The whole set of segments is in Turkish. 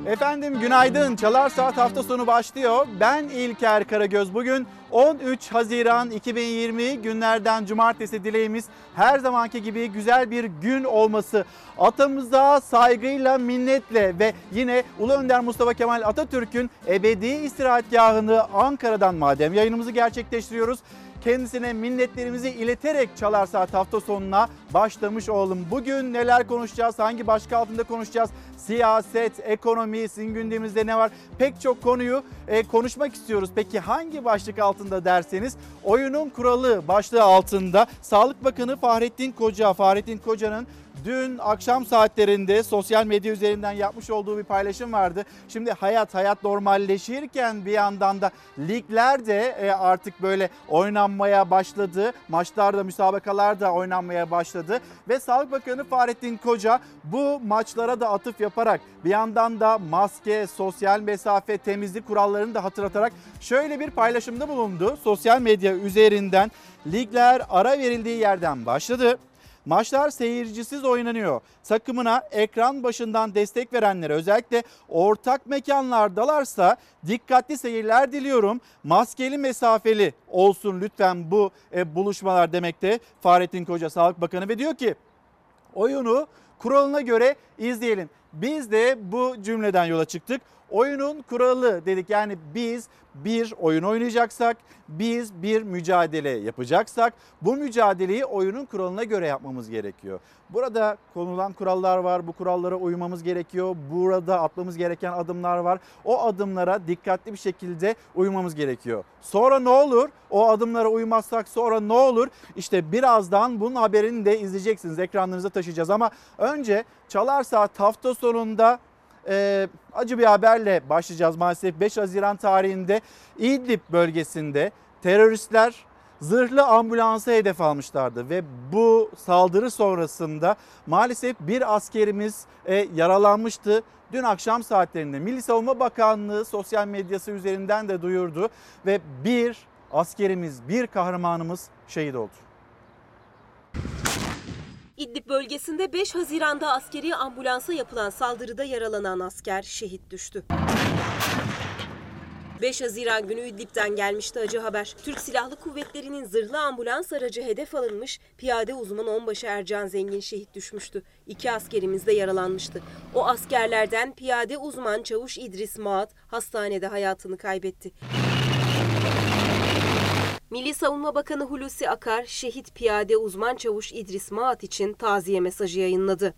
Efendim günaydın. Çalar Saat hafta sonu başlıyor. Ben İlker Karagöz. Bugün 13 Haziran 2020 günlerden cumartesi, dileğimiz her zamanki gibi güzel bir gün olması. Atamıza saygıyla, minnetle ve yine Ulu Önder Mustafa Kemal Atatürk'ün ebedi istirahatgahını Ankara'dan madem yayınımızı gerçekleştiriyoruz. Kendisine minnetlerimizi ileterek Çalar Saat hafta sonuna başlamış olalım. Bugün neler konuşacağız, hangi başlık altında konuşacağız? Siyaset, ekonomi, sizin gündemimizde ne var? Pek çok konuyu konuşmak istiyoruz. Peki hangi başlık altında derseniz, oyunun kuralı başlığı altında Sağlık Bakanı Fahrettin Koca'nın dün akşam saatlerinde sosyal medya üzerinden yapmış olduğu bir paylaşım vardı. Şimdi hayat normalleşirken bir yandan da ligler de artık böyle oynanmaya başladı. Maçlarda, müsabakalar da oynanmaya başladı. Ve Sağlık Bakanı Fahrettin Koca bu maçlara da atıf yaparak bir yandan da maske, sosyal mesafe, temizlik kurallarını da hatırlatarak şöyle bir paylaşımda bulundu. Sosyal medya üzerinden ligler ara verildiği yerden başladı. Maçlar seyircisiz oynanıyor. Takımına ekran başından destek verenlere, özellikle ortak mekanlardalarsa dikkatli seyirler diliyorum. Maskeli, mesafeli olsun lütfen bu buluşmalar demekte Fahrettin Koca Sağlık Bakanı ve diyor ki oyunu kuralına göre izleyelim. Biz de bu cümleden yola çıktık. Oyunun kuralı dedik, yani biz bir oyun oynayacaksak, biz bir mücadele yapacaksak bu mücadeleyi oyunun kuralına göre yapmamız gerekiyor. Burada konulan kurallar var, bu kurallara uymamız gerekiyor. Burada atmamız gereken adımlar var. O adımlara dikkatli bir şekilde uymamız gerekiyor. Sonra ne olur? O adımlara uymazsak sonra ne olur? İşte birazdan bunun haberini de izleyeceksiniz. Ekranlarınıza taşıyacağız ama önce Çalar Saat hafta sonunda acı bir haberle başlayacağız maalesef. 5 Haziran tarihinde İdlib bölgesinde teröristler zırhlı ambulansı hedef almışlardı ve bu saldırı sonrasında maalesef bir askerimiz yaralanmıştı. Dün akşam saatlerinde Milli Savunma Bakanlığı sosyal medyası üzerinden de duyurdu ve bir askerimiz, bir kahramanımız şehit oldu. İdlib bölgesinde 5 Haziran'da askeri ambulansa yapılan saldırıda yaralanan asker şehit düştü. 5 Haziran günü İdlib'den gelmişti acı haber. Türk Silahlı Kuvvetleri'nin zırhlı ambulans aracı hedef alınmış, piyade uzman onbaşı Ercan Zengin şehit düşmüştü. 2 askerimiz de yaralanmıştı. O askerlerden piyade uzman çavuş İdris Maat hastanede hayatını kaybetti. Milli Savunma Bakanı Hulusi Akar, şehit piyade uzman çavuş İdris Maat için taziye mesajı yayınladı.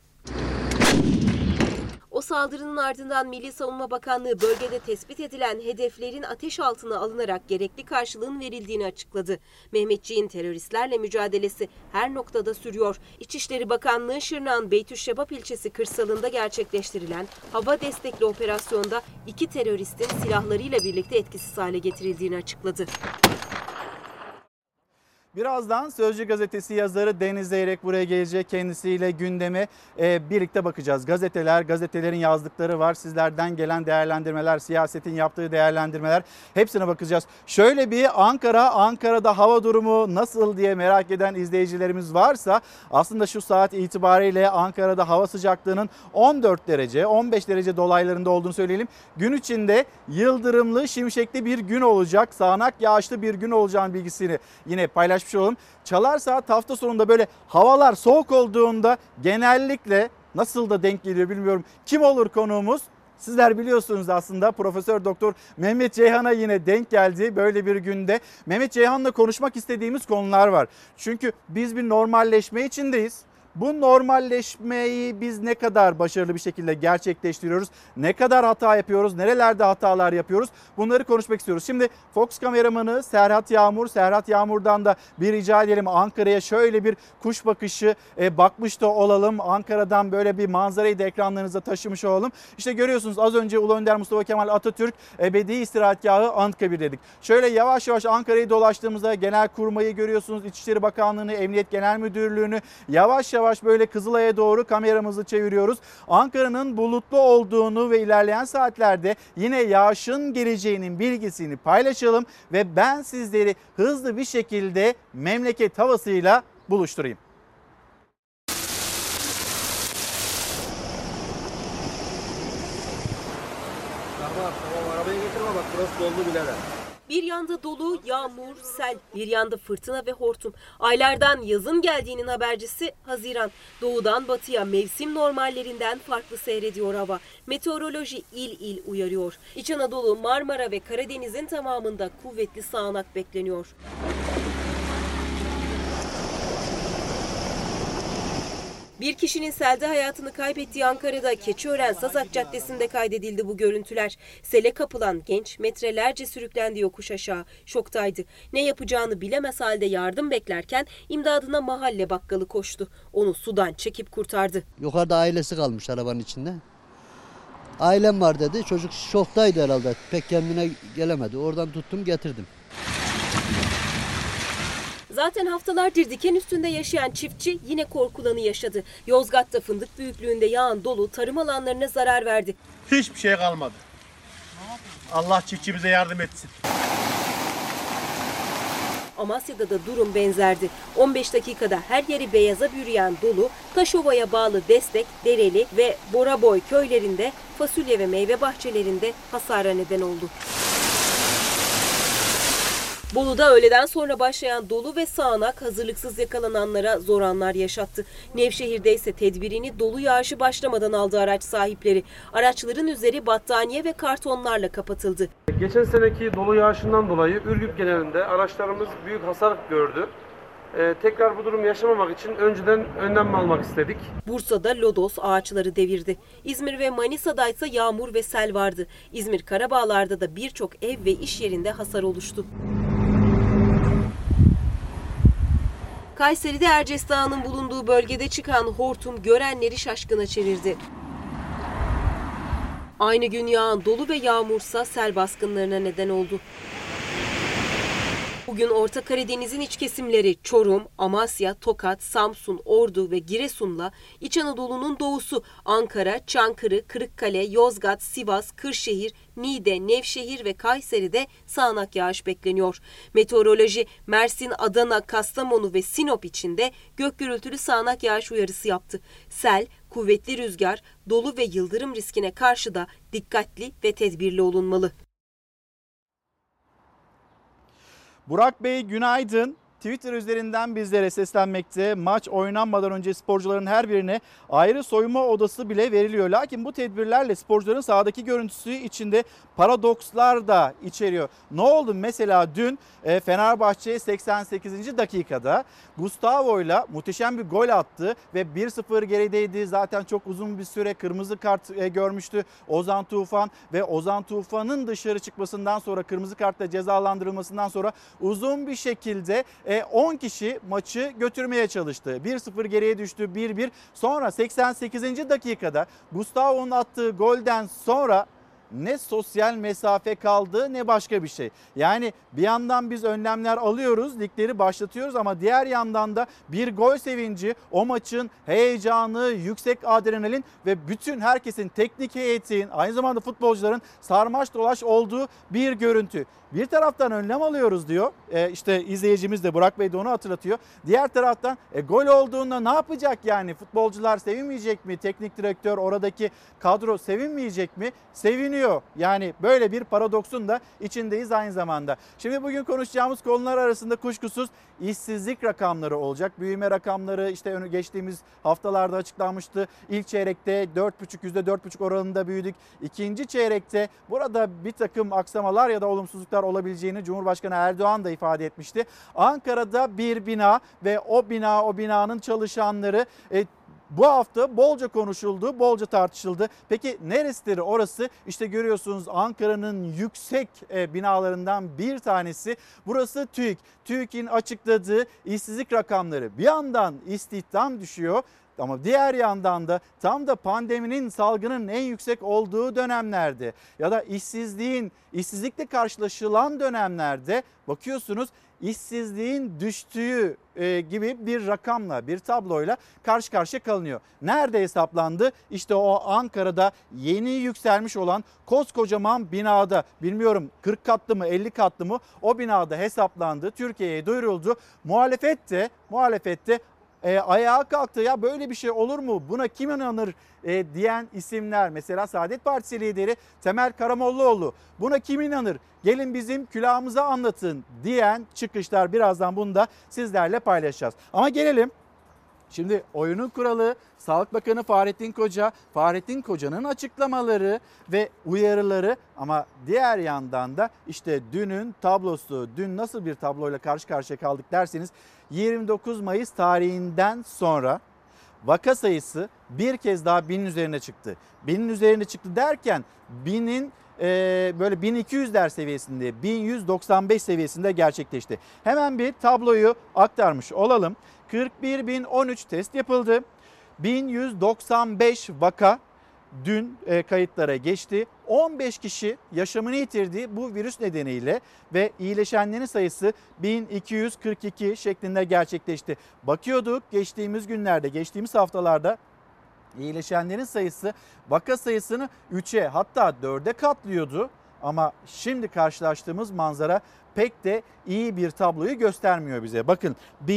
O saldırının ardından Milli Savunma Bakanlığı bölgede tespit edilen hedeflerin ateş altına alınarak gerekli karşılığın verildiğini açıkladı. Mehmetçiğin teröristlerle mücadelesi her noktada sürüyor. İçişleri Bakanlığı Şırnak'ın Beytüşşebap ilçesi kırsalında gerçekleştirilen hava destekli operasyonda 2 teröristin silahlarıyla birlikte etkisiz hale getirildiğini açıkladı. Birazdan Sözcü Gazetesi yazarı Deniz Zeyrek buraya gelecek. Kendisiyle gündeme birlikte bakacağız. Gazetelerin yazdıkları var. Sizlerden gelen değerlendirmeler, siyasetin yaptığı değerlendirmeler, hepsine bakacağız. Şöyle bir Ankara'da hava durumu nasıl diye merak eden izleyicilerimiz varsa aslında şu saat itibariyle Ankara'da hava sıcaklığının 14 derece, 15 derece dolaylarında olduğunu söyleyelim. Gün içinde yıldırımlı, şimşekli bir gün olacak. Sağanak yağışlı bir gün olacağının bilgisini yine paylaşmış olalım. Çalar Saat hafta sonunda böyle havalar soğuk olduğunda genellikle nasıl da denk geliyor bilmiyorum. Kim olur konuğumuz? Sizler biliyorsunuz aslında Profesör Doktor Mehmet Ceyhan'a yine denk geldi böyle bir günde. Mehmet Ceyhan'la konuşmak istediğimiz konular var. Çünkü biz bir normalleşme içindeyiz. Bu normalleşmeyi biz ne kadar başarılı bir şekilde gerçekleştiriyoruz? Ne kadar hata yapıyoruz? Nerelerde hatalar yapıyoruz? Bunları konuşmak istiyoruz. Şimdi Fox kameramanı Serhat Yağmur'dan da bir rica edelim. Ankara'ya şöyle bir kuş bakışı bakmış da olalım. Ankara'dan böyle bir manzarayı da ekranlarınıza taşımış olalım. İşte görüyorsunuz az önce Ulu Önder Mustafa Kemal Atatürk ebedi istirahatgahı Anıtkabir dedik. Şöyle yavaş yavaş Ankara'yı dolaştığımızda Genelkurmay'ı görüyorsunuz. İçişleri Bakanlığı'nı, Emniyet Genel Müdürlüğü'nü yavaş yavaş böyle Kızılay'a doğru kameramızı çeviriyoruz. Ankara'nın bulutlu olduğunu ve ilerleyen saatlerde yine yağışın geleceğinin bilgisini paylaşalım ve ben sizleri hızlı bir şekilde memleket havasıyla buluşturayım. Tamam arabayı getirme bak burası doldu bile de. Bir yanda dolu, yağmur, sel, bir yanda fırtına ve hortum. Aylardan yazın geldiğinin habercisi Haziran. Doğudan batıya mevsim normallerinden farklı seyrediyor hava. Meteoroloji il il uyarıyor. İç Anadolu, Marmara ve Karadeniz'in tamamında kuvvetli sağanak bekleniyor. Bir kişinin selde hayatını kaybettiği Ankara'da Keçiören-Sazak Caddesi'nde kaydedildi bu görüntüler. Sele kapılan genç metrelerce sürüklendi yokuş aşağı. Şoktaydı. Ne yapacağını bilemez halde yardım beklerken imdadına mahalle bakkalı koştu. Onu sudan çekip kurtardı. Yukarıda ailesi kalmış arabanın içinde. Ailem var dedi. Çocuk şoktaydı herhalde. Pek kendine gelemedi. Oradan tuttum getirdim. Zaten haftalardır diken üstünde yaşayan çiftçi yine korkulanı yaşadı. Yozgat'ta fındık büyüklüğünde yağan dolu tarım alanlarına zarar verdi. Hiçbir şey kalmadı. Allah çiftçimize yardım etsin. Amasya'da da durum benzerdi. 15 dakikada her yeri beyaza bürüyen dolu, Taşova'ya bağlı Destek, Dereli ve Boraboy köylerinde fasulye ve meyve bahçelerinde hasara neden oldu. Bolu'da öğleden sonra başlayan dolu ve sağanak hazırlıksız yakalananlara zor anlar yaşattı. Nevşehir'de ise tedbirini dolu yağışı başlamadan aldı araç sahipleri. Araçların üzeri battaniye ve kartonlarla kapatıldı. Geçen seneki dolu yağışından dolayı Ürgüp genelinde araçlarımız büyük hasar gördü. Tekrar bu durum yaşamamak için önceden önlem almak istedik. Bursa'da lodos ağaçları devirdi. İzmir ve Manisa'da ise yağmur ve sel vardı. İzmir Karabağlar'da da birçok ev ve iş yerinde hasar oluştu. Kayseri'de Erciyes Dağı'nın bulunduğu bölgede çıkan hortum görenleri şaşkına çevirdi. Aynı gün yağan dolu ve yağmursa sel baskınlarına neden oldu. Bugün Orta Karadeniz'in iç kesimleri Çorum, Amasya, Tokat, Samsun, Ordu ve Giresun'la İç Anadolu'nun doğusu Ankara, Çankırı, Kırıkkale, Yozgat, Sivas, Kırşehir, Niğde, Nevşehir ve Kayseri'de sağanak yağış bekleniyor. Meteoroloji Mersin, Adana, Kastamonu ve Sinop için de gök gürültülü sağanak yağış uyarısı yaptı. Sel, kuvvetli rüzgar, dolu ve yıldırım riskine karşı da dikkatli ve tedbirli olunmalı. Burak Bey günaydın. Twitter üzerinden bizlere seslenmekte. Maç oynanmadan önce sporcuların her birine ayrı soyunma odası bile veriliyor. Lakin bu tedbirlerle sporcuların sahadaki görüntüsü içinde paradokslar da içeriyor. Ne oldu? Mesela dün Fenerbahçe 88. dakikada Gustavo'yla muhteşem bir gol attı ve 1-0 gerideydi. Zaten çok uzun bir süre kırmızı kart görmüştü Ozan Tufan ve Ozan Tufan'ın dışarı çıkmasından sonra kırmızı kartla cezalandırılmasından sonra uzun bir şekilde 10 kişi maçı götürmeye çalıştı. 1-0 geriye düştü, 1-1. Sonra 88. dakikada Gustavo'nun attığı golden sonra ne sosyal mesafe kaldı ne başka bir şey. Yani bir yandan biz önlemler alıyoruz, ligleri başlatıyoruz ama diğer yandan da bir gol sevinci, o maçın heyecanı, yüksek adrenalin ve bütün herkesin, teknik heyetin, aynı zamanda futbolcuların sarmaş dolaş olduğu bir görüntü. Bir taraftan önlem alıyoruz diyor. İşte izleyicimiz de Burak Bey de onu hatırlatıyor. Diğer taraftan gol olduğunda ne yapacak yani? Futbolcular sevinmeyecek mi? Teknik direktör, oradaki kadro sevinmeyecek mi? Seviniyor. Yani böyle bir paradoksun da içindeyiz aynı zamanda. Şimdi bugün konuşacağımız konular arasında kuşkusuz işsizlik rakamları olacak. Büyüme rakamları işte geçtiğimiz haftalarda açıklanmıştı. İlk çeyrekte %4,5 oranında büyüdük. İkinci çeyrekte burada bir takım aksamalar ya da olumsuzluklar olabileceğini Cumhurbaşkanı Erdoğan da ifade etmişti. Ankara'da bir bina ve o binanın çalışanları bu hafta bolca konuşuldu, bolca tartışıldı. Peki neresidir orası? İşte görüyorsunuz Ankara'nın yüksek binalarından bir tanesi. Burası TÜİK. TÜİK'in açıkladığı işsizlik rakamları. Bir yandan istihdam düşüyor. Ama diğer yandan da tam da pandeminin, salgının en yüksek olduğu dönemlerde ya da işsizlikle karşılaşılan dönemlerde bakıyorsunuz işsizliğin düştüğü gibi bir rakamla, bir tabloyla karşı karşıya kalınıyor. Nerede hesaplandı? İşte o Ankara'da yeni yükselmiş olan koskocaman binada, bilmiyorum 40 katlı mı 50 katlı mı, o binada hesaplandı. Türkiye'ye duyuruldu. Muhalefet de ayağa kalktı. Ya böyle bir şey olur mu? Buna kim inanır diyen isimler. Mesela Saadet Partisi lideri Temel Karamollaoğlu. Buna kim inanır? Gelin bizim külahımıza anlatın diyen çıkışlar. Birazdan bunu da sizlerle paylaşacağız. Ama gelelim. Şimdi oyunun kuralı Sağlık Bakanı Fahrettin Koca, Fahrettin Koca'nın açıklamaları ve uyarıları, ama diğer yandan da işte dünün tablosu, dün nasıl bir tabloyla karşı karşıya kaldık derseniz 29 Mayıs tarihinden sonra vaka sayısı bir kez daha 1000'in üzerine çıktı. 1000'in üzerine çıktı derken 1000'in böyle 1200'ler seviyesinde, 1195 seviyesinde gerçekleşti. Hemen bir tabloyu aktarmış olalım. 41.013 test yapıldı. 1195 vaka dün kayıtlara geçti. 15 kişi yaşamını yitirdi bu virüs nedeniyle ve iyileşenlerin sayısı 1242 şeklinde gerçekleşti. Bakıyorduk geçtiğimiz günlerde, geçtiğimiz haftalarda iyileşenlerin sayısı vaka sayısını 3'e hatta 4'e katlıyordu. Ama şimdi karşılaştığımız manzara pek de iyi bir tabloyu göstermiyor bize. Bakın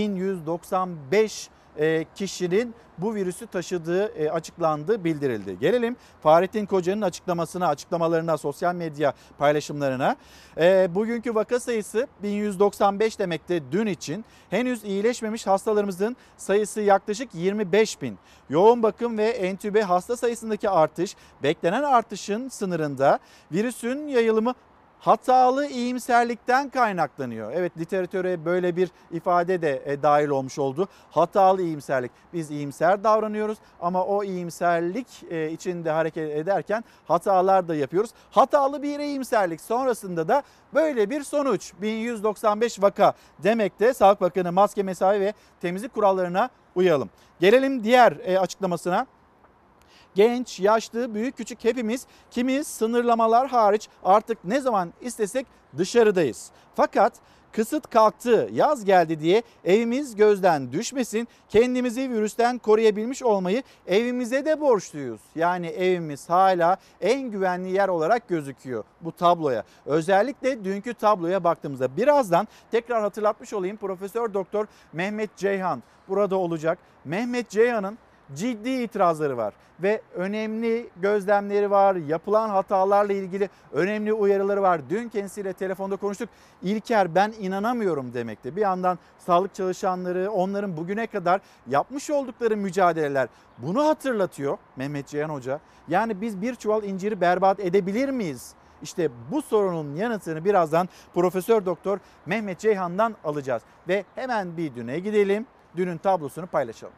1195 kişinin bu virüsü taşıdığı açıklandı, bildirildi. Gelelim Fahrettin Koca'nın açıklamalarına, sosyal medya paylaşımlarına. Bugünkü vaka sayısı 1195 demekte dün için. Henüz iyileşmemiş hastalarımızın sayısı yaklaşık 25.000. Yoğun bakım ve entübe hasta sayısındaki artış beklenen artışın sınırında. Virüsün yayılımı hatalı iyimserlikten kaynaklanıyor. Evet, literatüre böyle bir ifade de dahil olmuş oldu. Hatalı iyimserlik. Biz iyimser davranıyoruz ama o iyimserlik içinde hareket ederken hatalar da yapıyoruz. Hatalı bir iyimserlik sonrasında da böyle bir sonuç. 1195 vaka demekte. Sağlık Bakanı maske, mesafe ve temizlik kurallarına uyalım. Gelelim diğer açıklamasına. Genç, yaşlı, büyük, küçük hepimiz kimi sınırlamalar hariç artık ne zaman istesek dışarıdayız. Fakat kısıt kalktı, yaz geldi diye evimiz gözden düşmesin. Kendimizi virüsten koruyabilmiş olmayı evimize de borçluyuz. Yani evimiz hala en güvenli yer olarak gözüküyor bu tabloya. Özellikle dünkü tabloya baktığımızda birazdan tekrar hatırlatmış olayım. Profesör Doktor Mehmet Ceyhan burada olacak. Mehmet Ceyhan'ın ciddi itirazları var ve önemli gözlemleri var. Yapılan hatalarla ilgili önemli uyarıları var. Dün kendisiyle telefonda konuştuk. İlker, ben inanamıyorum demekte. Bir yandan sağlık çalışanları, onların bugüne kadar yapmış oldukları mücadeleler bunu hatırlatıyor Mehmet Ceyhan Hoca. Yani biz bir çuval inciri berbat edebilir miyiz? İşte bu sorunun yanıtını birazdan Profesör Doktor Mehmet Ceyhan'dan alacağız. Ve hemen bir düne gidelim. Dünün tablosunu paylaşalım.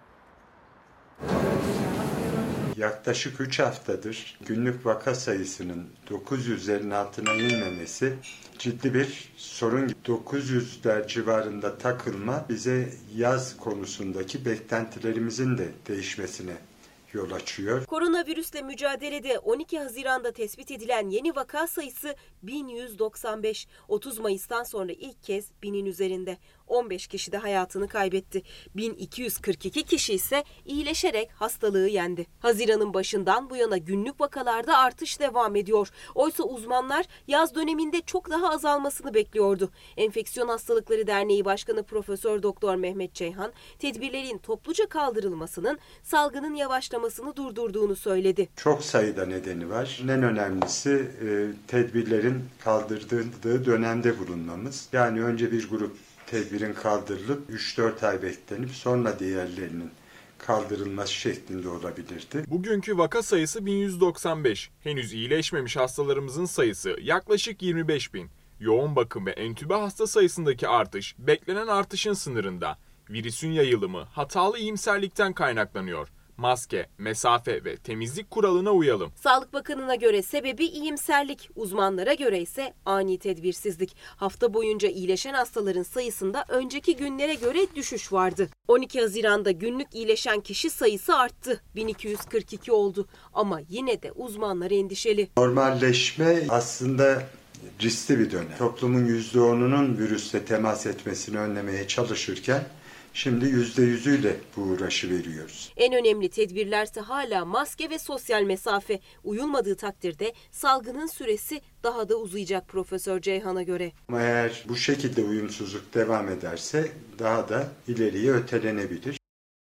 Yaklaşık 3 haftadır günlük vaka sayısının 900'lerin altına inmemesi ciddi bir sorun. 900'ler civarında takılma bize yaz konusundaki beklentilerimizin de değişmesine yol açıyor. Koronavirüsle mücadelede 12 Haziran'da tespit edilen yeni vaka sayısı 1195. 30 Mayıs'tan sonra ilk kez 1000'in üzerinde. 15 kişi de hayatını kaybetti. 1242 kişi ise iyileşerek hastalığı yendi. Haziran'ın başından bu yana günlük vakalarda artış devam ediyor. Oysa uzmanlar yaz döneminde çok daha azalmasını bekliyordu. Enfeksiyon Hastalıkları Derneği Başkanı Profesör Doktor Mehmet Ceyhan, tedbirlerin topluca kaldırılmasının salgının yavaşlamasını durdurduğunu söyledi. Çok sayıda nedeni var. En önemlisi tedbirlerin kaldırıldığı dönemde bulunmamız. Yani önce bir grup tedbirin kaldırılıp 3-4 ay beklenip sonra diğerlerinin kaldırılması şeklinde olabilirdi. Bugünkü vaka sayısı 1195. Henüz iyileşmemiş hastalarımızın sayısı yaklaşık 25.000. Yoğun bakım ve entübe hasta sayısındaki artış beklenen artışın sınırında. Virüsün yayılımı hatalı iyimserlikten kaynaklanıyor. Maske, mesafe ve temizlik kuralına uyalım. Sağlık Bakanı'na göre sebebi iyimserlik, uzmanlara göre ise ani tedbirsizlik. Hafta boyunca iyileşen hastaların sayısında önceki günlere göre düşüş vardı. 12 Haziran'da günlük iyileşen kişi sayısı arttı. 1242 oldu ama yine de uzmanlar endişeli. Normalleşme aslında riskli bir dönem. Toplumun %10'unun virüsle temas etmesini önlemeye çalışırken şimdi %100'üyle bu uğraşı veriyoruz. En önemli tedbirlerse hala maske ve sosyal mesafe. Uyulmadığı takdirde salgının süresi daha da uzayacak Profesör Ceyhan'a göre. Ama eğer bu şekilde uyumsuzluk devam ederse daha da ileriye ötelenebilir.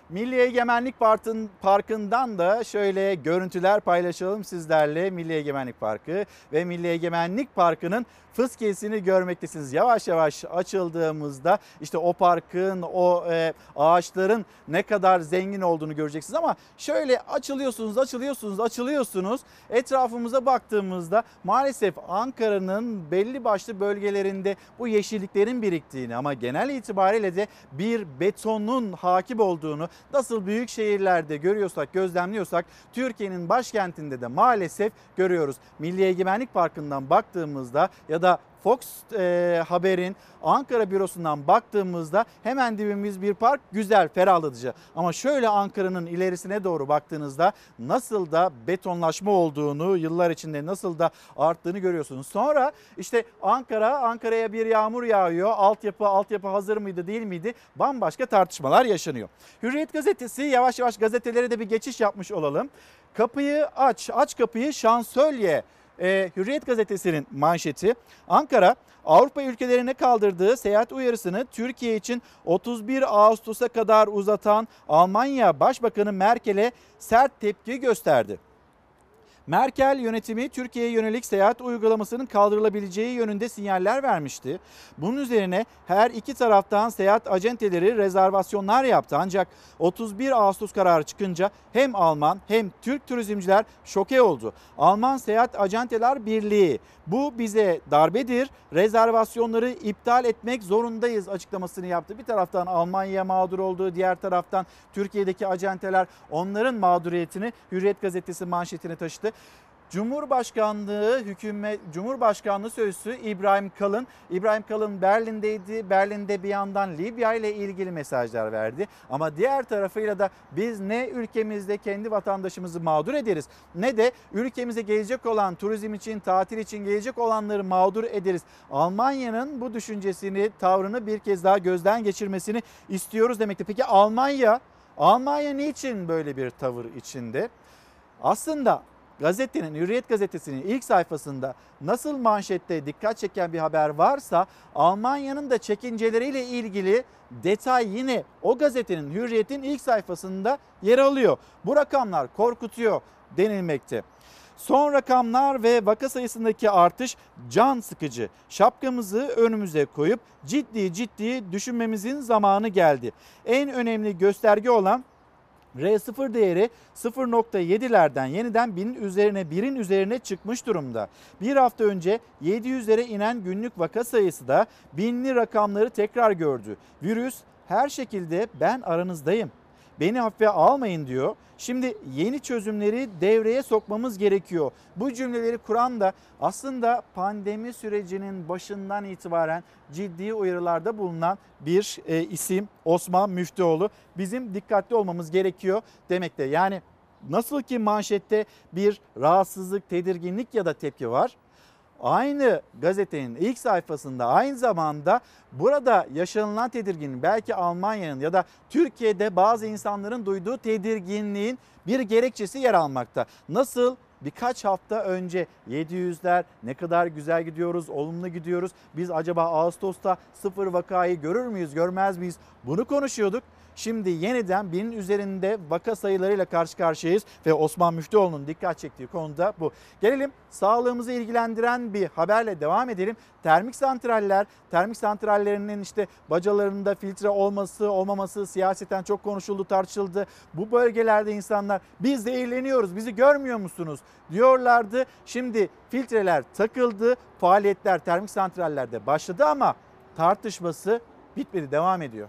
Milli Egemenlik Parkı'ndan da şöyle görüntüler paylaşalım sizlerle. Milli Egemenlik Parkı ve Milli Egemenlik Parkı'nın fıskiyesini görmektesiniz. Yavaş yavaş açıldığımızda işte o parkın, o ağaçların ne kadar zengin olduğunu göreceksiniz. Ama şöyle açılıyorsunuz. Etrafımıza baktığımızda maalesef Ankara'nın belli başlı bölgelerinde bu yeşilliklerin biriktiğini ama genel itibariyle de bir betonun hakim olduğunu nasıl büyük şehirlerde görüyorsak, gözlemliyorsak Türkiye'nin başkentinde de maalesef görüyoruz. Milli Egemenlik Parkı'ndan baktığımızda ya da Fox Haber'in Ankara bürosundan baktığımızda hemen dibimiz bir park, güzel, ferahlatıcı. Ama şöyle Ankara'nın ilerisine doğru baktığınızda nasıl da betonlaşma olduğunu, yıllar içinde nasıl da arttığını görüyorsunuz. Sonra işte Ankara'ya bir yağmur yağıyor. Altyapı hazır mıydı, değil miydi? Bambaşka tartışmalar yaşanıyor. Hürriyet gazetesi, yavaş yavaş gazetelere de bir geçiş yapmış olalım. Kapıyı aç kapıyı şansölye. Hürriyet gazetesinin manşeti, Ankara Avrupa ülkelerine kaldırdığı seyahat uyarısını Türkiye için 31 Ağustos'a kadar uzatan Almanya Başbakanı Merkel'e sert tepki gösterdi. Merkel yönetimi Türkiye'ye yönelik seyahat uygulamasının kaldırılabileceği yönünde sinyaller vermişti. Bunun üzerine her iki taraftan seyahat acenteleri rezervasyonlar yaptı. Ancak 31 Ağustos kararı çıkınca hem Alman hem Türk turizmciler şoke oldu. Alman Seyahat Acenteler Birliği, bu bize darbedir, rezervasyonları iptal etmek zorundayız açıklamasını yaptı. Bir taraftan Almanya mağdur oldu, diğer taraftan Türkiye'deki acenteler onların mağduriyetini Hürriyet gazetesi manşetine taşıdı. Cumhurbaşkanlığı Sözcüsü İbrahim Kalın Berlin'deydi. Berlin'de bir yandan Libya ile ilgili mesajlar verdi. Ama diğer tarafıyla da biz ne ülkemizde kendi vatandaşımızı mağdur ederiz ne de ülkemize gelecek olan, turizm için, tatil için gelecek olanları mağdur ederiz. Almanya'nın bu düşüncesini, tavrını bir kez daha gözden geçirmesini istiyoruz demekti. Peki Almanya niçin böyle bir tavır içinde? Aslında Hürriyet gazetesinin ilk sayfasında nasıl manşette dikkat çeken bir haber varsa Almanya'nın da çekinceleriyle ilgili detay yine o gazetenin, Hürriyet'in ilk sayfasında yer alıyor. Bu rakamlar korkutuyor denilmekte. Son rakamlar ve vaka sayısındaki artış can sıkıcı. Şapkamızı önümüze koyup ciddi düşünmemizin zamanı geldi. En önemli gösterge olan R0 değeri 0.7'lerden yeniden 1000'in üzerine çıkmış durumda. Bir hafta önce 700'lere inen günlük vaka sayısı da 1000'li rakamları tekrar gördü. Virüs her şekilde ben aranızdayım, beni hafife almayın diyor. Şimdi yeni çözümleri devreye sokmamız gerekiyor. Bu cümleleri kuran da aslında pandemi sürecinin başından itibaren ciddi uyarılarda bulunan bir isim, Osman Müftüoğlu. Bizim dikkatli olmamız gerekiyor demekte. Yani nasıl ki manşette bir rahatsızlık, tedirginlik ya da tepki var, aynı gazetenin ilk sayfasında aynı zamanda burada yaşanılan tedirginlik, belki Almanya'nın ya da Türkiye'de bazı insanların duyduğu tedirginliğin bir gerekçesi yer almakta. Nasıl birkaç hafta önce 700'ler ne kadar güzel gidiyoruz, olumlu gidiyoruz. Biz acaba Ağustos'ta 0 vakayı görür müyüz, görmez miyiz? Bunu konuşuyorduk. Şimdi yeniden 1000'in üzerinde vaka sayılarıyla karşı karşıyayız ve Osman Müftüoğlu'nun dikkat çektiği konuda bu. Gelelim sağlığımızı ilgilendiren bir haberle devam edelim. Termik santrallerinin işte bacalarında filtre olması olmaması siyaseten çok konuşuldu, tartışıldı. Bu bölgelerde insanlar biz zehirleniyoruz, bizi görmüyor musunuz diyorlardı. Şimdi filtreler takıldı, faaliyetler termik santrallerde başladı ama tartışması bitmedi, devam ediyor.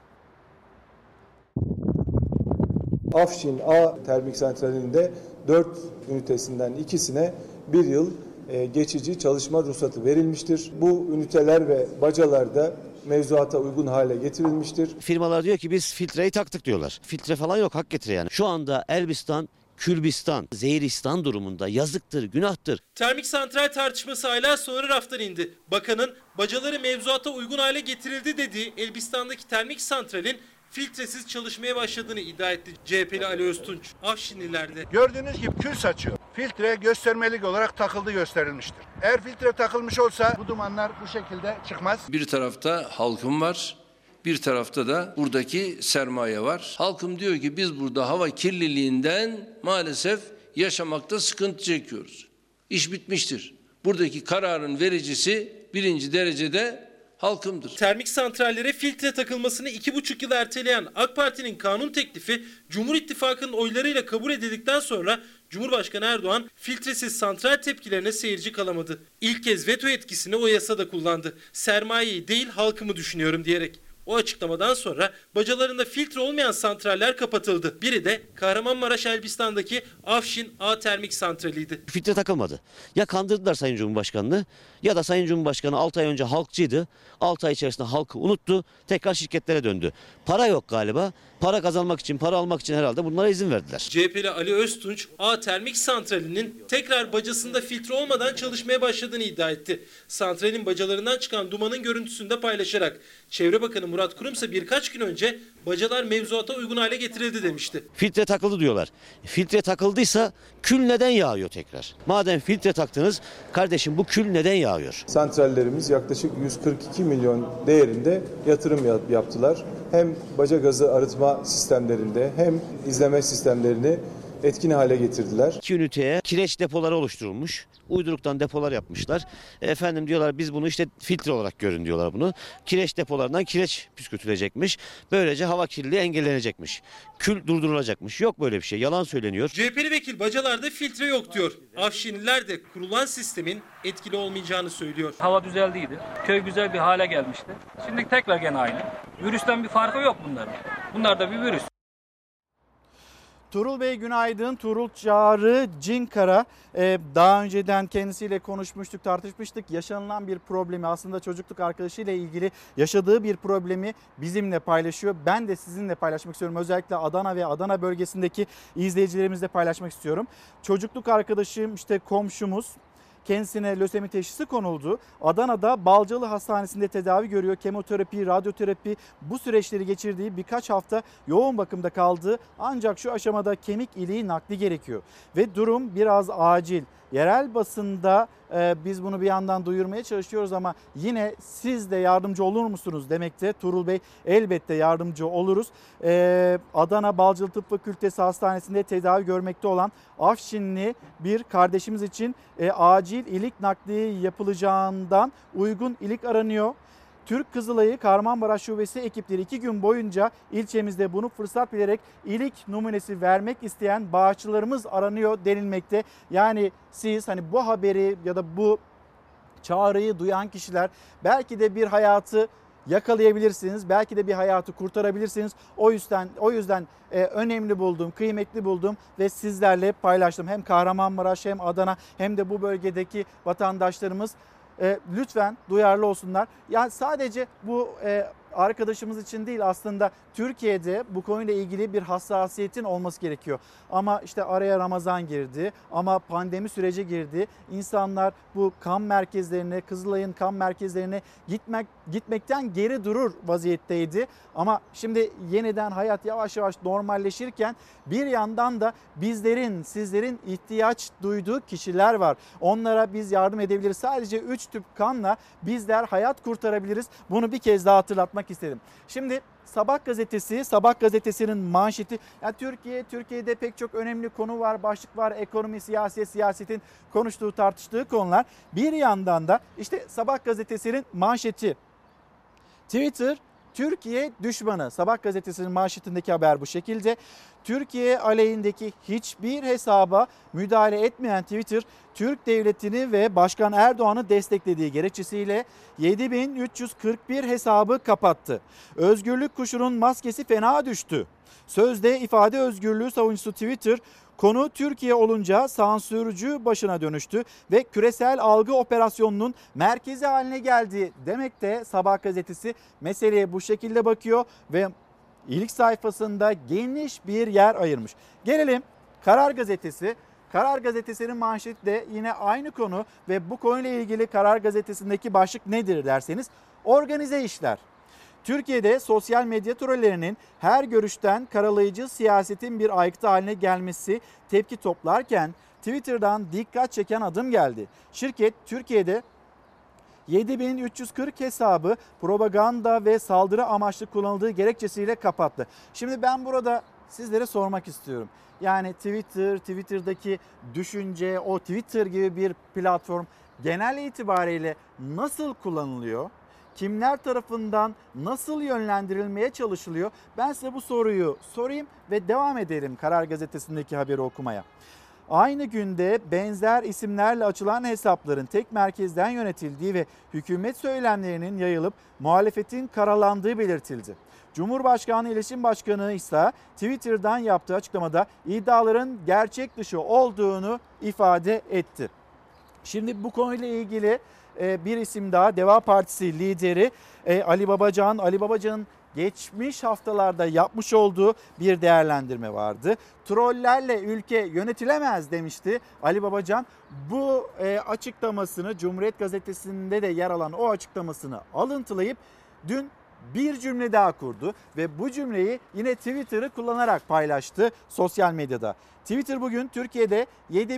Afşin A termik santralinde 4 ünitesinden ikisine 1 yıl geçici çalışma ruhsatı verilmiştir. Bu üniteler ve bacalar da mevzuata uygun hale getirilmiştir. Firmalar diyor ki biz filtreyi taktık diyorlar. Filtre falan yok, hak getire yani. Şu anda Elbistan, Kürbistan, Zehiristan durumunda, yazıktır, günahtır. Termik santral tartışması aylar sonra raftan indi. Bakanın bacaları mevzuata uygun hale getirildi dediği Elbistan'daki termik santralin filtresiz çalışmaya başladığını iddia etti CHP'li Ali Öztunç. Afşinliler'de. Gördüğünüz gibi kül saçıyor. Filtre göstermelik olarak takıldı, gösterilmiştir. Eğer filtre takılmış olsa bu dumanlar bu şekilde çıkmaz. Bir tarafta halkım var, bir tarafta da buradaki sermaye var. Halkım diyor ki biz burada hava kirliliğinden maalesef yaşamakta sıkıntı çekiyoruz. İş bitmiştir. Buradaki kararın vericisi birinci derecede halkımdır. Termik santrallere filtre takılmasını 2,5 yıl erteleyen AK Parti'nin kanun teklifi Cumhur İttifakı'nın oylarıyla kabul edildikten sonra Cumhurbaşkanı Erdoğan filtresiz santral tepkilerine seyirci kalamadı. İlk kez veto etkisini o yasada kullandı. Sermayeyi değil halkımı düşünüyorum diyerek. O açıklamadan sonra bacalarında filtre olmayan santraller kapatıldı. Biri de Kahramanmaraş Elbistan'daki Afşin A Termik Santrali'ydi. Filtre takılmadı. Ya kandırdılar Sayın Cumhurbaşkanı'nı ya da Sayın Cumhurbaşkanı 6 ay önce halkçıydı. 6 ay içerisinde halkı unuttu. Tekrar şirketlere döndü. Para yok galiba. Para kazanmak için, para almak için herhalde bunlara izin verdiler. CHP'li Ali Öztunç, A Termik Santrali'nin tekrar bacasında filtre olmadan çalışmaya başladığını iddia etti. Santralin bacalarından çıkan dumanın görüntüsünü de paylaşarak Çevre Bakanı Murat Kurum ise birkaç gün önce bacalar mevzuata uygun hale getirildi demişti. Filtre takıldı diyorlar. Filtre takıldıysa kül neden yağıyor tekrar? Madem filtre taktınız kardeşim bu kül neden yağıyor? Santrallerimiz yaklaşık 142 milyon değerinde yatırım yaptılar. Hem baca gazı arıtma sistemlerinde hem izleme sistemlerini etkin hale getirdiler. 2 üniteye kireç depoları oluşturulmuş. Uyduruktan depolar yapmışlar. Efendim diyorlar biz bunu işte filtre olarak görün diyorlar bunu. Kireç depolarından kireç püskürtülecekmiş. Böylece hava kirliliği engellenecekmiş. Kül durdurulacakmış. Yok böyle bir şey. Yalan söyleniyor. CHP'li vekil bacalarda filtre yok diyor. Afşinliler de kurulan sistemin etkili olmayacağını söylüyor. Hava düzeldiydi. Köy güzel bir hale gelmişti. Şimdi tekrar gene aynı. Virüsten bir farkı yok bunların. Bunlar da bir virüs. Tuğrul Bey günaydın. Tuğrul Çağrı Cinkara. Daha önceden kendisiyle konuşmuştuk, tartışmıştık. Yaşanılan bir problemi, aslında çocukluk arkadaşıyla ilgili yaşadığı bir problemi bizimle paylaşıyor. Ben de sizinle paylaşmak istiyorum. Özellikle Adana ve Adana bölgesindeki izleyicilerimizle paylaşmak istiyorum. Çocukluk arkadaşım, işte komşumuz. Kendisine lösemi teşhisi konuldu. Adana'da Balcalı Hastanesi'nde tedavi görüyor. Kemoterapi, radyoterapi, bu süreçleri geçirdiği birkaç hafta yoğun bakımda kaldı. Ancak şu aşamada kemik iliği nakli gerekiyor. Ve durum biraz acil. Yerel basında biz bunu bir yandan duyurmaya çalışıyoruz ama yine siz de yardımcı olur musunuz demekte. Tuğrul Bey elbette yardımcı oluruz. Adana Balcalı Tıp Fakültesi Hastanesi'nde tedavi görmekte olan Afşinli bir kardeşimiz için acil ilik nakli yapılacağından uygun ilik aranıyor. Türk Kızılayı Kahramanmaraş Şubesi ekipleri 2 gün boyunca ilçemizde bunu fırsat bilerek ilik numunesi vermek isteyen bağışçılarımız aranıyor denilmekte. Yani siz hani bu haberi ya da bu çağrıyı duyan kişiler belki de bir hayatı yakalayabilirsiniz. Belki de bir hayatı kurtarabilirsiniz. O yüzden önemli buldum, kıymetli buldum ve sizlerle paylaştım. Hem Kahramanmaraş hem Adana hem de bu bölgedeki vatandaşlarımız lütfen duyarlı olsunlar. Yani sadece bu arkadaşımız için değil, aslında Türkiye'de bu konuyla ilgili bir hassasiyetin olması gerekiyor. Ama işte araya Ramazan girdi, ama pandemi süreci girdi. İnsanlar bu kan merkezlerine, Kızılay'ın kan merkezlerine gitmekten geri durur vaziyetteydi. Ama şimdi yeniden hayat yavaş yavaş normalleşirken bir yandan da bizlerin, sizlerin ihtiyaç duyduğu kişiler var. Onlara biz yardım edebiliriz. Sadece 3 tüp kanla bizler hayat kurtarabiliriz. Bunu bir kez daha hatırlatmak istedim. Şimdi Sabah gazetesinin manşeti. Yani Türkiye'de pek çok önemli konu var, başlık var. Ekonomi, siyasetin konuştuğu, tartıştığı konular. Bir yandan da işte Sabah gazetesinin manşeti. Twitter Türkiye düşmanı. Sabah gazetesinin manşetindeki haber bu şekilde. Türkiye aleyhindeki hiçbir hesaba müdahale etmeyen Twitter, Türk devletini ve Başkan Erdoğan'ı desteklediği gerekçesiyle 7341 hesabı kapattı. Özgürlük kuşunun maskesi fena düştü. Sözde ifade özgürlüğü savunucusu Twitter, konu Türkiye olunca sansürcü başına dönüştü ve küresel algı operasyonunun merkezi haline geldi demekte. Sabah gazetesi meseleye bu şekilde bakıyor ve ilk sayfasında geniş bir yer ayırmış. Gelelim Karar Gazetesi. Karar Gazetesi'nin manşeti de yine aynı konu ve bu konuyla ilgili Karar Gazetesi'ndeki başlık nedir derseniz organize işler. Türkiye'de sosyal medya trollerinin her görüşten karalayıcı siyasetin bir aygıtı haline gelmesi tepki toplarken Twitter'dan dikkat çeken adım geldi. Şirket Türkiye'de 7340 hesabı propaganda ve saldırı amaçlı kullanıldığı gerekçesiyle kapattı. Şimdi ben burada sizlere sormak istiyorum. Yani Twitter'daki düşünce, o Twitter gibi bir platform genel itibariyle nasıl kullanılıyor? Kimler tarafından nasıl yönlendirilmeye çalışılıyor? Ben size bu soruyu sorayım ve devam edelim Karar Gazetesi'ndeki haberi okumaya. Aynı günde benzer isimlerle açılan hesapların tek merkezden yönetildiği ve hükümet söylemlerinin yayılıp muhalefetin karalandığı belirtildi. Cumhurbaşkanı İletişim Başkanı ise Twitter'dan yaptığı açıklamada iddiaların gerçek dışı olduğunu ifade etti. Şimdi bu konuyla ilgili bir isim daha, Deva Partisi lideri Ali Babacan. Ali Babacan'ın geçmiş haftalarda yapmış olduğu bir değerlendirme vardı. Trollerle ülke yönetilemez demişti Ali Babacan. Bu açıklamasını Cumhuriyet Gazetesi'nde de yer alan o açıklamasını alıntılayıp dün bir cümle daha kurdu ve bu cümleyi yine Twitter'ı kullanarak paylaştı sosyal medyada. Twitter bugün Türkiye'de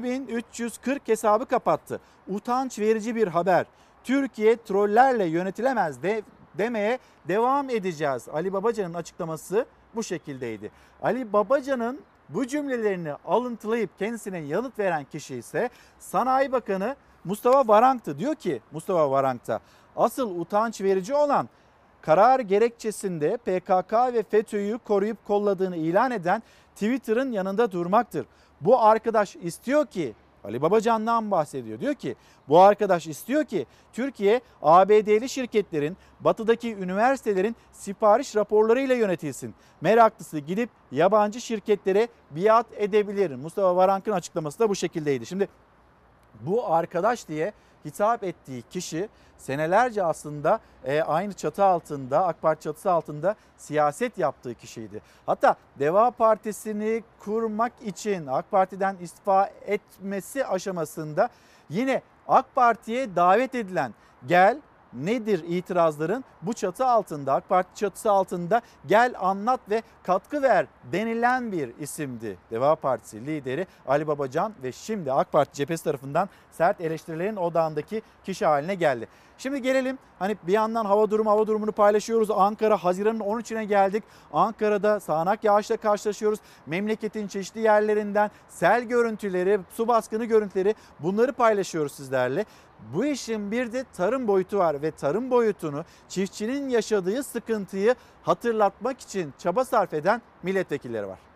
7340 hesabı kapattı. Utanç verici bir haber. Türkiye trollerle yönetilemez demeye devam edeceğiz. Ali Babacan'ın açıklaması bu şekildeydi. Ali Babacan'ın bu cümlelerini alıntılayıp kendisine yanıt veren kişi ise Sanayi Bakanı Mustafa Varank'tı. Diyor ki Mustafa Varank'ta asıl utanç verici olan karar gerekçesinde PKK ve FETÖ'yü koruyup kolladığını ilan eden Twitter'ın yanında durmaktır. Bu arkadaş istiyor ki, Ali Babacan'dan bahsediyor. Diyor ki bu arkadaş istiyor ki Türkiye ABD'li şirketlerin, batıdaki üniversitelerin sipariş raporlarıyla yönetilsin. Meraklısı gidip yabancı şirketlere biat edebilir. Mustafa Varank'ın açıklaması da bu şekildeydi. Şimdi bu arkadaş diye hitap ettiği kişi senelerce aslında aynı çatı altında, AK Parti çatısı altında siyaset yaptığı kişiydi. Hatta Deva Partisi'ni kurmak için AK Parti'den istifa etmesi aşamasında yine AK Parti'ye davet edilen gel nedir itirazların bu çatı altında, AK Parti çatısı altında gel anlat ve katkı ver denilen bir isimdi. Deva Partisi lideri Ali Babacan ve şimdi AK Parti cephesi tarafından sert eleştirilerin odağındaki kişi haline geldi. Şimdi gelelim hani bir yandan hava durumunu paylaşıyoruz. Ankara Haziran'ın 13'üne geldik. Ankara'da sağanak yağışla karşılaşıyoruz. Memleketin çeşitli yerlerinden sel görüntüleri, su baskını görüntüleri bunları paylaşıyoruz sizlerle. Bu işin bir de tarım boyutu var ve tarım boyutunu çiftçinin yaşadığı sıkıntıyı hatırlatmak için çaba sarf eden milletvekilleri var.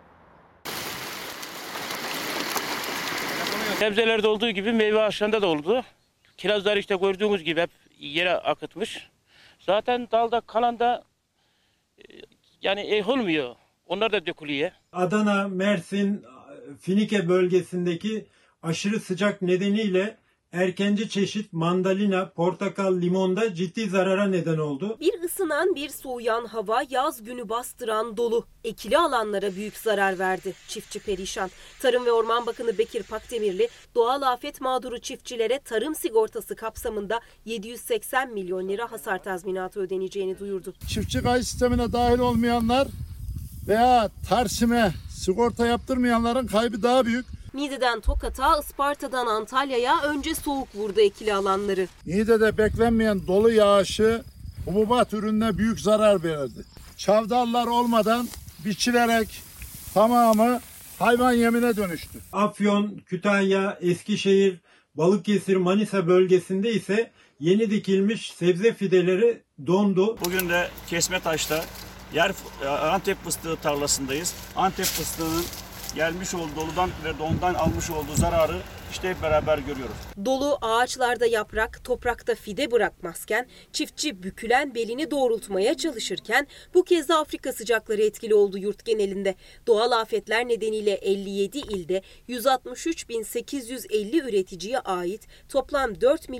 Sebzelerde olduğu gibi meyve ağaçlarında da oldu. Kirazlar işte gördüğünüz gibi hep yere akıtmış. Zaten dalda kalan da yani olmuyor. Onlar da dökülüyor. Adana, Mersin, Finike bölgesindeki aşırı sıcak nedeniyle erkenci çeşit mandalina, portakal, limonda ciddi zarara neden oldu. Bir ısınan bir soğuyan hava, yaz günü bastıran dolu. Ekili alanlara büyük zarar verdi. Çiftçi perişan. Tarım ve Orman Bakanı Bekir Pakdemirli doğal afet mağduru çiftçilere tarım sigortası kapsamında 780 milyon lira hasar tazminatı ödeneceğini duyurdu. Çiftçi kayıt sistemine dahil olmayanlar veya Tarsim'e sigorta yaptırmayanların kaybı daha büyük. Niğde'den Tokat'a, Isparta'dan Antalya'ya önce soğuk vurdu ekili alanları. Niğde'de beklenmeyen dolu yağışı hububat ürününe büyük zarar verdi. Çavdarlar olmadan biçilerek tamamı hayvan yemine dönüştü. Afyon, Kütahya, Eskişehir, Balıkesir, Manisa bölgesinde ise yeni dikilmiş sebze fideleri dondu. Bugün de Kesmetaş'ta Antep fıstığı tarlasındayız. Antep fıstığının gelmiş olduğu doludan ve dondan almış olduğu zararı işte hep beraber görüyoruz. Dolu ağaçlarda yaprak, toprakta fide bırakmazken, çiftçi bükülen belini doğrultmaya çalışırken bu kez de Afrika sıcakları etkili oldu yurt genelinde. Doğal afetler nedeniyle 57 ilde 163.850 üreticiye ait toplam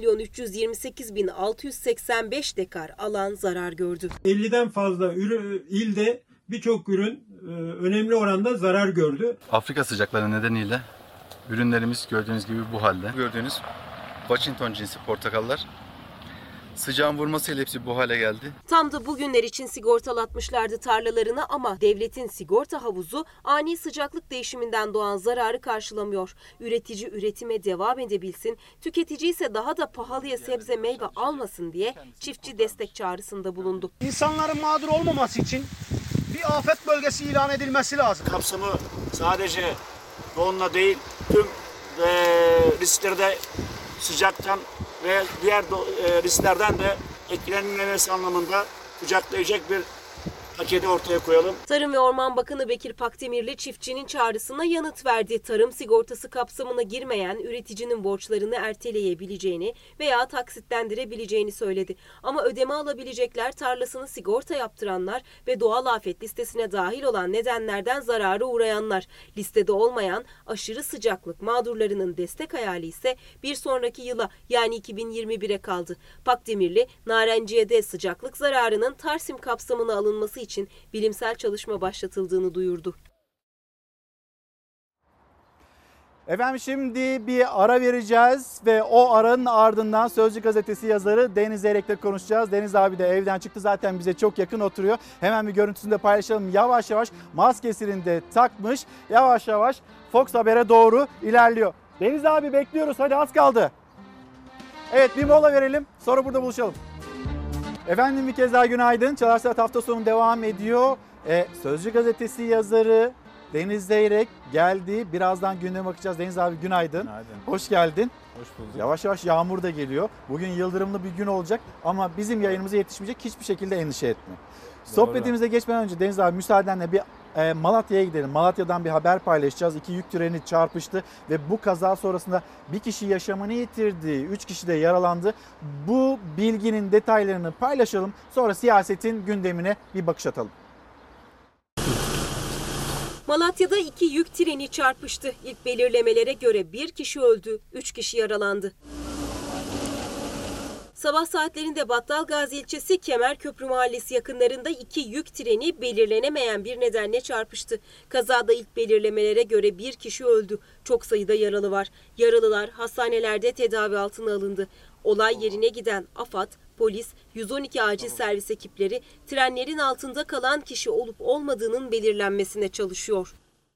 4.328.685 dekar alan zarar gördü. 50'den fazla ilde birçok ürün önemli oranda zarar gördü. Afrika sıcakları nedeniyle ürünlerimiz gördüğünüz gibi bu halde. Gördüğünüz Washington cinsi portakallar Sıcağın vurmasıyla hepsi bu hale geldi. Tam da bugünler için sigortalatmışlardı tarlalarını ama devletin sigorta havuzu ani sıcaklık değişiminden doğan zararı karşılamıyor. Üretici üretime devam edebilsin, tüketici ise daha da pahalıya sebze meyve almasın diye çiftçi destek çağrısında bulundu. İnsanların mağdur olmaması için bir afet bölgesi ilan edilmesi lazım. Kapsamı sadece donla değil tüm risklerde sıcaktan ve diğer risklerden de etkilenmemesi anlamında kucaklayacak bir paketi ortaya koyalım. Tarım ve Orman Bakanı Bekir Pakdemirli çiftçinin çağrısına yanıt verdi. Tarım sigortası kapsamına girmeyen üreticinin borçlarını erteleyebileceğini veya taksitlendirebileceğini söyledi. Ama ödeme alabilecekler tarlasını sigorta yaptıranlar ve doğal afet listesine dahil olan nedenlerden zarara uğrayanlar. Listede olmayan aşırı sıcaklık mağdurlarının destek hayali ise bir sonraki yıla yani 2021'e kaldı. Pakdemirli, Narenciye'de sıcaklık zararının Tarsim kapsamına alınması için bilimsel çalışma başlatıldığını duyurdu. Efendim şimdi bir ara vereceğiz ve o aranın ardından Sözcü gazetesi yazarı Deniz Zeyrek'le konuşacağız. Deniz abi de evden çıktı, zaten bize çok yakın oturuyor. Hemen bir görüntüsünü de paylaşalım. Yavaş yavaş maskesini de takmış, yavaş yavaş Fox Haber'e doğru ilerliyor. Deniz abi bekliyoruz, hadi az kaldı. Evet, bir mola verelim, sonra burada buluşalım. Efendim bir kez daha günaydın. Çalar Saat hafta sonu devam ediyor. Sözcü gazetesi yazarı Deniz Zeyrek geldi. Birazdan gündeme bakacağız. Deniz abi günaydın. Günaydın. Hoş geldin. Hoş bulduk. Yavaş yavaş yağmur da geliyor. Bugün yıldırımlı bir gün olacak ama bizim yayınımıza yetişmeyecek, hiçbir şekilde endişe etme. Sohbetimize geçmeden önce Deniz abi müsaadenle bir Malatya'ya gidelim. Malatya'dan bir haber paylaşacağız. 2 yük treni çarpıştı ve bu kaza sonrasında bir kişi yaşamını yitirdi. 3 kişi de yaralandı. Bu bilginin detaylarını paylaşalım. Sonra siyasetin gündemine bir bakış atalım. Malatya'da 2 yük treni çarpıştı. İlk belirlemelere göre 1 kişi öldü, 3 kişi yaralandı. Sabah saatlerinde Battalgazi ilçesi Kemerköprü Mahallesi yakınlarında 2 yük treni belirlenemeyen bir nedenle çarpıştı. Kazada ilk belirlemelere göre 1 kişi öldü. Çok sayıda yaralı var. Yaralılar hastanelerde tedavi altına alındı. Olay yerine giden AFAD, polis, 112 acil servis ekipleri trenlerin altında kalan kişi olup olmadığının belirlenmesine çalışıyor.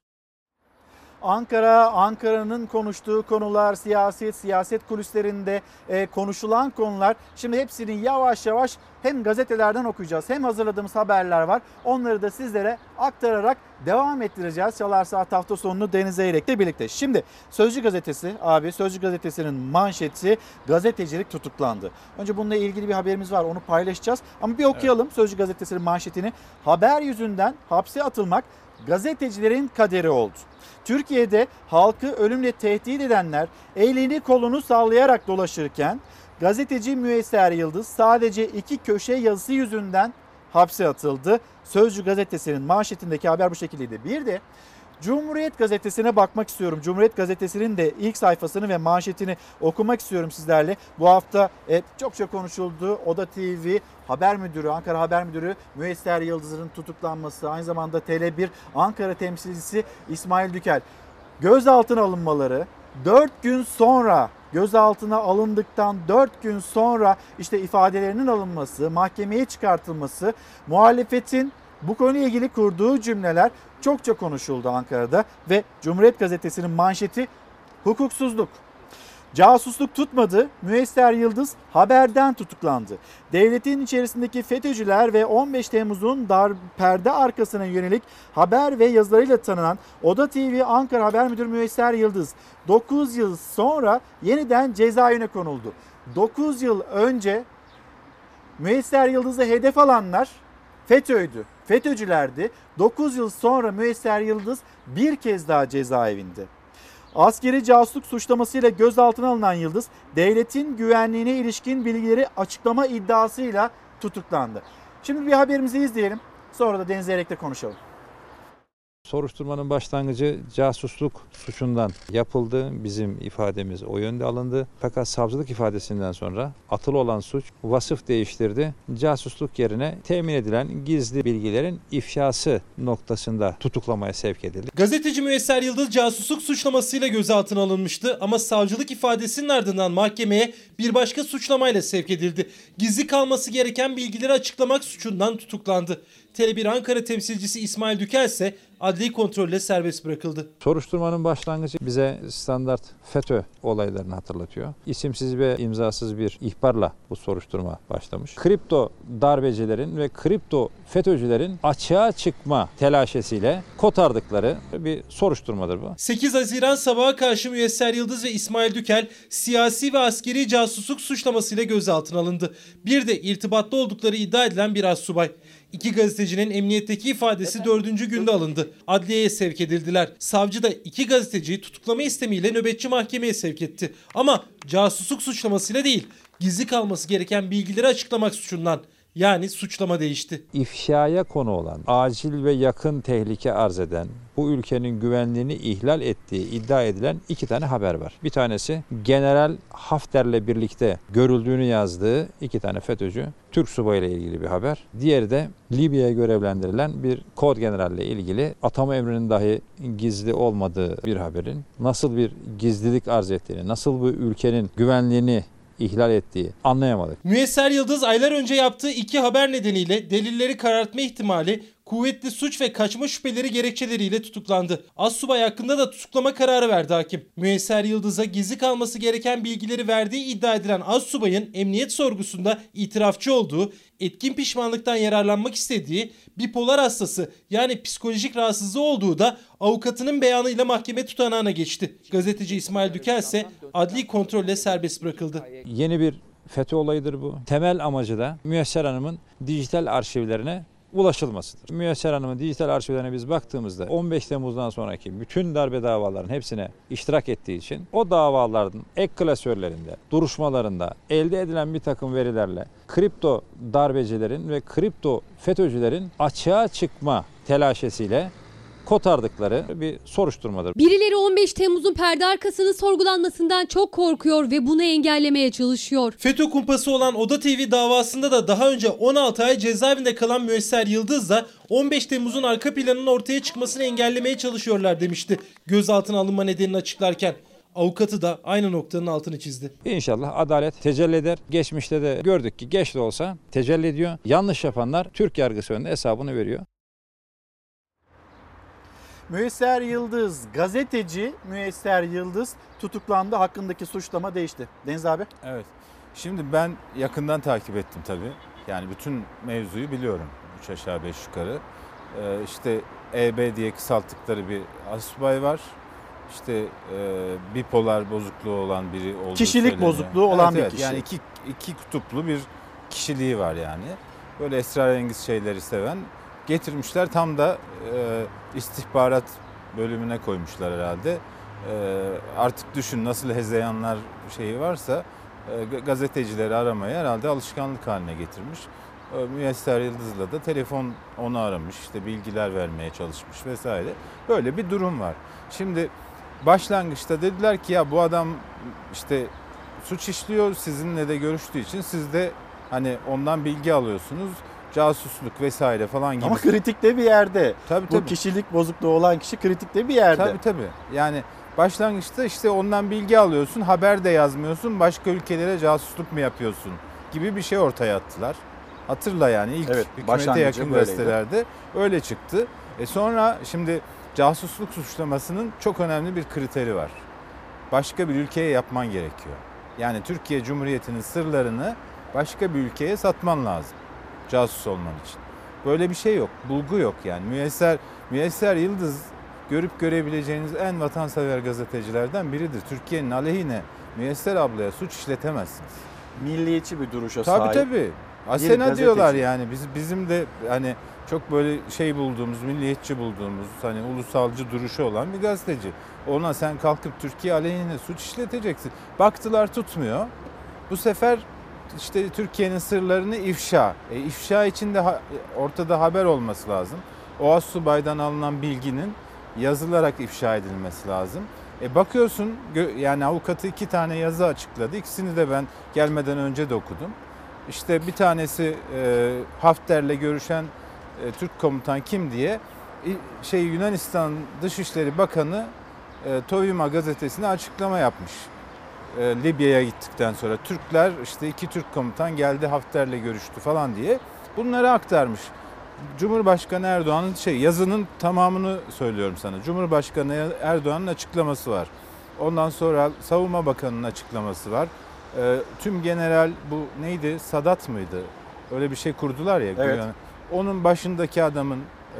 Ankara'nın konuştuğu konular, siyaset kulislerinde konuşulan konular. Şimdi hepsini yavaş yavaş hem gazetelerden okuyacağız hem hazırladığımız haberler var. Onları da sizlere aktararak devam ettireceğiz. Çalar Saat hafta sonunu Deniz Zeyrek'le birlikte. Şimdi Sözcü gazetesi abi, Sözcü gazetesinin manşeti gazetecilik tutuklandı. Önce bununla ilgili bir haberimiz var, onu paylaşacağız. Ama bir okuyalım Sözcü gazetesinin manşetini. Haber yüzünden hapse atılmak gazetecilerin kaderi oldu. Türkiye'de halkı ölümle tehdit edenler elini kolunu sallayarak dolaşırken gazeteci Müyesser Yıldız sadece 2 köşe yazısı yüzünden hapse atıldı. Sözcü gazetesinin manşetindeki haber bu şekildeydi. Bir de Cumhuriyet gazetesine bakmak istiyorum. Cumhuriyet gazetesinin de ilk sayfasını ve manşetini okumak istiyorum sizlerle. Bu hafta çok konuşuldu. Oda TV haber müdürü, Ankara haber müdürü Müyesser Yıldız'ın tutuklanması, aynı zamanda Tele1 Ankara temsilcisi İsmail Dükel gözaltına alınmaları, 4 gün sonra gözaltına alındıktan 4 gün sonra işte ifadelerinin alınması, mahkemeye çıkartılması, muhalefetin bu konuyla ilgili kurduğu cümleler çok konuşuldu Ankara'da ve Cumhuriyet gazetesinin manşeti hukuksuzluk. Casusluk tutmadı, Müyesser Yıldız haberden tutuklandı. Devletin içerisindeki FETÖ'cüler ve 15 Temmuz'un perde arkasına yönelik haber ve yazılarıyla tanınan Oda TV Ankara Haber Müdürü Müyesser Yıldız 9 yıl sonra yeniden cezaevine konuldu. 9 yıl önce Müyesser Yıldız'ı hedef alanlar FETÖ'ydü, FETÖ'cülerdi. 9 yıl sonra Müyesser Yıldız bir kez daha cezaevinde. Askeri casusluk suçlamasıyla gözaltına alınan Yıldız, devletin güvenliğine ilişkin bilgileri açıklama iddiasıyla tutuklandı. Şimdi bir haberimizi izleyelim, sonra da Deniz Zeyrek'le konuşalım. Soruşturmanın başlangıcı casusluk suçundan yapıldı. Bizim ifademiz o yönde alındı. Fakat savcılık ifadesinden sonra atılı olan suç vasıf değiştirdi. Casusluk yerine temin edilen gizli bilgilerin ifşası noktasında tutuklamaya sevk edildi. Gazeteci Müyesser Yıldız casusluk suçlamasıyla gözaltına alınmıştı ama savcılık ifadesinin ardından mahkemeye bir başka suçlamayla sevk edildi. Gizli kalması gereken bilgileri açıklamak suçundan tutuklandı. Tele1 Ankara temsilcisi İsmail Dükel ise adli kontrolle serbest bırakıldı. Soruşturmanın başlangıcı bize standart FETÖ olaylarını hatırlatıyor. İsimsiz ve imzasız bir ihbarla bu soruşturma başlamış. Kripto darbecilerin ve kripto FETÖ'cülerin açığa çıkma telaşesiyle kotardıkları bir soruşturmadır bu. 8 Haziran sabaha karşı Müyesser Yıldız ve İsmail Dükel siyasi ve askeri casusluk suçlamasıyla gözaltına alındı. Bir de irtibatlı oldukları iddia edilen bir astsubay. İki gazetecinin emniyetteki ifadesi 4. günde alındı. Adliyeye sevk edildiler. Savcı da iki gazeteciyi tutuklama istemiyle nöbetçi mahkemeye sevk etti. Ama casusluk suçlamasıyla değil, gizli kalması gereken bilgileri açıklamak suçundan. Yani suçlama değişti. İfşaya konu olan, acil ve yakın tehlike arz eden, bu ülkenin güvenliğini ihlal ettiği iddia edilen 2 tane haber var. Bir tanesi General Hafter'le birlikte görüldüğünü yazdığı 2 tane FETÖ'cü Türk subayıyla ilgili bir haber. Diğeri de Libya'ya görevlendirilen bir kod generalle ilgili atama emrinin dahi gizli olmadığı bir haberin nasıl bir gizlilik arz ettiğini, nasıl bu ülkenin güvenliğini ihlal ettiği anlayamadık. Müyesser Yıldız aylar önce yaptığı 2 haber nedeniyle delilleri karartma ihtimali, kuvvetli suç ve kaçma şüpheleri gerekçeleriyle tutuklandı. Astsubay hakkında da tutuklama kararı verdi hakim. Müyesser Yıldız'a gizli kalması gereken bilgileri verdiği iddia edilen astsubayın emniyet sorgusunda itirafçı olduğu, etkin pişmanlıktan yararlanmak istediği, bipolar hastası yani psikolojik rahatsızlığı olduğu da avukatının beyanıyla mahkeme tutanağına geçti. Gazeteci İsmail Dükel ise adli kontrolle serbest bırakıldı. Yeni bir FETÖ olayıdır bu. Temel amacı da Müyesser Hanım'ın dijital arşivlerine ulaşılmasıdır. Müyesser Hanım'ın dijital arşivlerine biz baktığımızda 15 Temmuz'dan sonraki bütün darbe davalarının hepsine iştirak ettiği için o davaların ek klasörlerinde, duruşmalarında elde edilen bir takım verilerle kripto darbecilerin ve kripto FETÖ'cülerin açığa çıkma telaşesiyle kotardıkları bir soruşturmadır. Birileri 15 Temmuz'un perde arkasının sorgulanmasından çok korkuyor ve bunu engellemeye çalışıyor. FETÖ kumpası olan Oda TV davasında da daha önce 16 ay cezaevinde kalan Müyesser Yıldız da 15 Temmuz'un arka planının ortaya çıkmasını engellemeye çalışıyorlar demişti gözaltına alınma nedenini açıklarken. Avukatı da aynı noktanın altını çizdi. İnşallah adalet tecelli eder. Geçmişte de gördük ki geç de olsa tecelli ediyor. Yanlış yapanlar Türk yargısı önünde hesabını veriyor. Müyesser Yıldız, gazeteci Müyesser Yıldız tutuklandı. Hakkındaki suçlama değişti. Deniz abi? Evet. Şimdi ben yakından takip ettim tabii. Yani bütün mevzuyu biliyorum. 3 aşağı 5 yukarı. İşte EB diye kısalttıkları bir astsubay var. İşte bipolar bozukluğu olan biri olduğu Kişilik söyleniyor. bozukluğu olan evet, bir kişi. Yani iki kutuplu bir kişiliği var yani. Böyle esrarengiz şeyleri seven. Getirmişler tam da istihbarat bölümüne koymuşlar herhalde. Artık düşün nasıl hezeyanlar şeyi varsa gazetecileri aramaya herhalde alışkanlık haline getirmiş. Müyesser Yıldız'la da telefon onu aramış, işte bilgiler vermeye çalışmış vesaire. Böyle bir durum var. Şimdi başlangıçta dediler ki ya bu adam işte suç işliyor, sizinle de görüştüğü için siz de hani ondan bilgi alıyorsunuz. Casusluk vesaire falan gibi. Ama kritikte bir yerde. Tabii. Bu kişilik bozukluğu olan kişi kritikte bir yerde. Tabii. Yani başlangıçta işte ondan bilgi alıyorsun, haber de yazmıyorsun, başka ülkelere casusluk mu yapıyorsun gibi bir şey ortaya attılar. Hatırla yani ilk hükümete yakın gazetelerde öyle çıktı. Sonra şimdi casusluk suçlamasının çok önemli bir kriteri var. Başka bir ülkeye yapman gerekiyor. Yani Türkiye Cumhuriyeti'nin sırlarını başka bir ülkeye satman lazım. Casus olman için. Böyle bir şey yok. Bulgu yok yani. Müyesser Yıldız görüp görebileceğiniz en vatansever gazetecilerden biridir. Türkiye'nin aleyhine Müyesser ablaya suç işletemezsiniz. Milliyetçi bir duruşa sahip. Tabii. Asena diyorlar yani. Bizim de hani çok böyle şey bulduğumuz, milliyetçi bulduğumuz, hani ulusalcı duruşu olan bir gazeteci. Ona sen kalkıp Türkiye aleyhine suç işleteceksin. Baktılar tutmuyor. Bu sefer İşte Türkiye'nin sırlarını ifşa. İfşa için de ortada haber olması lazım. o astsubaydan alınan bilginin yazılarak ifşa edilmesi lazım. Bakıyorsun yani avukatı 2 tane yazı açıkladı. İkisini de ben gelmeden önce de okudum. İşte bir tanesi Hafter'le görüşen Türk komutan kim diye Yunanistan Dışişleri Bakanı Tovima gazetesine açıklama yapmış. Libya'ya gittikten sonra Türkler işte 2 Türk komutan geldi Hafter'le görüştü falan diye bunları aktarmış. Cumhurbaşkanı Erdoğan'ın yazının tamamını söylüyorum sana. Cumhurbaşkanı Erdoğan'ın açıklaması var. Ondan sonra Savunma Bakanı'nın açıklaması var. Tüm general bu neydi? Sadat mıydı? Öyle bir şey kurdular ya. Evet. Yani onun başındaki adamın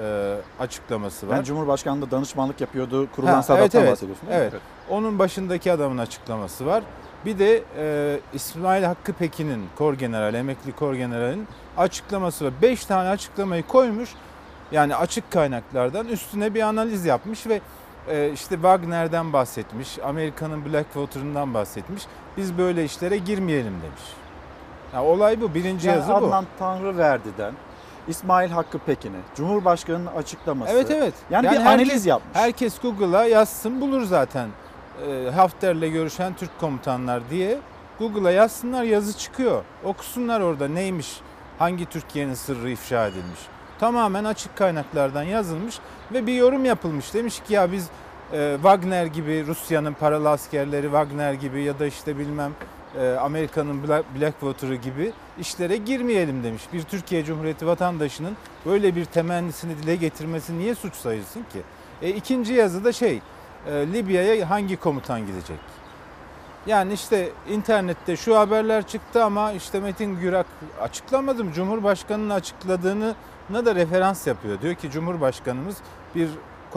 açıklaması var. Yani Cumhurbaşkanlığı danışmanlık yapıyordu. Kurulan Sadat'tan bahsediyorsun. Evet. Onun başındaki adamın açıklaması var. Bir de İsmail Hakkı Pekin'in emekli Korgeneral'in açıklaması var. 5 tane açıklamayı koymuş. Yani açık kaynaklardan üstüne bir analiz yapmış ve işte Wagner'den bahsetmiş. Amerika'nın Blackwater'ından bahsetmiş. Biz böyle işlere girmeyelim demiş. Yani olay bu. Birinci yazı bu. Adnan Tanrıverdi'den İsmail Hakkı Pekin'e Cumhurbaşkanı'nın açıklaması. Evet. Yani bir analiz yapmış. Herkes Google'a yazsın bulur zaten. Hafter'le görüşen Türk komutanlar diye Google'a yazsınlar, yazı çıkıyor. Okusunlar orada neymiş, hangi Türkiye'nin sırrı ifşa edilmiş. Tamamen açık kaynaklardan yazılmış ve bir yorum yapılmış. Demiş ki ya biz Wagner gibi, Rusya'nın paralı askerleri Wagner gibi ya da işte bilmem Amerika'nın Blackwater'ı gibi işlere girmeyelim demiş. Bir Türkiye Cumhuriyeti vatandaşının böyle bir temennisini dile getirmesi niye suç sayılsın ki? İkinci yazıda Libya'ya hangi komutan gidecek? Yani işte internette şu haberler çıktı ama işte Metin Gürak açıklamadım. Cumhurbaşkanının açıkladığına da referans yapıyor. Diyor ki Cumhurbaşkanımız bir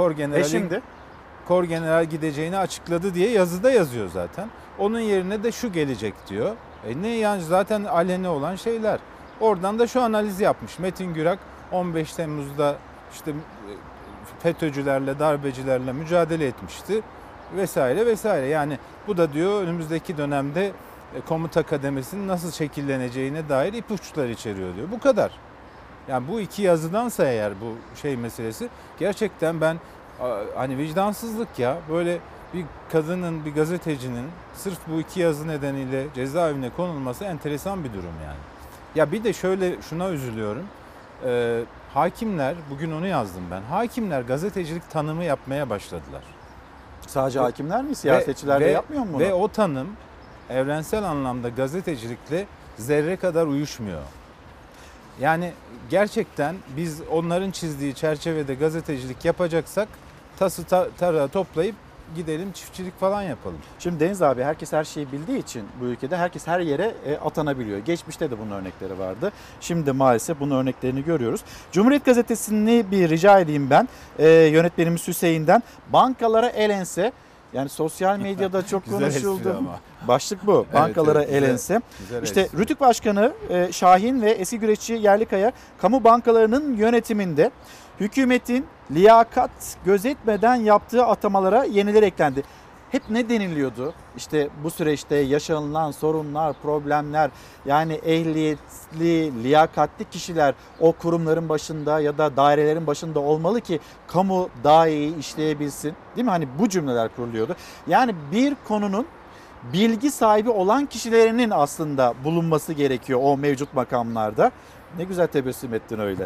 Korgeneral gideceğini açıkladı diye yazıda yazıyor zaten. Onun yerine de şu gelecek diyor. Ne yani zaten aleni olan şeyler. Oradan da şu analizi yapmış. Metin Gürak 15 Temmuz'da işte FETÖ'cülerle, darbecilerle mücadele etmişti vesaire vesaire. Yani bu da diyor önümüzdeki dönemde komuta kademesinin nasıl şekilleneceğine dair ipuçları içeriyor diyor. Bu kadar. Yani bu 2 yazıdansa eğer bu meselesi gerçekten ben hani vicdansızlık ya böyle bir kadının, bir gazetecinin sırf bu 2 yazı nedeniyle cezaevine konulması enteresan bir durum yani. Ya bir de şuna üzülüyorum. Hakimler, bugün onu yazdım ben. Hakimler gazetecilik tanımı yapmaya başladılar. Sadece hakimler mi? Siyasetçiler de yapmıyor mu bunu? Ve o tanım evrensel anlamda gazetecilikle zerre kadar uyuşmuyor. Yani gerçekten biz onların çizdiği çerçevede gazetecilik yapacaksak tası tarağı toplayıp gidelim çiftçilik falan yapalım. Şimdi Deniz abi herkes her şeyi bildiği için bu ülkede herkes her yere atanabiliyor. Geçmişte de bunun örnekleri vardı. Şimdi de maalesef bunun örneklerini görüyoruz. Cumhuriyet Gazetesi'ni bir rica edeyim ben yönetmenimiz Hüseyin'den. Bankalara el ense. Yani sosyal medyada çok konuşuldu. Başlık bu. Bankalara el ense. İşte Rütük Başkanı Şahin ve eski güreşçi Yerlikaya kamu bankalarının yönetiminde hükümetin liyakat gözetmeden yaptığı atamalara yeniler eklendi. Hep ne deniliyordu? İşte bu süreçte yaşanılan sorunlar, problemler, yani ehliyetli, liyakatli kişiler o kurumların başında ya da dairelerin başında olmalı ki kamu daha iyi işleyebilsin. Değil mi? Hani bu cümleler kuruluyordu. Yani bir konunun bilgi sahibi olan kişilerinin aslında bulunması gerekiyor o mevcut makamlarda. Ne güzel tebessüm ettin öyle.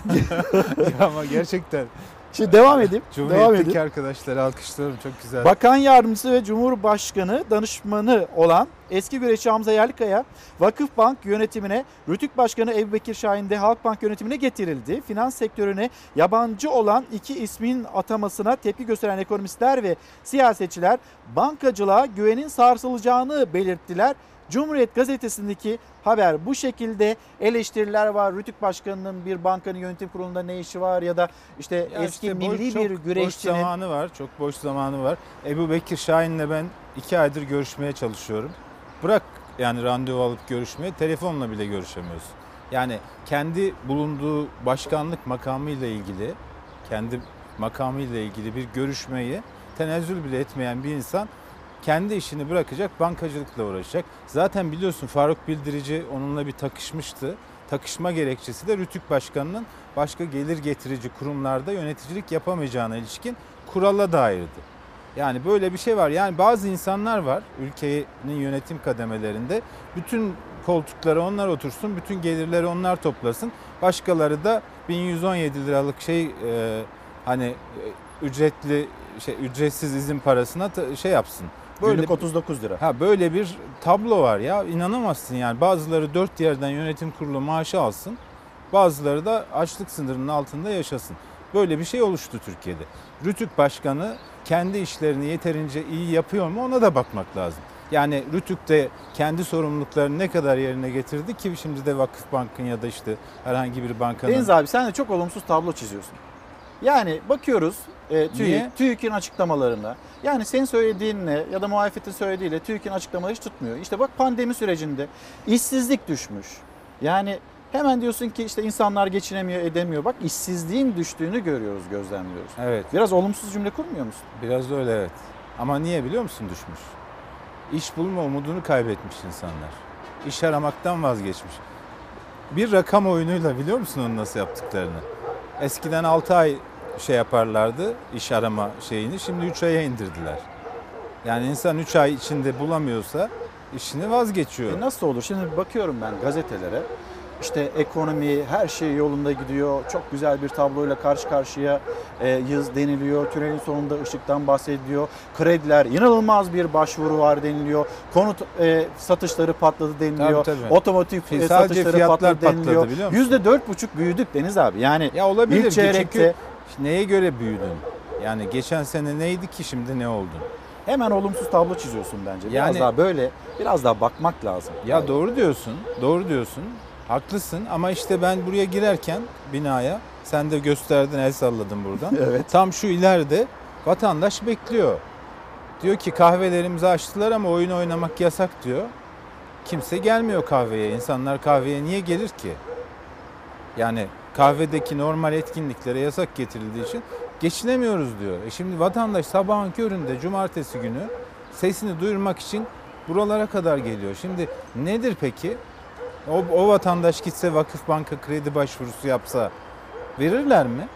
Ama gerçekten. Şimdi devam edeyim. Cumhuriyet'teki arkadaşları alkışlıyorum, çok güzel. Bakan Yardımcısı ve Cumhurbaşkanı danışmanı olan eski güreşçi Hamza Yerlikaya, Vakıfbank yönetimine, Rütük Başkanı Ebubekir Şahin de Halkbank yönetimine getirildi. Finans sektörüne yabancı olan 2 ismin atamasına tepki gösteren ekonomistler ve siyasetçiler bankacılığa güvenin sarsılacağını belirttiler. Cumhuriyet Gazetesi'ndeki haber bu şekilde. Eleştiriler var. Rütük Başkanı'nın bir bankanın yönetim kurulunda ne işi var ya da işte eski milli bir güreşçinin. Çok boş zamanı var. Ebubekir Şahin'le ben 2 aydır görüşmeye çalışıyorum. Bırak yani randevu alıp görüşmeye, telefonla bile görüşemiyorsun. Yani kendi bulunduğu başkanlık makamıyla ilgili, bir görüşmeyi tenezzül bile etmeyen bir insan kendi işini bırakacak, bankacılıkla uğraşacak. Zaten biliyorsun Faruk Bildirici onunla bir takışmıştı. takışma gerekçesi de Rütük Başkanı'nın başka gelir getirici kurumlarda yöneticilik yapamayacağına ilişkin kurala dairdi. Yani böyle bir şey var. Yani bazı insanlar var ülkenin yönetim kademelerinde. Bütün koltuklara onlar otursun, bütün gelirleri onlar toplasın. Başkaları da 1117 liralık ücretsiz izin parasına yapsın. Böyle, Günlük 39 lira. Böyle bir tablo var ya, inanamazsın yani. Bazıları 4 yerden yönetim kurulu maaşı alsın. Bazıları da açlık sınırının altında yaşasın. Böyle bir şey oluştu Türkiye'de. Rütük Başkanı kendi işlerini yeterince iyi yapıyor mu, ona da bakmak lazım. Yani Rütük'te kendi sorumluluklarını ne kadar yerine getirdi ki şimdi de Vakıfbank'ın ya da işte herhangi bir bankanın... Deniz abi sen de çok olumsuz tablo çiziyorsun. Yani bakıyoruz TÜİK'in açıklamalarına. Yani senin söylediğinle ya da muhalefetin söylediğiyle TÜİK'in açıklamaları hiç tutmuyor. İşte bak pandemi sürecinde işsizlik düşmüş. Yani hemen diyorsun ki işte insanlar geçinemiyor, edemiyor. Bak işsizliğin düştüğünü görüyoruz, gözlemliyoruz. Evet. Biraz olumsuz cümle kurmuyor musun? Biraz öyle, evet. Ama niye biliyor musun düşmüş? İş bulma umudunu kaybetmiş insanlar. İş aramaktan vazgeçmiş. Bir rakam oyunuyla biliyor musun onu nasıl yaptıklarını? Eskiden 6 ay yaparlardı iş arama şeyini, şimdi 3 aya indirdiler. Yani insan 3 ay içinde bulamıyorsa işini vazgeçiyor. Nasıl olur? Şimdi bakıyorum ben gazetelere. İşte ekonomi, her şey yolunda gidiyor. Çok güzel bir tabloyla karşı karşıya yız deniliyor. Tünelin sonunda ışıktan bahsediliyor. Krediler, inanılmaz bir başvuru var deniliyor. Konut satışları patladı deniliyor. Tabii. Otomotiv satışları patladı deniliyor. %4,5 büyüdük Deniz abi. Yani ya olabilir ilk çeyrekte... Neye göre büyüdün? Yani geçen sene neydi ki şimdi ne oldun? Hemen olumsuz tablo çiziyorsun bence. Yani, biraz daha bakmak lazım. Ya doğru diyorsun. Haklısın ama işte ben buraya girerken binaya, sen de gösterdin, el salladın buradan. Evet. Tam şu ileride vatandaş bekliyor. Diyor ki kahvelerimizi açtılar ama oyun oynamak yasak diyor. Kimse gelmiyor kahveye. İnsanlar kahveye niye gelir ki? Yani kahvedeki normal etkinliklere yasak getirildiği için geçinemiyoruz diyor. Şimdi vatandaş sabahın köründe cumartesi günü sesini duyurmak için buralara kadar geliyor. Şimdi nedir peki? O vatandaş gitse Vakıfbank'a kredi başvurusu yapsa verirler mi?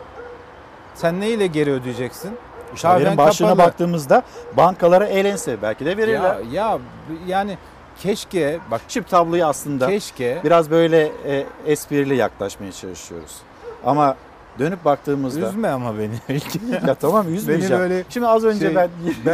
Sen neyle geri ödeyeceksin? Haberin başlığına baktığımızda bankalara elense belki de verirler. Yani keşke, bak şimdi tabloyu aslında biraz böyle esprili yaklaşmaya çalışıyoruz. Ama dönüp baktığımızda... Üzme ama beni. Ya tamam, üzmeyeceğim. Böyle şimdi az önce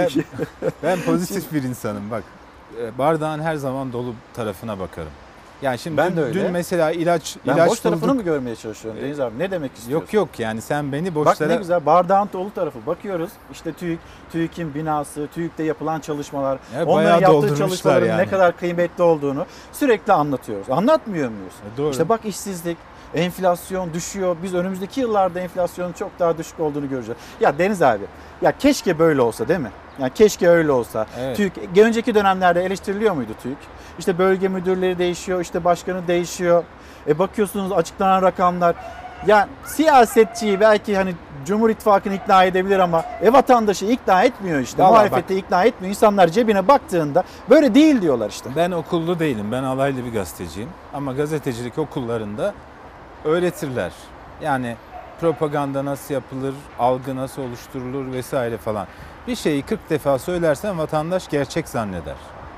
ben pozitif bir insanım bak. Bardağın her zaman dolu tarafına bakarım. Yani şimdi ben de öyle. Dün mesela ilaç boş tarafını mı görmeye çalışıyorum Deniz abi? Ne demek istiyorsun? Yok yani sen beni boşlara... Bak ne güzel, bardağın dolu tarafı. Bakıyoruz işte TÜİK'in binası, TÜİK'te yapılan çalışmalar, onların yaptığı çalışmaların ne kadar kıymetli olduğunu sürekli anlatıyoruz. Anlatmıyor muyuz? Doğru. İşte bak işsizlik, enflasyon düşüyor. Biz önümüzdeki yıllarda enflasyonun çok daha düşük olduğunu göreceğiz. Ya Deniz abi, ya keşke böyle olsa değil mi? Yani keşke öyle olsa. Evet. TÜİK önceki dönemlerde eleştiriliyor muydu TÜİK? İşte bölge müdürleri değişiyor, işte başkanı değişiyor. Bakıyorsunuz açıklanan rakamlar. Yani siyasetçiyi belki hani Cumhur İttifakı'nı ikna edebilir ama vatandaşı ikna etmiyor işte. Muhalefeti ikna etmiyor. İnsanlar cebine baktığında böyle değil diyorlar işte. Ben okullu değilim. Ben alaylı bir gazeteciyim. Ama gazetecilik okullarında öğretirler. Yani propaganda nasıl yapılır, algı nasıl oluşturulur vesaire falan. Bir şeyi 40 defa söylersen vatandaş gerçek zanneder.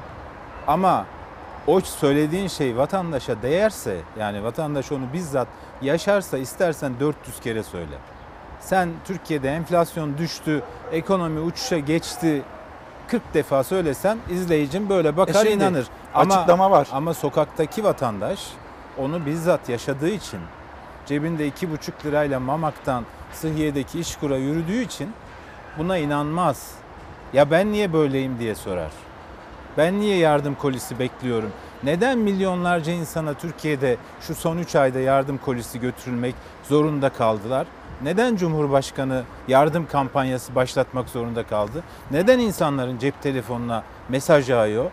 Ama o söylediğin şey vatandaşa değerse, yani vatandaş onu bizzat yaşarsa, istersen 400 kere söyle. Sen Türkiye'de enflasyon düştü, ekonomi uçuşa geçti 40 defa söylesen izleyicin böyle bakar, inanır. Açıklama var. Ama sokaktaki vatandaş onu bizzat yaşadığı için, cebinde 2,5 lirayla Mamak'tan Sıhhiye'deki İşkur'a yürüdüğü için buna inanmaz. Ya ben niye böyleyim diye sorar. Ben niye yardım kolisi bekliyorum? Neden milyonlarca insana Türkiye'de şu son 3 ayda yardım kolisi götürülmek zorunda kaldılar? Neden Cumhurbaşkanı yardım kampanyası başlatmak zorunda kaldı? Neden insanların cep telefonuna mesaj yağıyor?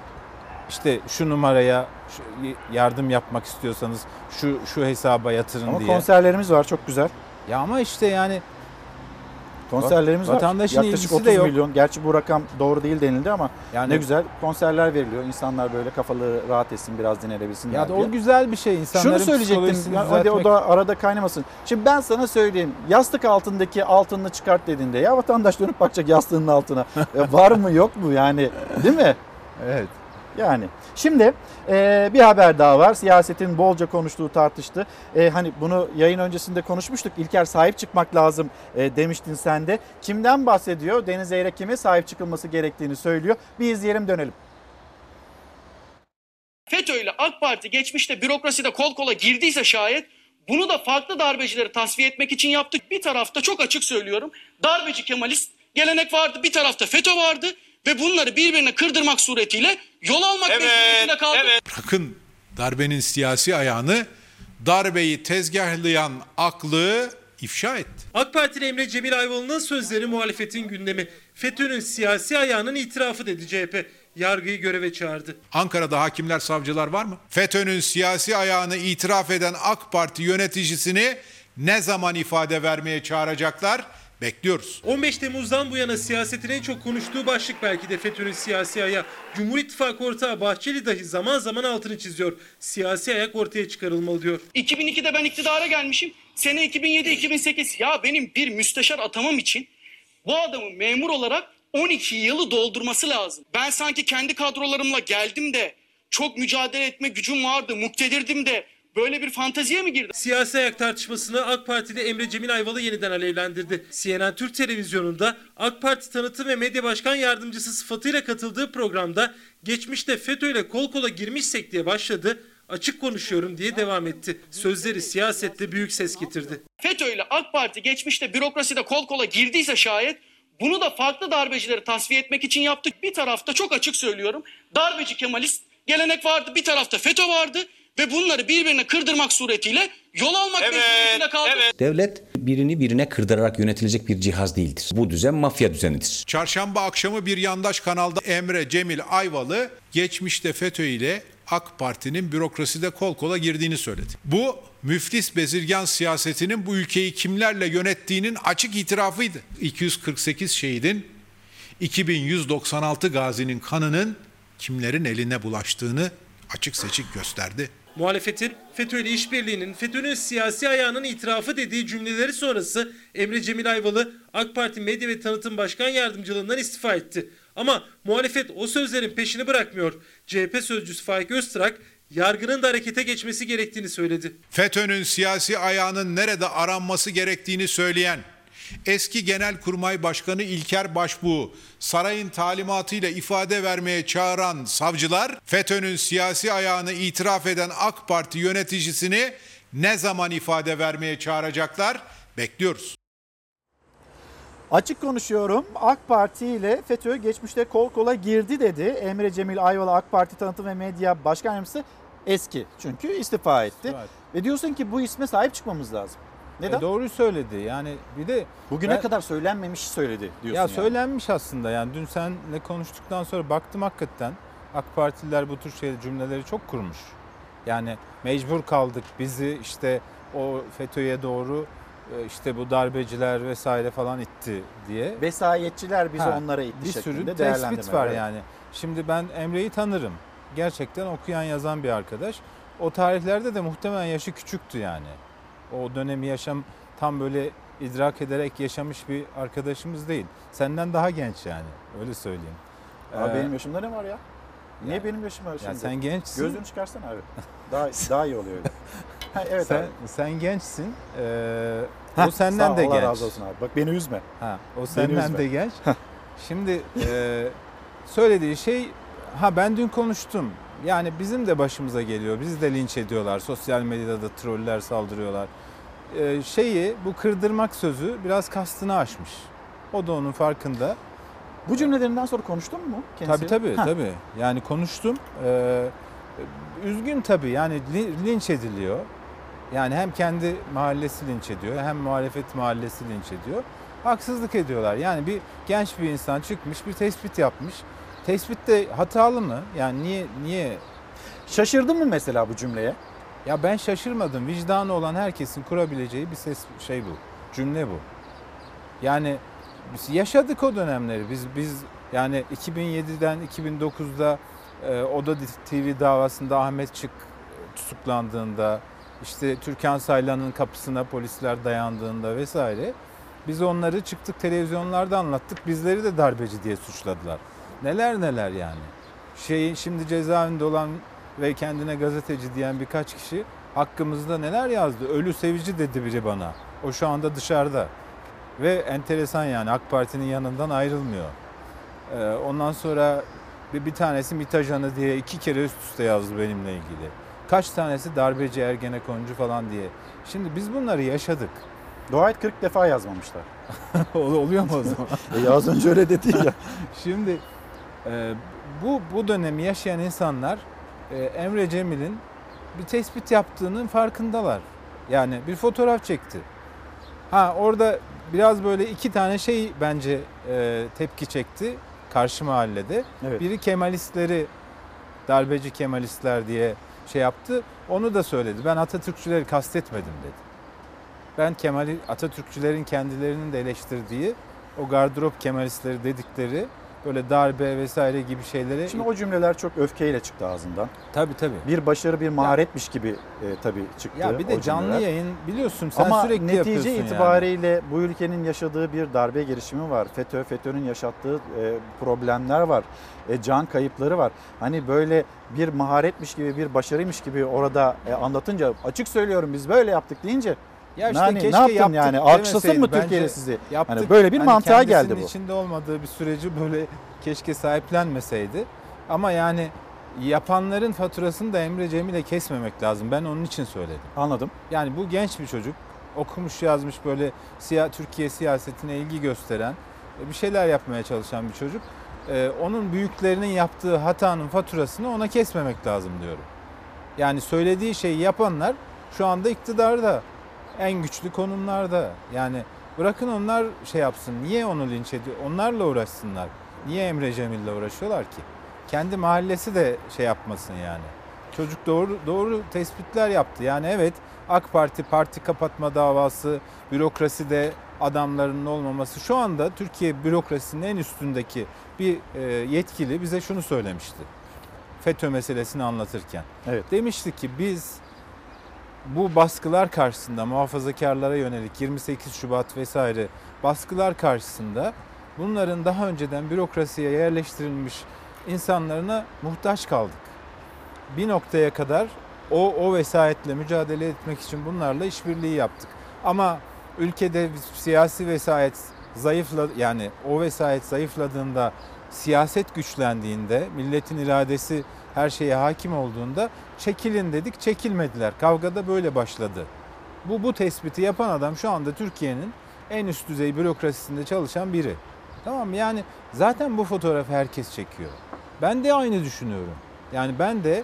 İşte şu numaraya yardım yapmak istiyorsanız şu hesaba yatırın ama diye. Ama konserlerimiz var çok güzel. Ya ama işte yani Konserlerimiz var. Vatandaşın Yaklaşık ilgisi 30 de yok. milyon. Gerçi bu rakam doğru değil denildi ama Yani- ne güzel konserler veriliyor. İnsanlar böyle kafaları rahat etsin, biraz dinlenebilsinler Ya diye. o güzel bir şey. İnsanların Şunu söyleyecektim. psikolojisini Hadi o düzeltmek. da arada kaynamasın. Şimdi ben sana söyleyeyim. Yastık altındaki altınını çıkart dediğinde ya vatandaş dönüp bakacak yastığının altına. Var mı yok mu yani, değil mi? Evet. Yani şimdi bir haber daha var. Siyasetin bolca konuştuğu, tartıştı. Hani bunu yayın öncesinde konuşmuştuk. İlker, sahip çıkmak lazım demiştin sen de. Kimden bahsediyor? Deniz Zeyrek kime sahip çıkılması gerektiğini söylüyor. Bir izleyelim, dönelim. FETÖ ile AK Parti geçmişte bürokraside kol kola girdiyse şayet, bunu da farklı darbecileri tasfiye etmek için yaptık. Bir tarafta, çok açık söylüyorum, darbeci Kemalist gelenek vardı, bir tarafta FETÖ vardı ve bunları birbirine kırdırmak suretiyle yol almak mecburiyetinde kaldık. Bırakın darbenin siyasi ayağını, darbeyi tezgahlayan aklı ifşa etti. AK Partili Emre Cemil Ayvalı'nın sözleri muhalefetin gündemi. FETÖ'nün siyasi ayağının itirafı dedi CHP. Yargıyı göreve çağırdı. Ankara'da hakimler, savcılar var mı? FETÖ'nün siyasi ayağını itiraf eden AK Parti yöneticisini ne zaman ifade vermeye çağıracaklar? Bekliyoruz. 15 Temmuz'dan bu yana siyasetin en çok konuştuğu başlık belki de FETÖ'nün siyasi ayağı. Cumhur İttifakı ortağı Bahçeli dahi zaman zaman altını çiziyor. Siyasi ayak ortaya çıkarılmalı diyor. 2002'de ben iktidara gelmişim. Sene 2007-2008. Ya benim bir müsteşar atamam için bu adamın memur olarak 12 yılı doldurması lazım. Ben sanki kendi kadrolarımla geldim de çok mücadele etme gücüm vardı, muktedirdim de böyle bir fanteziye mi girdim? Siyasi ayak tartışmasını AK Parti'de Emre Cemil Ayvalı yeniden alevlendirdi. CNN Türk Televizyonu'nda AK Parti Tanıtım ve Medya Başkan Yardımcısı sıfatıyla katıldığı programda geçmişte FETÖ ile kol kola girmişsek diye başladı, açık konuşuyorum diye devam etti. Sözleri siyasette büyük ses getirdi. FETÖ ile AK Parti geçmişte bürokraside kol kola girdiyse şayet, bunu da farklı darbecileri tasfiye etmek için yaptık. Bir tarafta, çok açık söylüyorum, darbeci Kemalist gelenek vardı, bir tarafta FETÖ vardı ve bunları birbirine kırdırmak suretiyle yol almak mecburiyetinde kaldık. Devlet birini birine kırdırarak yönetilecek bir cihaz değildir. Bu düzen mafya düzenidir. Çarşamba akşamı bir yandaş kanalda Emre Cemil Ayvalı geçmişte FETÖ ile AK Parti'nin bürokraside kol kola girdiğini söyledi. Bu müflis bezirgan siyasetinin bu ülkeyi kimlerle yönettiğinin açık itirafıydı. 248 şehidin, 2196 gazinin kanının kimlerin eline bulaştığını açık seçik gösterdi. Muhalefetin FETÖ ile işbirliğinin, FETÖ'nün siyasi ayağının itirafı dediği cümleleri sonrası Emre Cemil Ayvalı AK Parti Medya ve Tanıtım Başkan Yardımcılığından istifa etti. Ama muhalefet o sözlerin peşini bırakmıyor. CHP sözcüsü Faik Öztrak, yargının da harekete geçmesi gerektiğini söyledi. FETÖ'nün siyasi ayağının nerede aranması gerektiğini söyleyen eski Genelkurmay Başkanı İlker Başbuğ'u sarayın talimatıyla ifade vermeye çağıran savcılar, FETÖ'nün siyasi ayağını itiraf eden AK Parti yöneticisini ne zaman ifade vermeye çağıracaklar? Bekliyoruz. Açık konuşuyorum. AK Parti ile FETÖ geçmişte kol kola girdi dedi. Emre Cemil Ayvalı AK Parti Tanıtım ve Medya Başkan Yardımcısı, eski çünkü istifa etti. Evet. Ve diyorsun ki bu isme sahip çıkmamız lazım. Neden? Doğru söyledi. Yani bir de bugüne kadar söylenmemiş söyledi diyorsun. Ya yani. Söylenmiş aslında. Yani dün seninle konuştuktan sonra baktım, hakikaten AK Partililer bu tür cümleleri çok kurmuş. Yani mecbur kaldık, bizi işte o FETÖ'ye doğru işte bu darbeciler vesaire falan itti diye. Vesayetçiler bizi onlara itti bir şeklinde sürü değerlendirme tespit var evet. yani. Şimdi ben Emre'yi tanırım. Gerçekten okuyan yazan bir arkadaş. O tarihlerde de muhtemelen yaşı küçüktü yani. O dönemi tam böyle idrak ederek yaşamış bir arkadaşımız değil. Senden daha genç yani, öyle söyleyeyim. Abi benim yaşımda ne var ya? Niye benim yaşım var şimdi? Ya sen gençsin. Gözünü çıkarsana abi. Daha iyi oluyor öyle. Evet sen gençsin. O senden de genç. Allah razı olsun abi. Bak beni üzme. O senden de genç. Şimdi söylediği şey, ben dün konuştum. Yani bizim de başımıza geliyor. Bizi de linç ediyorlar. Sosyal medyada da troller saldırıyorlar. Bu kırdırmak sözü biraz kastını aşmış. O da onun farkında. Bu cümlelerinden sonra konuştun mu kendisi? Tabii. Yani konuştum. Üzgün tabii. Yani linç ediliyor. Yani hem kendi mahallesi linç ediyor, hem muhalefet mahallesi linç ediyor. Haksızlık ediyorlar. Yani bir genç bir insan çıkmış, bir tespit yapmış. Tespit de hatalı mı? Yani niye? Şaşırdın mı mesela bu cümleye? Ya ben şaşırmadım. Vicdanı olan herkesin kurabileceği bir bu. Cümle bu. Yani Biz yaşadık o dönemleri. Biz yani 2007'den 2009'da Oda TV davasında Ahmet Çık tutuklandığında, işte Türkan Saylan'ın kapısına polisler dayandığında vesaire, biz onları çıktık televizyonlarda anlattık. Bizleri de darbeci diye suçladılar. Neler yani. Şimdi cezaevinde olan ve kendine gazeteci diyen birkaç kişi hakkımızda neler yazdı. Ölü sevici dedi biri bana. O şu anda dışarıda. Ve enteresan yani, AK Parti'nin yanından ayrılmıyor. Ondan sonra bir tanesi MİT ajanı diye 2 kere üst üste yazdı benimle ilgili. Kaç tanesi darbeci, ergenekoncu falan diye. Şimdi biz bunları yaşadık. Dua et 40 defa yazmamışlar. Oluyor mu o zaman? Az önce öyle dedin ya. Şimdi bu dönemi yaşayan insanlar Emre Cemil'in bir tespit yaptığının farkındalar. Yani bir fotoğraf çekti. Orada biraz böyle 2 tane şey bence tepki çekti karşı mahallede. Evet. Biri Kemalistleri, darbeci Kemalistler diye şey yaptı. Onu da söyledi. Ben Atatürkçüleri kastetmedim dedi. Ben Atatürkçülerin kendilerinin de eleştirdiği o gardırop Kemalistleri dedikleri böyle darbe vesaire gibi şeyleri... Şimdi o cümleler çok öfkeyle çıktı ağzından. Tabii. Bir başarı, bir maharetmiş gibi tabii çıktı. Ya bir de canlı yayın biliyorsun sen ama sürekli yapıyorsun netice itibariyle bu ülkenin yaşadığı bir darbe girişimi var. FETÖ'nün yaşattığı problemler var. Can kayıpları var. Hani böyle bir maharetmiş gibi, bir başarıymış gibi orada anlatınca, açık söylüyorum biz böyle yaptık deyince, ya işte yani keşke ne yaptın yaptık yani? Alkışlasın mı Türkiye'de sizi? Yaptık. Hani böyle bir mantığa geldi bu. Kendisinin içinde olmadığı bir süreci böyle keşke sahiplenmeseydi. Ama yani yapanların faturasını da Emre Cemil'e kesmemek lazım. Ben onun için söyledim. Anladım. Yani bu genç bir çocuk. Okumuş yazmış, böyle Türkiye siyasetine ilgi gösteren, bir şeyler yapmaya çalışan bir çocuk. Onun büyüklerinin yaptığı hatanın faturasını ona kesmemek lazım diyorum. Yani söylediği şeyi yapanlar şu anda iktidarda. En güçlü konumlarda. Yani bırakın onlar şey yapsın. Niye onu linç ediyor? Onlarla uğraşsınlar. Niye Emre Cemil'le uğraşıyorlar ki? Kendi mahallesi de şey yapmasın yani. Çocuk doğru tespitler yaptı. Yani evet, AK parti kapatma davası, bürokraside adamlarının olmaması. Şu anda Türkiye bürokrasisinin en üstündeki bir yetkili bize şunu söylemişti. FETÖ meselesini anlatırken. Evet. Demişti ki biz bu baskılar karşısında, muhafazakarlara yönelik 28 Şubat vesaire baskılar karşısında bunların daha önceden bürokrasiye yerleştirilmiş insanlarına muhtaç kaldık. Bir noktaya kadar o vesayetle mücadele etmek için bunlarla işbirliği yaptık. Ama ülkede siyasi vesayet yani o vesayet zayıfladığında, siyaset güçlendiğinde, milletin iradesi her şeye hakim olduğunda çekilin dedik, çekilmediler. Kavga da böyle başladı. Bu tespiti yapan adam şu anda Türkiye'nin en üst düzey bürokrasisinde çalışan biri. Tamam mı? Yani zaten bu fotoğrafı herkes çekiyor. Ben de aynı düşünüyorum. Yani ben de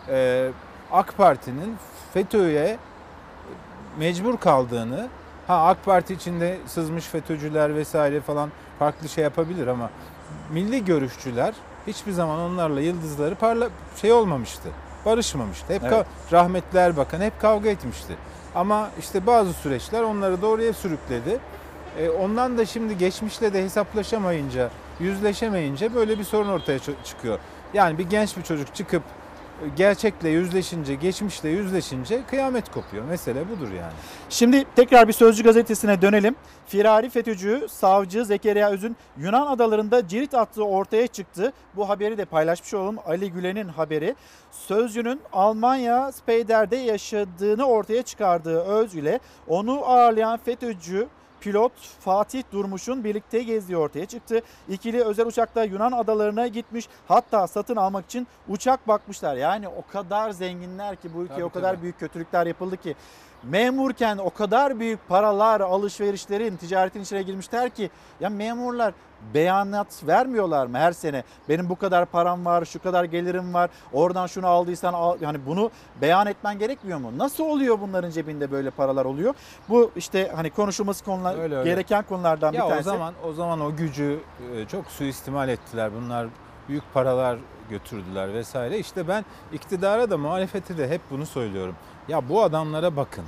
AK Parti'nin FETÖ'ye mecbur kaldığını, AK Parti içinde sızmış FETÖ'cüler vesaire falan farklı şey yapabilir ama milli görüşçüler hiçbir zaman onlarla yıldızları olmamıştı. Barışmamıştı. Hep evet. Rahmetli Erbakan hep kavga etmişti. Ama işte bazı süreçler onları doğruya sürükledi. Ondan da şimdi geçmişle de hesaplaşamayınca, yüzleşemeyince böyle bir sorun ortaya çıkıyor. Yani bir genç bir çocuk çıkıp gerçekle yüzleşince, geçmişle yüzleşince kıyamet kopuyor. Mesele budur yani. Şimdi tekrar bir Sözcü gazetesine dönelim. Firari FETÖ'cü savcı Zekeriya Öz'ün Yunan adalarında cirit attığı ortaya çıktı. Bu haberi de paylaşmış olalım. Ali Gülen'in haberi. Sözcü'nün Almanya Speyder'de yaşadığını ortaya çıkardığı Öz ile onu ağırlayan FETÖ'cü pilot Fatih Durmuş'un birlikte gezdiği ortaya çıktı. İkili özel uçakla Yunan adalarına gitmiş. Hatta satın almak için uçak bakmışlar. Yani o kadar zenginler ki bu ülkeye, o kadar büyük kötülükler yapıldı ki. Memurken o kadar büyük paralar, alışverişlerin, ticaretin içine girmişler ki ya memurlar beyanat vermiyorlar mı her sene? Benim bu kadar param var, şu kadar gelirim var, oradan şunu aldıysan al. Yani bunu beyan etmen gerekmiyor mu? Nasıl oluyor bunların cebinde böyle paralar oluyor? Bu işte hani konuşulması konular, gereken konulardan bir tanesi. O zaman o gücü çok suistimal ettiler. Bunlar büyük paralar götürdüler vesaire. İşte ben iktidara da muhalefete de hep bunu söylüyorum. Ya bu adamlara bakın.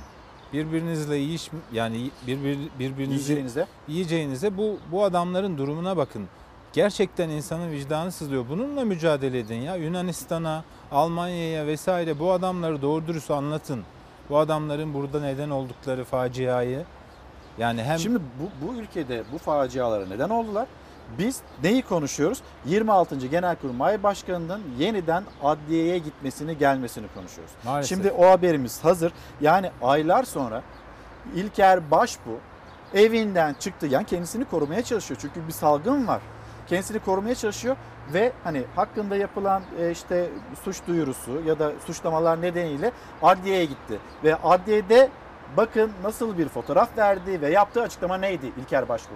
birbirinizle birbirinizi yiyeceğinize bu adamların durumuna bakın. Gerçekten insanın vicdanı sızlıyor. Bununla mücadele edin ya. Yunanistan'a, Almanya'ya vesaire bu adamları doğru dürüst anlatın. Bu adamların burada neden oldukları faciayı. Yani hem Şimdi bu ülkede bu facialara neden oldular. Biz neyi konuşuyoruz? 26. Genelkurmay Başkanı'nın yeniden adliyeye gelmesini konuşuyoruz. Maalesef. Şimdi o haberimiz hazır. Yani aylar sonra İlker Başbuğ evinden çıktı. Yani kendisini korumaya çalışıyor. Çünkü bir salgın var. Kendisini korumaya çalışıyor ve hani hakkında yapılan işte suç duyurusu ya da suçlamalar nedeniyle adliyeye gitti. Ve adliyede bakın nasıl bir fotoğraf verdi ve yaptığı açıklama neydi İlker Başbuğ'un?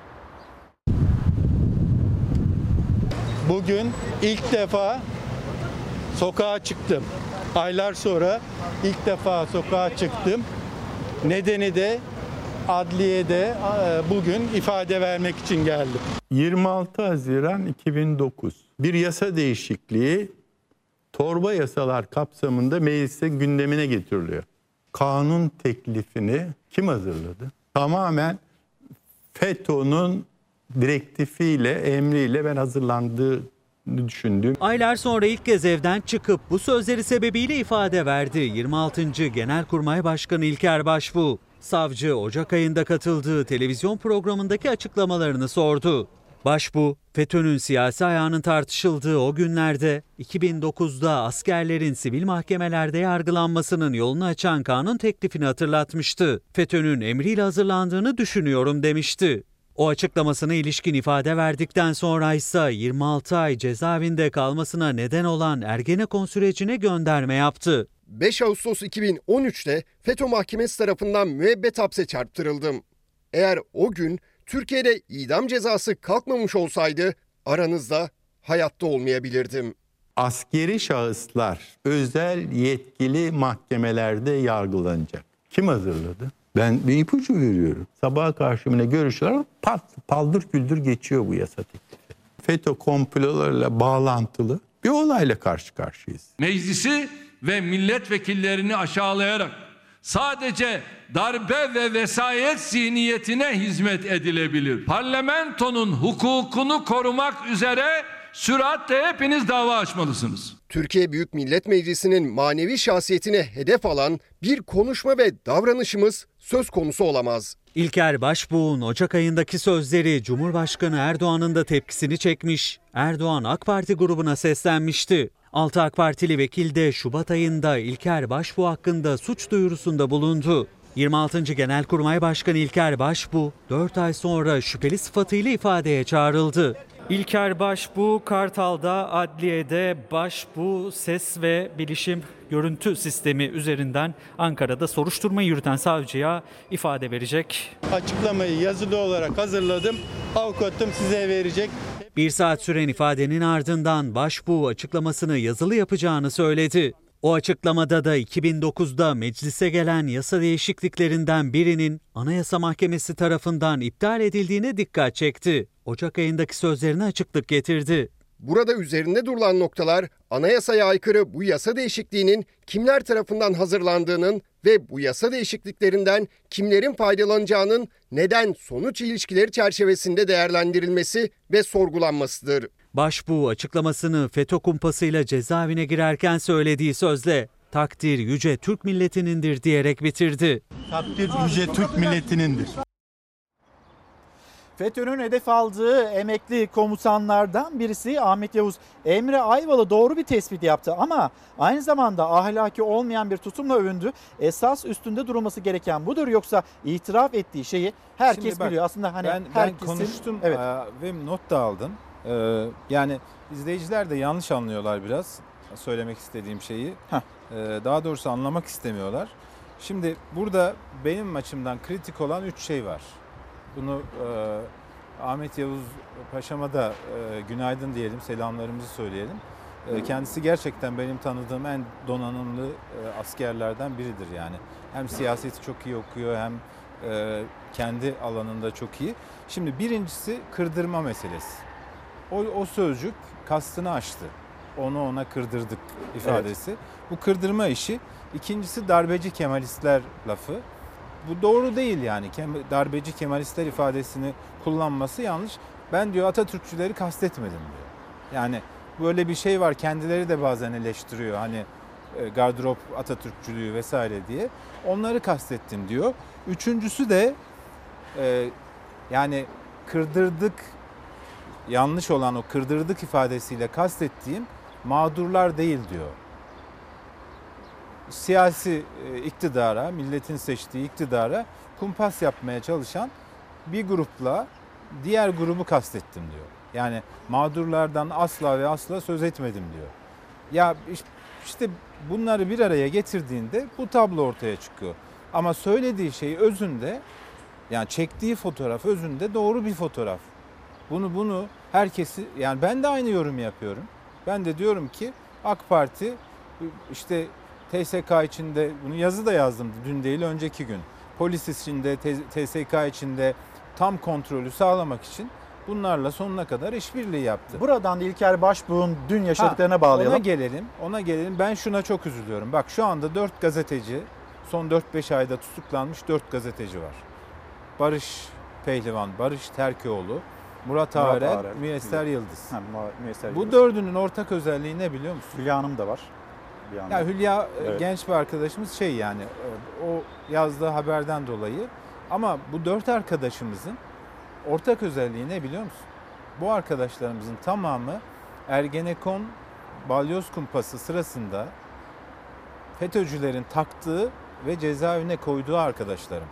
Bugün ilk defa sokağa çıktım. Aylar sonra ilk defa sokağa çıktım. Nedeni de adliyede bugün ifade vermek için geldim. 26 Haziran 2009 bir yasa değişikliği torba yasalar kapsamında meclisin gündemine getiriliyor. Kanun teklifini kim hazırladı? Tamamen FETÖ'nün direktifiyle, emriyle ben hazırlandığını düşündüm. Aylar sonra ilk kez evden çıkıp bu sözleri sebebiyle ifade verdi 26. Genelkurmay Başkanı İlker Başbuğ. Savcı Ocak ayında katıldığı televizyon programındaki açıklamalarını sordu. Başbuğ, FETÖ'nün siyasi ayağının tartışıldığı o günlerde 2009'da askerlerin sivil mahkemelerde yargılanmasının yolunu açan kanun teklifini hatırlatmıştı. FETÖ'nün emriyle hazırlandığını düşünüyorum demişti. O açıklamasına ilişkin ifade verdikten sonra ise 26 ay cezaevinde kalmasına neden olan Ergenekon sürecine gönderme yaptı. 5 Ağustos 2013'te FETÖ mahkemesi tarafından müebbet hapse çarptırıldım. Eğer o gün Türkiye'de idam cezası kalkmamış olsaydı aranızda hayatta olmayabilirdim. Askeri şahıslar özel yetkili mahkemelerde yargılanacak. Kim hazırladı? Ben bir ipucu veriyorum. Sabaha karşı görüşüyorlar, paldır küldür geçiyor bu yasa teklifi. FETÖ komplolarıyla bağlantılı bir olayla karşı karşıyayız. Meclisi ve milletvekillerini aşağılayarak sadece darbe ve vesayet zihniyetine hizmet edilebilir. Parlamentonun hukukunu korumak üzere süratle hepiniz dava açmalısınız. Türkiye Büyük Millet Meclisi'nin manevi şahsiyetine hedef alan bir konuşma ve davranışımız söz konusu olamaz. İlker Başbuğ'un Ocak ayındaki sözleri Cumhurbaşkanı Erdoğan'ın da tepkisini çekmiş. Erdoğan AK Parti grubuna seslenmişti. 6 AK Partili vekil de Şubat ayında İlker Başbuğ hakkında suç duyurusunda bulundu. 26. Genelkurmay Başkanı İlker Başbuğ 4 ay sonra şüpheli sıfatıyla ifadeye çağrıldı. İlker Başbuğ Kartal'da adliyede Başbuğ ses ve bilişim görüntü sistemi üzerinden Ankara'da soruşturma yürüten savcıya ifade verecek. Açıklamayı yazılı olarak hazırladım. Avukatım size verecek. 1 saat süren ifadenin ardından Başbuğ açıklamasını yazılı yapacağını söyledi. O açıklamada da 2009'da meclise gelen yasa değişikliklerinden birinin Anayasa Mahkemesi tarafından iptal edildiğine dikkat çekti. Ocak ayındaki sözlerine açıklık getirdi. Burada üzerinde durulan noktalar anayasaya aykırı bu yasa değişikliğinin kimler tarafından hazırlandığının ve bu yasa değişikliklerinden kimlerin faydalanacağının neden-sonuç ilişkileri çerçevesinde değerlendirilmesi ve sorgulanmasıdır. Başbuğ açıklamasını FETÖ kumpasıyla cezaevine girerken söylediği sözle "Takdir yüce Türk milletinindir" diyerek bitirdi. Takdir yüce Türk milletinindir. FETÖ'nün hedef aldığı emekli komutanlardan birisi Ahmet Yavuz. Emre Ayvalı doğru bir tespit yaptı ama aynı zamanda ahlaki olmayan bir tutumla övündü. Esas üstünde durulması gereken budur, yoksa itiraf ettiği şeyi herkes biliyor. Aslında hani ben konuştum ve not da aldım. Yani izleyiciler de yanlış anlıyorlar biraz söylemek istediğim şeyi. Daha doğrusu anlamak istemiyorlar. Şimdi burada benim açımdan kritik olan 3 şey var. Bunu Ahmet Yavuz Paşa'ma da günaydın diyelim, selamlarımızı söyleyelim. Kendisi gerçekten benim tanıdığım en donanımlı askerlerden biridir yani. Hem siyaseti çok iyi okuyor hem kendi alanında çok iyi. Şimdi birincisi kırdırma meselesi. O sözcük kastını aştı. Ona kırdırdık ifadesi. Evet. Bu kırdırma işi. İkincisi darbeci Kemalistler lafı. bu doğru değil yani. Darbeci Kemalistler ifadesini kullanması yanlış. Ben diyor Atatürkçüleri kastetmedim diyor. Yani böyle bir şey var, kendileri de bazen eleştiriyor hani gardırop Atatürkçülüğü vesaire diye. Onları kastettim diyor. Üçüncüsü de yani kırdırdık, yanlış olan o kırdırdık ifadesiyle kastettiğim mağdurlar değil diyor. Siyasi iktidara, milletin seçtiği iktidara kumpas yapmaya çalışan bir grupla diğer grubu kastettim diyor. Yani mağdurlardan asla ve asla söz etmedim diyor. Ya işte bunları bir araya getirdiğinde bu tablo ortaya çıkıyor. Ama söylediği şey özünde, yani çektiği fotoğraf özünde doğru bir fotoğraf. Bunu herkesi, yani ben de aynı yorum yapıyorum. Ben de diyorum ki AK Parti işte TSK içinde, bunu yazı da yazdım dün değil önceki gün. Polis içinde, TSK içinde tam kontrolü sağlamak için bunlarla sonuna kadar işbirliği yaptı. Buradan da İlker Başbuğ'un dün yaşadıklarına bağlayalım. Ona gelelim. Ben şuna çok üzülüyorum. Bak şu anda 4 gazeteci, son 4-5 ayda tutuklanmış 4 gazeteci var. Barış Pehlivan, Barış Terkoğlu, Murat Ağrel, Müyesser Yıldız. Bu dördünün ortak özelliği ne biliyor musun? Hülya Hanım da var. Ya Hülya genç bir arkadaşımız yani o yazdığı haberden dolayı, ama bu 4 arkadaşımızın ortak özelliği ne biliyor musun? Bu arkadaşlarımızın tamamı Ergenekon balyoz kumpası sırasında FETÖ'cülerin taktığı ve cezaevine koyduğu arkadaşlarımız.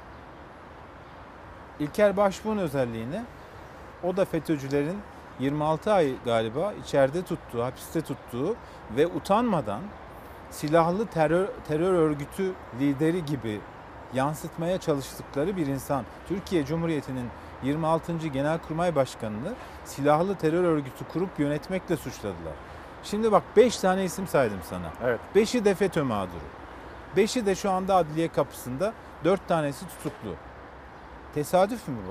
İlker Başbuğ'un özelliği ne? O da FETÖ'cülerin 26 ay galiba içeride tuttuğu, hapiste tuttuğu ve utanmadan silahlı terör örgütü lideri gibi yansıtmaya çalıştıkları bir insan. Türkiye Cumhuriyeti'nin 26. Genelkurmay Başkanı'nı silahlı terör örgütü kurup yönetmekle suçladılar. Şimdi bak 5 tane isim saydım sana. Evet. 5'i de FETÖ mağduru. 5'i de şu anda adliye kapısında, 4 tanesi tutuklu. Tesadüf mü bu?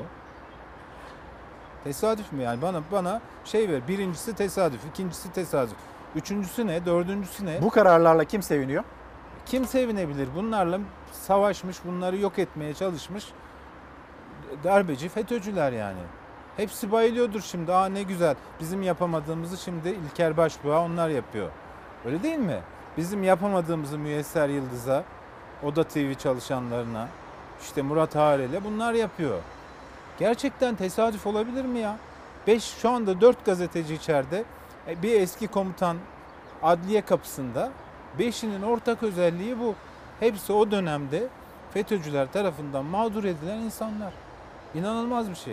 Tesadüf mü yani? Bana şey ver. Birincisi tesadüf, ikincisi tesadüf. Üçüncüsü ne? Dördüncüsü ne? Bu kararlarla kim seviniyor? Kim sevinebilir? Bunlarla savaşmış, bunları yok etmeye çalışmış darbeci FETÖ'cüler yani. Hepsi bayılıyordur şimdi. Aa ne güzel. Bizim yapamadığımızı şimdi İlker Başbuğ'a onlar yapıyor. Öyle değil mi? Bizim yapamadığımızı Müyesser Yıldız'a, Oda TV çalışanlarına, işte Murat Ağrel'e bunlar yapıyor. Gerçekten tesadüf olabilir mi ya? Şu anda 4 gazeteci içeride, bir eski komutan adliye kapısında. 5'inin ortak özelliği bu. Hepsi o dönemde FETÖ'cüler tarafından mağdur edilen insanlar. İnanılmaz bir şey.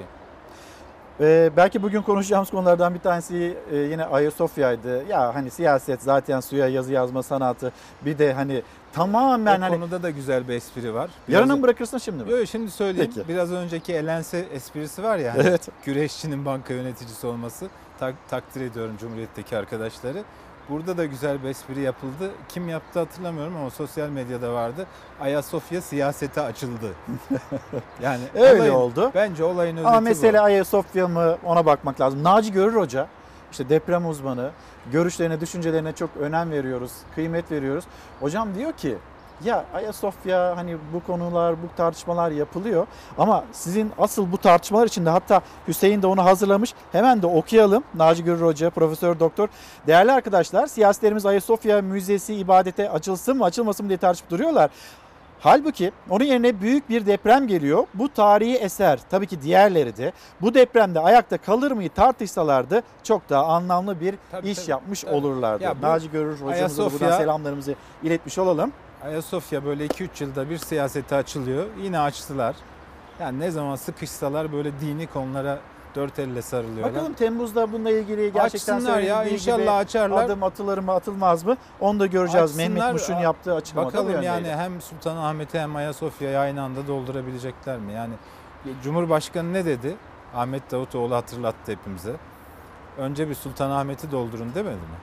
Belki bugün konuşacağımız konulardan bir tanesi yine Ayasofya'ydı. Ya hani siyaset, zaten suya yazı yazma sanatı, bir de hani tamamen o konuda da güzel bir espri var. Yarın mı bırakırsın şimdi mi? Yok şimdi söyleyeyim. Peki. Biraz önceki Elense esprisi var ya. Evet. Güreşçinin banka yöneticisi olması. Takdir ediyorum Cumhuriyet'teki arkadaşları. Burada da güzel bir espri yapıldı. Kim yaptı hatırlamıyorum ama sosyal medyada vardı. Ayasofya siyasete açıldı. Yani öyle oldu. Bence olayın özeti ama mesele bu. Ayasofya mı, ona bakmak lazım. Naci Görür Hoca, işte deprem uzmanı, görüşlerine, düşüncelerine çok önem veriyoruz, kıymet veriyoruz. Hocam diyor ki ya Ayasofya, hani bu konular, bu tartışmalar yapılıyor ama sizin asıl bu tartışmalar içinde, hatta Hüseyin de onu hazırlamış, hemen de okuyalım. Naci Görür Hoca, Profesör Doktor. Değerli arkadaşlar, siyasetlerimiz Ayasofya Müzesi ibadete açılsın mı açılmasın mı diye tartışıp duruyorlar. Halbuki onun yerine büyük bir deprem geliyor. Bu tarihi eser, tabii ki diğerleri de bu depremde ayakta kalır mıyı tartışsalardı çok daha anlamlı bir iş yapmış olurlardı. Ya Naci Görür hocamıza buradan selamlarımızı iletmiş olalım. Ayasofya böyle 2-3 yılda bir siyasete açılıyor. Yine açtılar. Yani ne zaman sıkışsalar böyle dini konulara dört elle sarılıyorlar. Bakalım Temmuz'da bununla ilgili gerçekten açsınlar ya, inşallah açarlar. Adım atılır mı atılmaz mı onu da göreceğiz. Açsınlar, Mehmet Muş'un yaptığı açıklamada. Bakalım yani hem Sultanahmet'i hem Ayasofya'yı aynı anda doldurabilecekler mi? Yani Cumhurbaşkanı ne dedi? Ahmet Davutoğlu hatırlattı hepimize. Önce bir Sultanahmet'i doldurun demedi mi?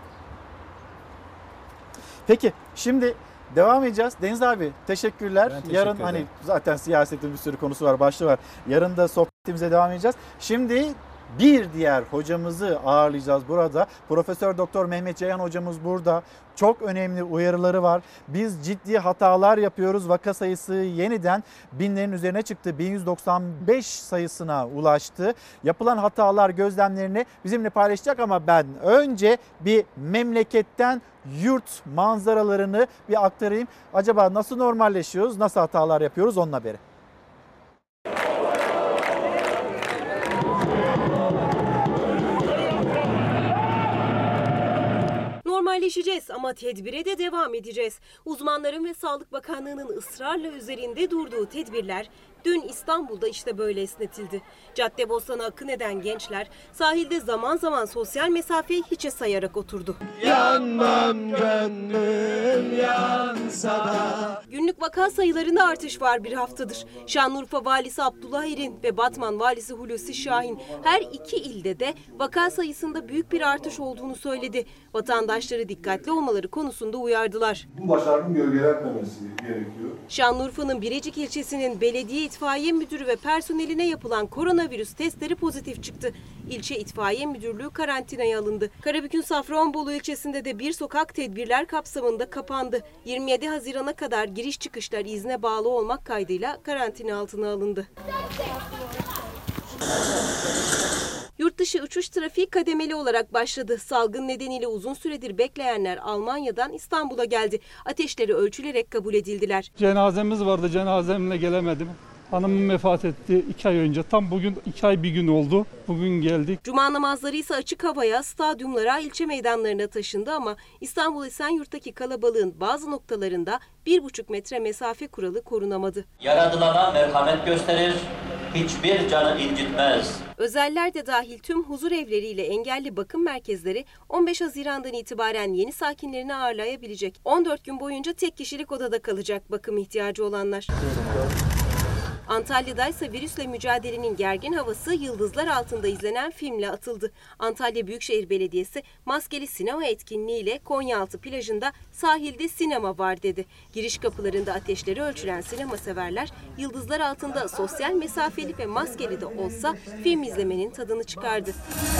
Peki şimdi devam edeceğiz. Deniz abi teşekkürler. Ben teşekkür Yarın ederim. zaten siyasetin bir sürü konusu var, başlığı var. Yarın da sohbetimize devam edeceğiz. Şimdi bir diğer hocamızı ağırlayacağız burada. Profesör Doktor Mehmet Ceyhan hocamız burada. Çok önemli uyarıları var. Biz ciddi hatalar yapıyoruz. Vaka sayısı yeniden binlerin üzerine çıktı. 1195 sayısına ulaştı. Yapılan hatalar gözlemlerini bizimle paylaşacak ama ben önce bir memleketten yurt manzaralarını bir aktarayım. Acaba nasıl normalleşiyoruz, nasıl hatalar yapıyoruz onun haberi. Normalleşeceğiz ama tedbire de devam edeceğiz. Uzmanların ve Sağlık Bakanlığı'nın ısrarla üzerinde durduğu tedbirler dün İstanbul'da işte böyle esnetildi. Caddebostan'a akın eden gençler sahilde zaman zaman sosyal mesafeyi hiçe sayarak oturdu. Yanmam gönlüm yansa da. Günlük vaka sayılarında artış var bir haftadır. Şanlıurfa Valisi Abdullah Erin ve Batman Valisi Hulusi Şahin her iki ilde de vaka sayısında büyük bir artış olduğunu söyledi. Vatandaşları dikkatli olmaları konusunda uyardılar. Bu başarının gölgelenmemesi gerekiyor. Şanlıurfa'nın Birecik ilçesinin belediye itfaiye müdürü ve personeline yapılan koronavirüs testleri pozitif çıktı. İlçe itfaiye müdürlüğü karantinaya alındı. Karabük'ün Safranbolu ilçesinde de bir sokak tedbirler kapsamında kapandı. 27 Haziran'a kadar giriş çıkışlar izne bağlı olmak kaydıyla karantina altına alındı. Yurtdışı uçuş trafiği kademeli olarak başladı. Salgın nedeniyle uzun süredir bekleyenler Almanya'dan İstanbul'a geldi. Ateşleri ölçülerek kabul edildiler. Cenazemiz vardı, cenazemle gelemedim. Hanımım vefat etti 2 ay önce. Tam bugün 2 ay bir gün oldu. Bugün geldik. Cuma namazları ise açık havaya, stadyumlara, ilçe meydanlarına taşındı ama İstanbul Esenyurt'taki kalabalığın bazı noktalarında 1,5 metre mesafe kuralı korunamadı. Yaradılana merhamet gösterir, hiçbir canı incitmez. Özeller de dahil tüm huzur evleriyle engelli bakım merkezleri 15 Haziran'dan itibaren yeni sakinlerini ağırlayabilecek. 14 gün boyunca tek kişilik odada kalacak bakım ihtiyacı olanlar. Antalya'da ise virüsle mücadelenin gergin havası yıldızlar altında izlenen filmle atıldı. Antalya Büyükşehir Belediyesi maskeli sinema etkinliğiyle Konyaaltı plajında sahilde sinema var dedi. Giriş kapılarında ateşleri ölçülen sinema severler yıldızlar altında sosyal mesafeli ve maskeli de olsa film izlemenin tadını çıkardı.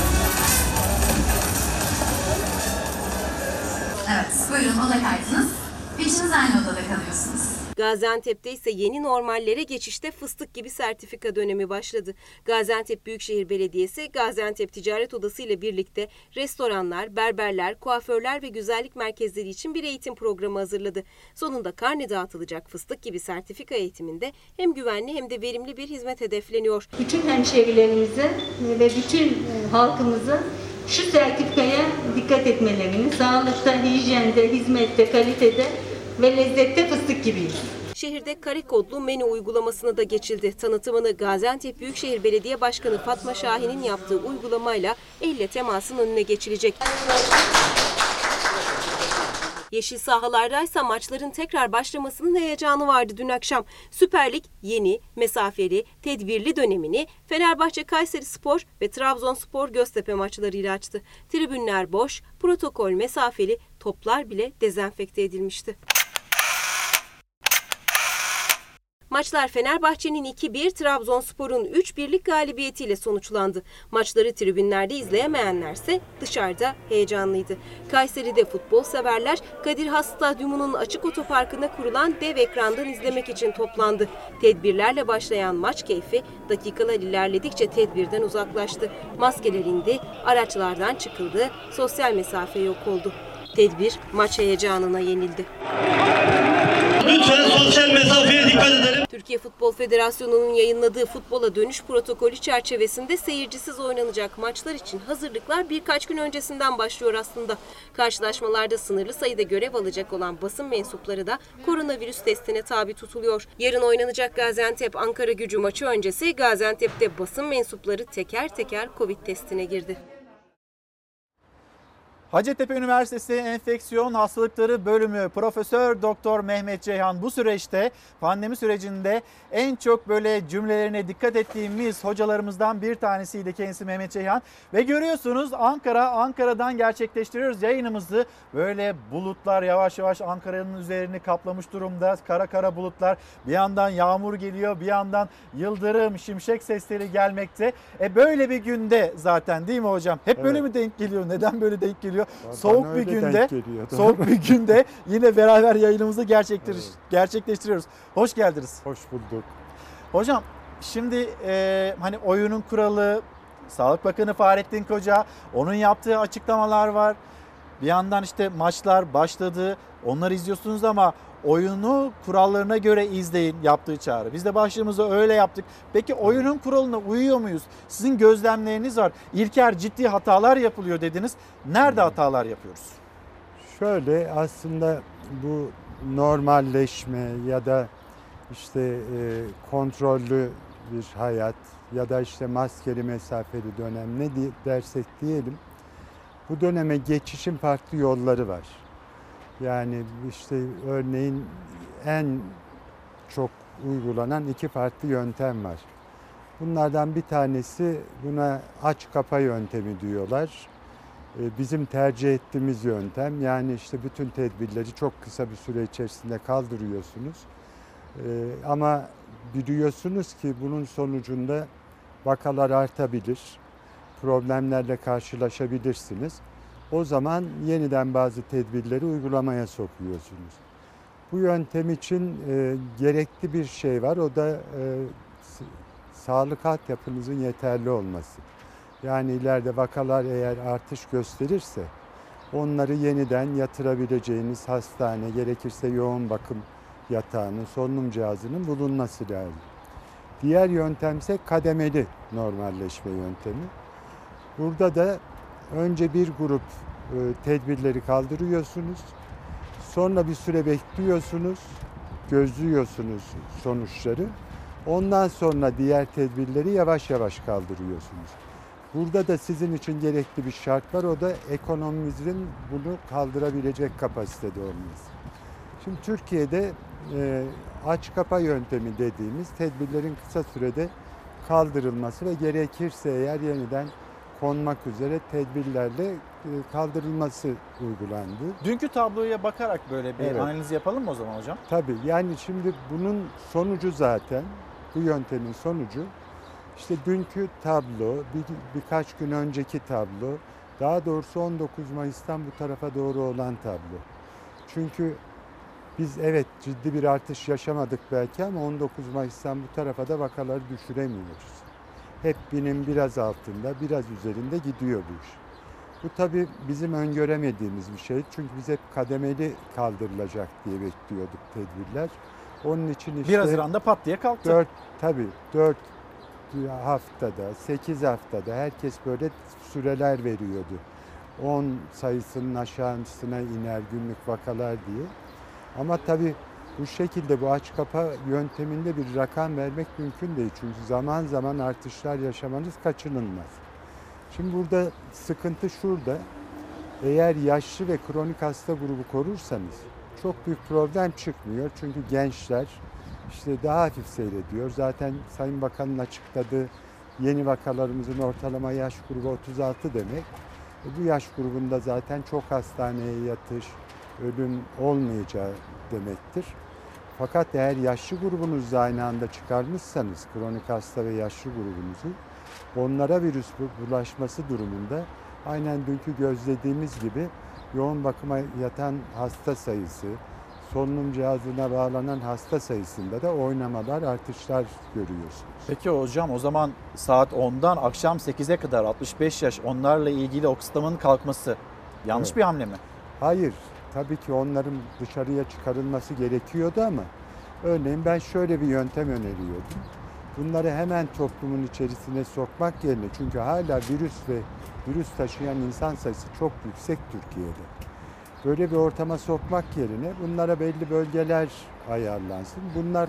Evet, buyurun oda kartınız. Üçünüz aynı odada kalıyorsunuz. Gaziantep'te ise yeni normallere geçişte fıstık gibi sertifika dönemi başladı. Gaziantep Büyükşehir Belediyesi, Gaziantep Ticaret Odası ile birlikte restoranlar, berberler, kuaförler ve güzellik merkezleri için bir eğitim programı hazırladı. Sonunda karne dağıtılacak fıstık gibi sertifika eğitiminde hem güvenli hem de verimli bir hizmet hedefleniyor. Bütün hemşehrilerimize ve bütün halkımıza şu sertifikaya dikkat etmelerini, sağlıkta, hijyende, hizmette, kalitede ve lezzette fıstık gibiyiz. Şehirde kare kodlu menü uygulamasına da geçildi. Tanıtımını Gaziantep Büyükşehir Belediye Başkanı Fatma Şahin'in yaptığı uygulamayla elle temasın önüne geçilecek. Yeşil sahalardaysa maçların tekrar başlamasının heyecanı vardı dün akşam. Süper Lig yeni, mesafeli, tedbirli dönemini Fenerbahçe Kayserispor ve Trabzonspor Göztepe maçlarıyla açtı. Tribünler boş, protokol mesafeli, toplar bile dezenfekte edilmişti. Maçlar Fenerbahçe'nin 2-1, Trabzonspor'un 3-1'lik galibiyetiyle sonuçlandı. Maçları tribünlerde izleyemeyenlerse dışarıda heyecanlıydı. Kayseri'de futbol severler Kadir Has Stadyumu'nun açık otoparkına kurulan dev ekrandan izlemek için toplandı. Tedbirlerle başlayan maç keyfi dakikalar ilerledikçe tedbirden uzaklaştı. Maskeler indi, araçlardan çıkıldı, sosyal mesafe yok oldu. Tedbir maç heyecanına yenildi. Lütfen sosyal mesafeye dikkat edelim. Türkiye Futbol Federasyonu'nun yayınladığı futbola dönüş protokolü çerçevesinde seyircisiz oynanacak maçlar için hazırlıklar birkaç gün öncesinden başlıyor aslında. Karşılaşmalarda sınırlı sayıda görev alacak olan basın mensupları da koronavirüs testine tabi tutuluyor. Yarın oynanacak Gaziantep-Ankara-Gücü maçı öncesi Gaziantep'te basın mensupları teker teker Covid testine girdi. Hacettepe Üniversitesi Enfeksiyon Hastalıkları Bölümü Profesör Doktor Mehmet Ceyhan, bu süreçte, pandemi sürecinde en çok böyle cümlelerine dikkat ettiğimiz hocalarımızdan bir tanesiydi kendisi Mehmet Ceyhan. Ve görüyorsunuz Ankara'dan gerçekleştiriyoruz yayınımızı. Böyle bulutlar yavaş yavaş Ankara'nın üzerini kaplamış durumda. Kara kara bulutlar, bir yandan yağmur geliyor, bir yandan yıldırım, şimşek sesleri gelmekte. Böyle bir günde zaten, değil mi hocam? Hep böyle mi denk geliyor? Neden böyle denk geliyor? Soğuk bir günde yine beraber yayınımızı gerçekleştiriyoruz. Hoş geldiniz. Hoş bulduk. Hocam şimdi hani oyunun kuralı, Sağlık Bakanı Fahrettin Koca, onun yaptığı açıklamalar var. Bir yandan işte maçlar başladı, onları izliyorsunuz ama oyunu kurallarına göre izleyin yaptığı çağrı. Biz de başlığımızı öyle yaptık. Peki oyunun kuralına uyuyor muyuz? Sizin gözlemleriniz var. İlker, ciddi hatalar yapılıyor dediniz. Nerede hatalar yapıyoruz? Şöyle, aslında bu normalleşme ya da işte kontrollü bir hayat ya da işte maskeli mesafeli dönem, ne dersek diyelim, bu döneme geçişin farklı yolları var. Yani işte örneğin en çok uygulanan 2 farklı yöntem var. Bunlardan bir tanesi, buna aç kapa yöntemi diyorlar. Bizim tercih ettiğimiz yöntem, yani işte bütün tedbirleri çok kısa bir süre içerisinde kaldırıyorsunuz. Ama biliyorsunuz ki bunun sonucunda vakalar artabilir, problemlerle karşılaşabilirsiniz. O zaman yeniden bazı tedbirleri uygulamaya sokuyorsunuz. Bu yöntem için gerekli bir şey var, o da sağlık altyapınızın yeterli olması. Yani ileride vakalar eğer artış gösterirse onları yeniden yatırabileceğiniz hastane, gerekirse yoğun bakım yatağının, solunum cihazının bulunması lazım. Diğer yöntemse kademeli normalleşme yöntemi. Burada da önce bir grup tedbirleri kaldırıyorsunuz, sonra bir süre bekliyorsunuz, gözlüyorsunuz sonuçları. Ondan sonra diğer tedbirleri yavaş yavaş kaldırıyorsunuz. Burada da sizin için gerekli bir şart var, o da ekonomimizin bunu kaldırabilecek kapasitede olması. Şimdi Türkiye'de aç kapa yöntemi dediğimiz tedbirlerin kısa sürede kaldırılması ve gerekirse eğer yeniden konmak üzere tedbirlerle kaldırılması uygulandı. Dünkü tabloya bakarak böyle bir analiz yapalım mı o zaman hocam? Tabii, yani şimdi bunun sonucu zaten, bu yöntemin sonucu işte dünkü tablo, birkaç gün önceki tablo, daha doğrusu 19 Mayıs'tan bu tarafa doğru olan tablo. Çünkü biz evet ciddi bir artış yaşamadık belki ama 19 Mayıs'tan bu tarafa da vakaları düşüremiyoruz. Hep 1000'in biraz altında, biraz üzerinde gidiyor bu iş. Bu tabii bizim öngöremediğimiz bir şey. Çünkü biz hep kademeli kaldırılacak diye bekliyorduk tedbirler. Onun için işte 1 Haziran'da pat diye kalktı. 4 haftada, 8 haftada herkes böyle süreler veriyordu. 10 sayısının aşağısına iner günlük vakalar diye. Ama tabii bu şekilde bu aç kapa yönteminde bir rakam vermek mümkün değil. Çünkü zaman zaman artışlar yaşamanız kaçınılmaz. Şimdi burada sıkıntı şurada. Eğer yaşlı ve kronik hasta grubu korursanız çok büyük problem çıkmıyor. Çünkü gençler işte daha hafif seyrediyor. Zaten Sayın Bakan'ın açıkladığı yeni vakalarımızın ortalama yaş grubu 36 demek. Bu yaş grubunda zaten çok hastaneye yatış, ölüm olmayacağı demektir. Fakat eğer yaşlı grubunuzu aynı anda çıkarmışsanız, kronik hasta ve yaşlı grubunuzu, onlara virüs bulaşması durumunda aynen dünkü gözlediğimiz gibi yoğun bakıma yatan hasta sayısı, solunum cihazına bağlanan hasta sayısında da oynamalar, artışlar görüyorsunuz. Peki hocam, o zaman saat 10'dan akşam 8'e kadar 65 yaş, onlarla ilgili o kısıtlamanın kalkması yanlış bir hamle mi? Hayır. Tabii ki onların dışarıya çıkarılması gerekiyordu ama örneğin ben şöyle bir yöntem öneriyordum. Bunları hemen toplumun içerisine sokmak yerine, çünkü hala virüs taşıyan insan sayısı çok yüksek Türkiye'de. Böyle bir ortama sokmak yerine bunlara belli bölgeler ayarlansın. Bunlar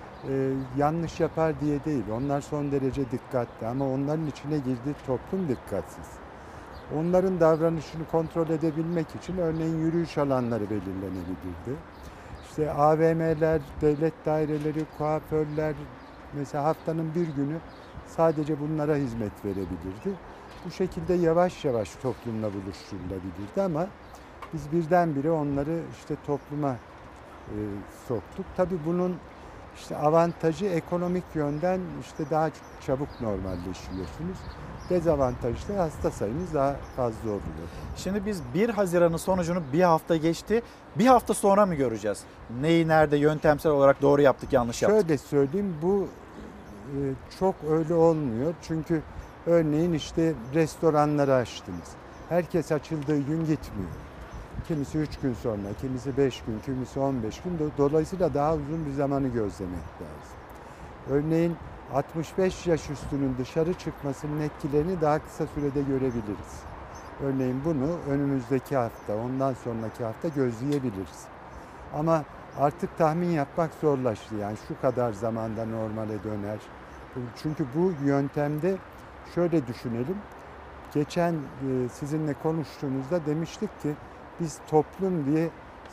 yanlış yapar diye değil. Onlar son derece dikkatli ama onların içine girdiği toplum dikkatsiz. Onların davranışını kontrol edebilmek için örneğin yürüyüş alanları belirlenebilirdi. İşte AVM'ler, devlet daireleri, kuaförler mesela haftanın bir günü sadece bunlara hizmet verebilirdi. Bu şekilde yavaş yavaş toplumla buluşturulabilirdi ama biz birdenbire onları işte topluma soktuk. Tabii bunun işte avantajı ekonomik yönden işte daha çabuk normalleşiyorsunuz. Dezavantajı da hasta sayınız daha fazla oluyor. Şimdi biz 1 Haziran'ın sonucunu bir hafta geçti. Bir hafta sonra mı göreceğiz? Neyi nerede yöntemsel olarak doğru yaptık, yanlış yaptık? Şöyle söyleyeyim, bu çok öyle olmuyor. Çünkü örneğin işte restoranları açtınız. Herkes açıldığı gün gitmiyor. Kimisi 3 gün sonra, kimisi 5 gün, kimisi 15 gün. Dolayısıyla daha uzun bir zamanı gözlemek lazım. Örneğin 65 yaş üstünün dışarı çıkmasının etkilerini daha kısa sürede görebiliriz. Örneğin bunu önümüzdeki hafta, ondan sonraki hafta gözleyebiliriz. Ama artık tahmin yapmak zorlaştı. Yani şu kadar zamanda normale döner. Çünkü bu yöntemde şöyle düşünelim. Geçen sizinle konuştuğumuzda demiştik ki biz toplum diye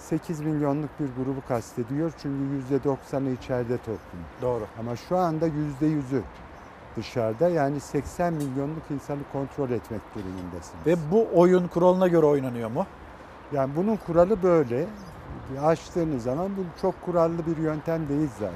8 milyonluk bir grubu kastediyor. Çünkü %90'ı içeride toplum. Doğru. Ama şu anda %100'ü dışarıda. Yani 80 milyonluk insanı kontrol etmek durumundasınız. Ve bu oyun kuralına göre oynanıyor mu? Yani bunun kuralı böyle. Açtığınız zaman bu çok kurallı bir yöntem değil zaten.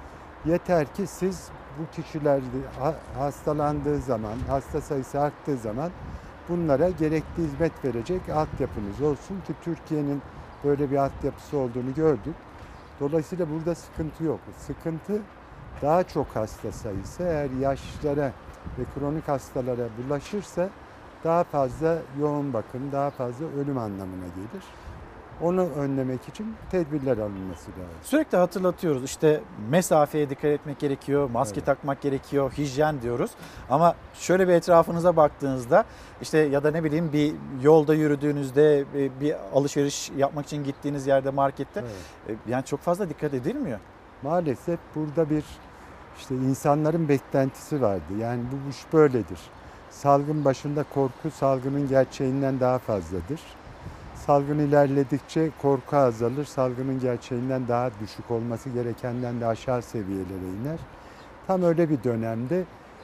Yeter ki siz bu kişiler hastalandığı zaman, hasta sayısı arttığı zaman bunlara gerekli hizmet verecek altyapınız olsun ki Türkiye'nin böyle bir altyapısı olduğunu gördük. Dolayısıyla burada sıkıntı yok. Sıkıntı daha çok hasta sayısı. Eğer yaşlılara ve kronik hastalara bulaşırsa daha fazla yoğun bakım, daha fazla ölüm anlamına gelir. Onu önlemek için tedbirler alınması lazım. Sürekli hatırlatıyoruz, işte mesafeye dikkat etmek gerekiyor, maske takmak gerekiyor, hijyen diyoruz. Ama şöyle bir etrafınıza baktığınızda işte ya da ne bileyim bir yolda yürüdüğünüzde, bir alışveriş yapmak için gittiğiniz yerde, markette yani çok fazla dikkat edilmiyor. Maalesef burada bir işte insanların beklentisi vardı. Yani bu iş böyledir. Salgın başında korku salgının gerçeğinden daha fazladır. Salgın ilerledikçe korku azalır, salgının gerçeğinden daha düşük olması gerekenden de aşağı seviyelere iner. Tam öyle bir dönemde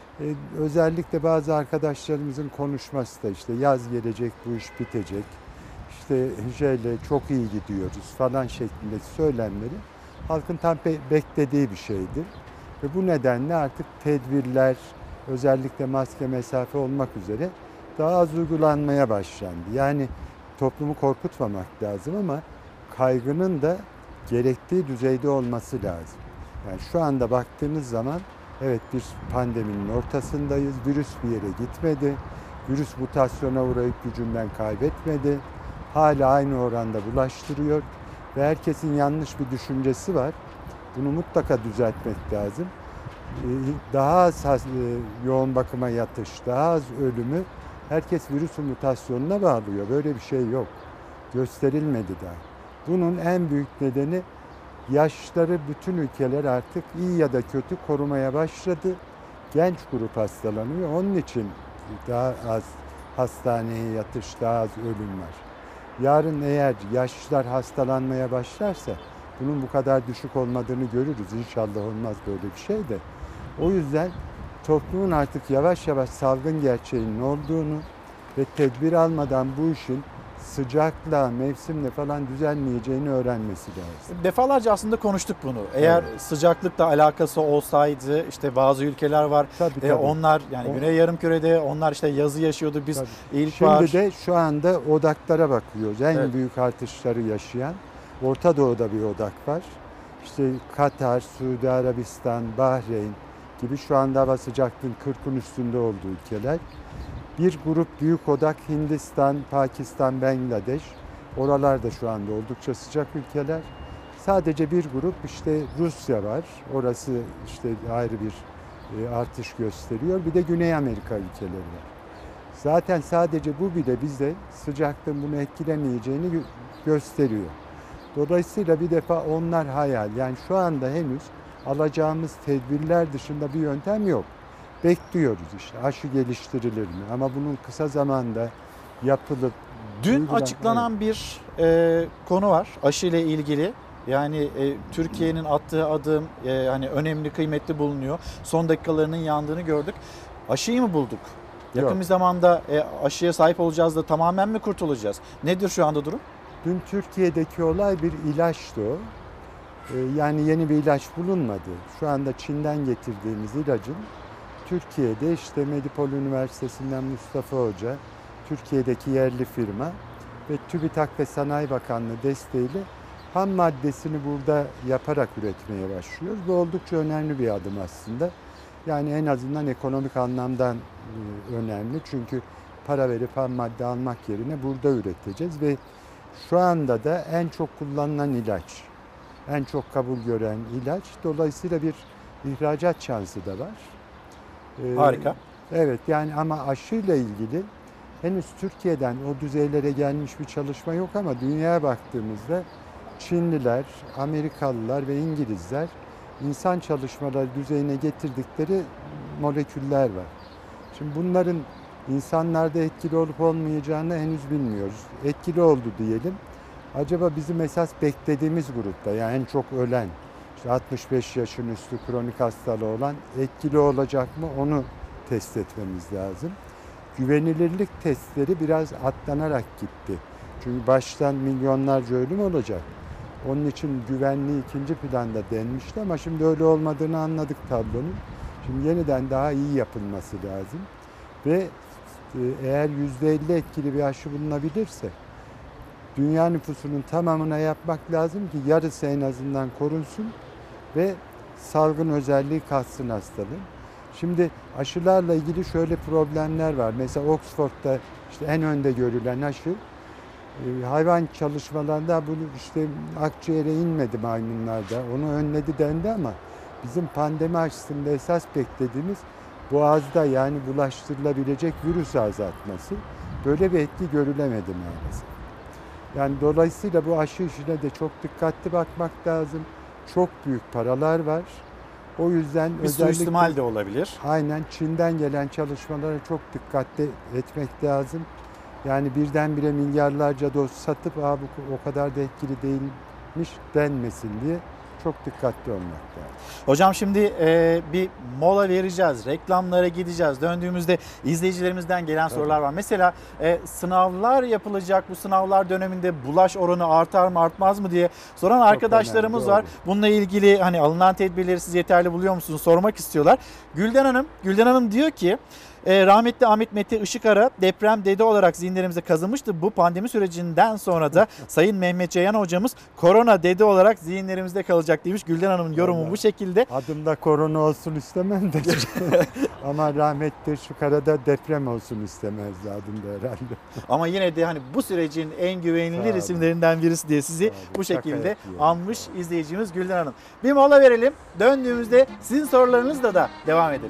özellikle bazı arkadaşlarımızın konuşması da işte yaz gelecek, bu iş bitecek, işte şeyle çok iyi gidiyoruz falan şeklindeki söylemleri halkın tam beklediği bir şeydir. Ve bu nedenle artık tedbirler, özellikle maske, mesafe olmak üzere daha az uygulanmaya başlandı. Yani toplumu korkutmamak lazım ama kaygının da gerektiği düzeyde olması lazım. Yani şu anda baktığınız zaman evet bir pandeminin ortasındayız. Virüs bir yere gitmedi. Virüs mutasyona uğrayıp gücünden kaybetmedi. Hala aynı oranda bulaştırıyor ve herkesin yanlış bir düşüncesi var. Bunu mutlaka düzeltmek lazım. Daha az yoğun bakıma yatış, daha az ölümü herkes virüsün mutasyonuna bağlıyor. Böyle bir şey yok. Gösterilmedi daha. Bunun en büyük nedeni yaşları bütün ülkeler artık iyi ya da kötü korumaya başladı. Genç grup hastalanıyor. Onun için daha az hastaneye yatış, daha az ölüm var. Yarın eğer yaşlılar hastalanmaya başlarsa bunun bu kadar düşük olmadığını görürüz. İnşallah olmaz böyle bir şey de. O yüzden toplumun artık yavaş yavaş salgın gerçeğinin olduğunu ve tedbir almadan bu işin sıcakla, mevsimle falan düzelmeyeceğini öğrenmesi lazım. Defalarca aslında konuştuk bunu. Eğer sıcaklıkla alakası olsaydı işte bazı ülkeler var. Tabii. Onlar yani Güney Yarımküre'de onlar işte yazı yaşıyordu. Biz Şimdi de şu anda odaklara bakıyoruz. En büyük artışları yaşayan Orta Doğu'da bir odak var. İşte Katar, Suudi Arabistan, Bahreyn gibi şu anda hava sıcaklığının 40'ın üstünde olduğu ülkeler. Bir grup büyük odak Hindistan, Pakistan, Bangladeş. Oralar da şu anda oldukça sıcak ülkeler. Sadece bir grup işte Rusya var. Orası işte ayrı bir artış gösteriyor. Bir de Güney Amerika ülkeleri var. Zaten sadece bu bile bize sıcaklığın bunu etkilemeyeceğini gösteriyor. Dolayısıyla bir defa onlar hayal. Yani şu anda henüz alacağımız tedbirler dışında bir yöntem yok. Bekliyoruz işte aşı geliştirilir mi? Ama bunun kısa zamanda yapılıp Dün açıklanan bir konu var aşı ile ilgili. Yani Türkiye'nin attığı adım hani önemli, kıymetli bulunuyor. Son dakikalarının yandığını gördük. Aşıyı mı bulduk? Yakın Yok. bir zamanda aşıya sahip olacağız da tamamen mi kurtulacağız? Nedir şu anda durum? Dün Türkiye'deki olay bir ilaçtı o. Yani yeni bir ilaç bulunmadı. Şu anda Çin'den getirdiğimiz ilacın Türkiye'de işte Medipol Üniversitesi'nden Mustafa Hoca, Türkiye'deki yerli firma ve TÜBİTAK ve Sanayi Bakanlığı desteğiyle ham maddesini burada yaparak üretmeye başlıyoruz. Bu oldukça önemli bir adım aslında. Yani en azından ekonomik anlamdan önemli. Çünkü para verip ham madde almak yerine burada üreteceğiz ve şu anda da en çok kullanılan ilaç, en çok kabul gören ilaç. Dolayısıyla bir ihracat şansı da var. Harika. Evet, yani ama aşıyla ilgili henüz Türkiye'den o düzeylere gelmiş bir çalışma yok ama dünyaya baktığımızda Çinliler, Amerikalılar ve İngilizler insan çalışmaları düzeyine getirdikleri moleküller var. Şimdi bunların insanlarda etkili olup olmayacağını henüz bilmiyoruz. Etkili oldu diyelim. Acaba bizim esas beklediğimiz grupta, yani en çok ölen, işte 65 yaşın üstü kronik hastalığı olan etkili olacak mı onu test etmemiz lazım. Güvenilirlik testleri biraz atlanarak gitti. Çünkü baştan milyonlarca ölüm olacak. Onun için güvenliği ikinci planda denmişti ama şimdi öyle olmadığını anladık tablonun. Şimdi yeniden daha iyi yapılması lazım. Ve eğer %50 etkili bir aşı bulunabilirse dünya nüfusunun tamamına yapmak lazım ki yarısı en azından korunsun ve salgın özelliği kalksın hastalığın. Şimdi aşılarla ilgili şöyle problemler var. Mesela Oxford'da işte en önde görülen aşı hayvan çalışmalarında bunu işte akciğere inmedi maymunlarda. Onu önledi dendi ama bizim pandemi aşısında esas beklediğimiz boğazda, yani bulaştırılabilecek virüs azaltması. Böyle bir etki görülemedi maalesef. Yani dolayısıyla bu aşı işine de çok dikkatli bakmak lazım. Çok büyük paralar var. O yüzden bir suistimal de olabilir. Aynen, Çin'den gelen çalışmalara çok dikkatli etmek lazım. Yani birdenbire milyarlarca doz satıp bu o kadar da etkili değilmiş denmesin diye çok dikkatli olmak lazım. Hocam şimdi bir mola vereceğiz, reklamlara gideceğiz. Döndüğümüzde izleyicilerimizden gelen sorular var. Mesela sınavlar yapılacak, bu sınavlar döneminde bulaş oranı artar mı artmaz mı diye soran arkadaşlarımız önemli, var. Bununla ilgili hani alınan tedbirleri siz yeterli buluyor musunuz sormak istiyorlar. Gülden Hanım diyor ki rahmetli Ahmet Mete Işıkara deprem dede olarak zihinlerimize kazınmıştı. Bu pandemi sürecinden sonra da Sayın Mehmet Ceyhan hocamız korona dede olarak zihinlerimizde kalacak demiş. Gülden Hanım'ın yorumu bu şekilde. Adımda korona olsun istemem de ama rahmetli Işıkara da deprem olsun istemezdi adımda herhalde. Ama yine de hani bu sürecin en güvenilir isimlerinden birisi diye sizi bu şekilde anmış izleyicimiz Gülden Hanım. Bir mola verelim. Döndüğümüzde sizin sorularınızla da devam edelim.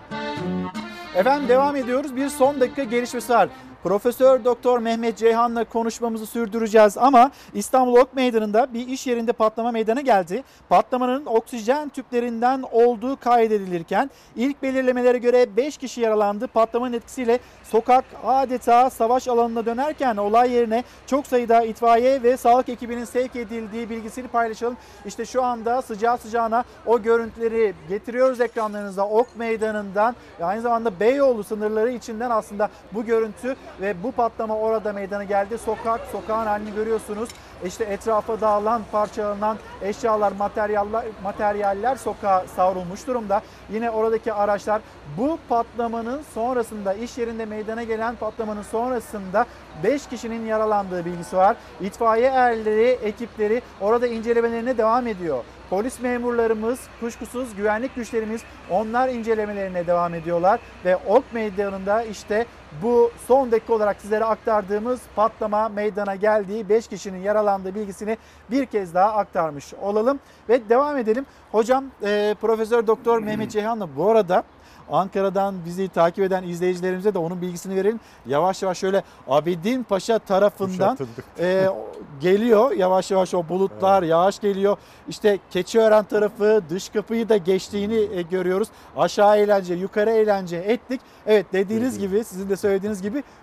Efendim devam ediyoruz. Bir son dakika gelişmesi var. Profesör Doktor Mehmet Ceyhan'la konuşmamızı sürdüreceğiz ama İstanbul Ok Meydanı'nda bir iş yerinde patlama meydana geldi. Patlamanın oksijen tüplerinden olduğu kaydedilirken ilk belirlemelere göre 5 kişi yaralandı. Patlamanın etkisiyle sokak adeta savaş alanına dönerken olay yerine çok sayıda itfaiye ve sağlık ekibinin sevk edildiği bilgisini paylaşalım. İşte şu anda sıcağı sıcağına o görüntüleri getiriyoruz ekranlarınıza Ok Meydanı'ndan. Aynı zamanda Beyoğlu sınırları içinden aslında bu görüntü ve bu patlama orada meydana geldi. Sokağın halini görüyorsunuz. İşte etrafa dağılan, parçalanan eşyalar, materyaller sokağa savrulmuş durumda. Yine oradaki araçlar bu patlamanın sonrasında, iş yerinde meydana gelen patlamanın sonrasında 5 kişinin yaralandığı bilgisi var. İtfaiye erleri, ekipleri orada incelemelerine devam ediyor. Polis memurlarımız, kuşkusuz güvenlik güçlerimiz onlar incelemelerine devam ediyorlar. Ve Ok Meydanı'nda işte bu son dakika olarak sizlere aktardığımız patlama meydana geldiği 5 kişinin yaralandığı bilgisini bir kez daha aktarmış olalım. Ve devam edelim. Hocam Profesör Doktor Mehmet Ceyhan'la bu arada Ankara'dan bizi takip eden izleyicilerimize de onun bilgisini verelim. Yavaş yavaş şöyle Abidin Paşa tarafından geliyor. Yavaş yavaş o bulutlar, yağış geliyor. İşte Keçiören tarafı, dış kapıyı da geçtiğini görüyoruz. Aşağı eğlence, yukarı eğlence ettik. Evet, dediğiniz gibi, sizin de söylediğiniz gibi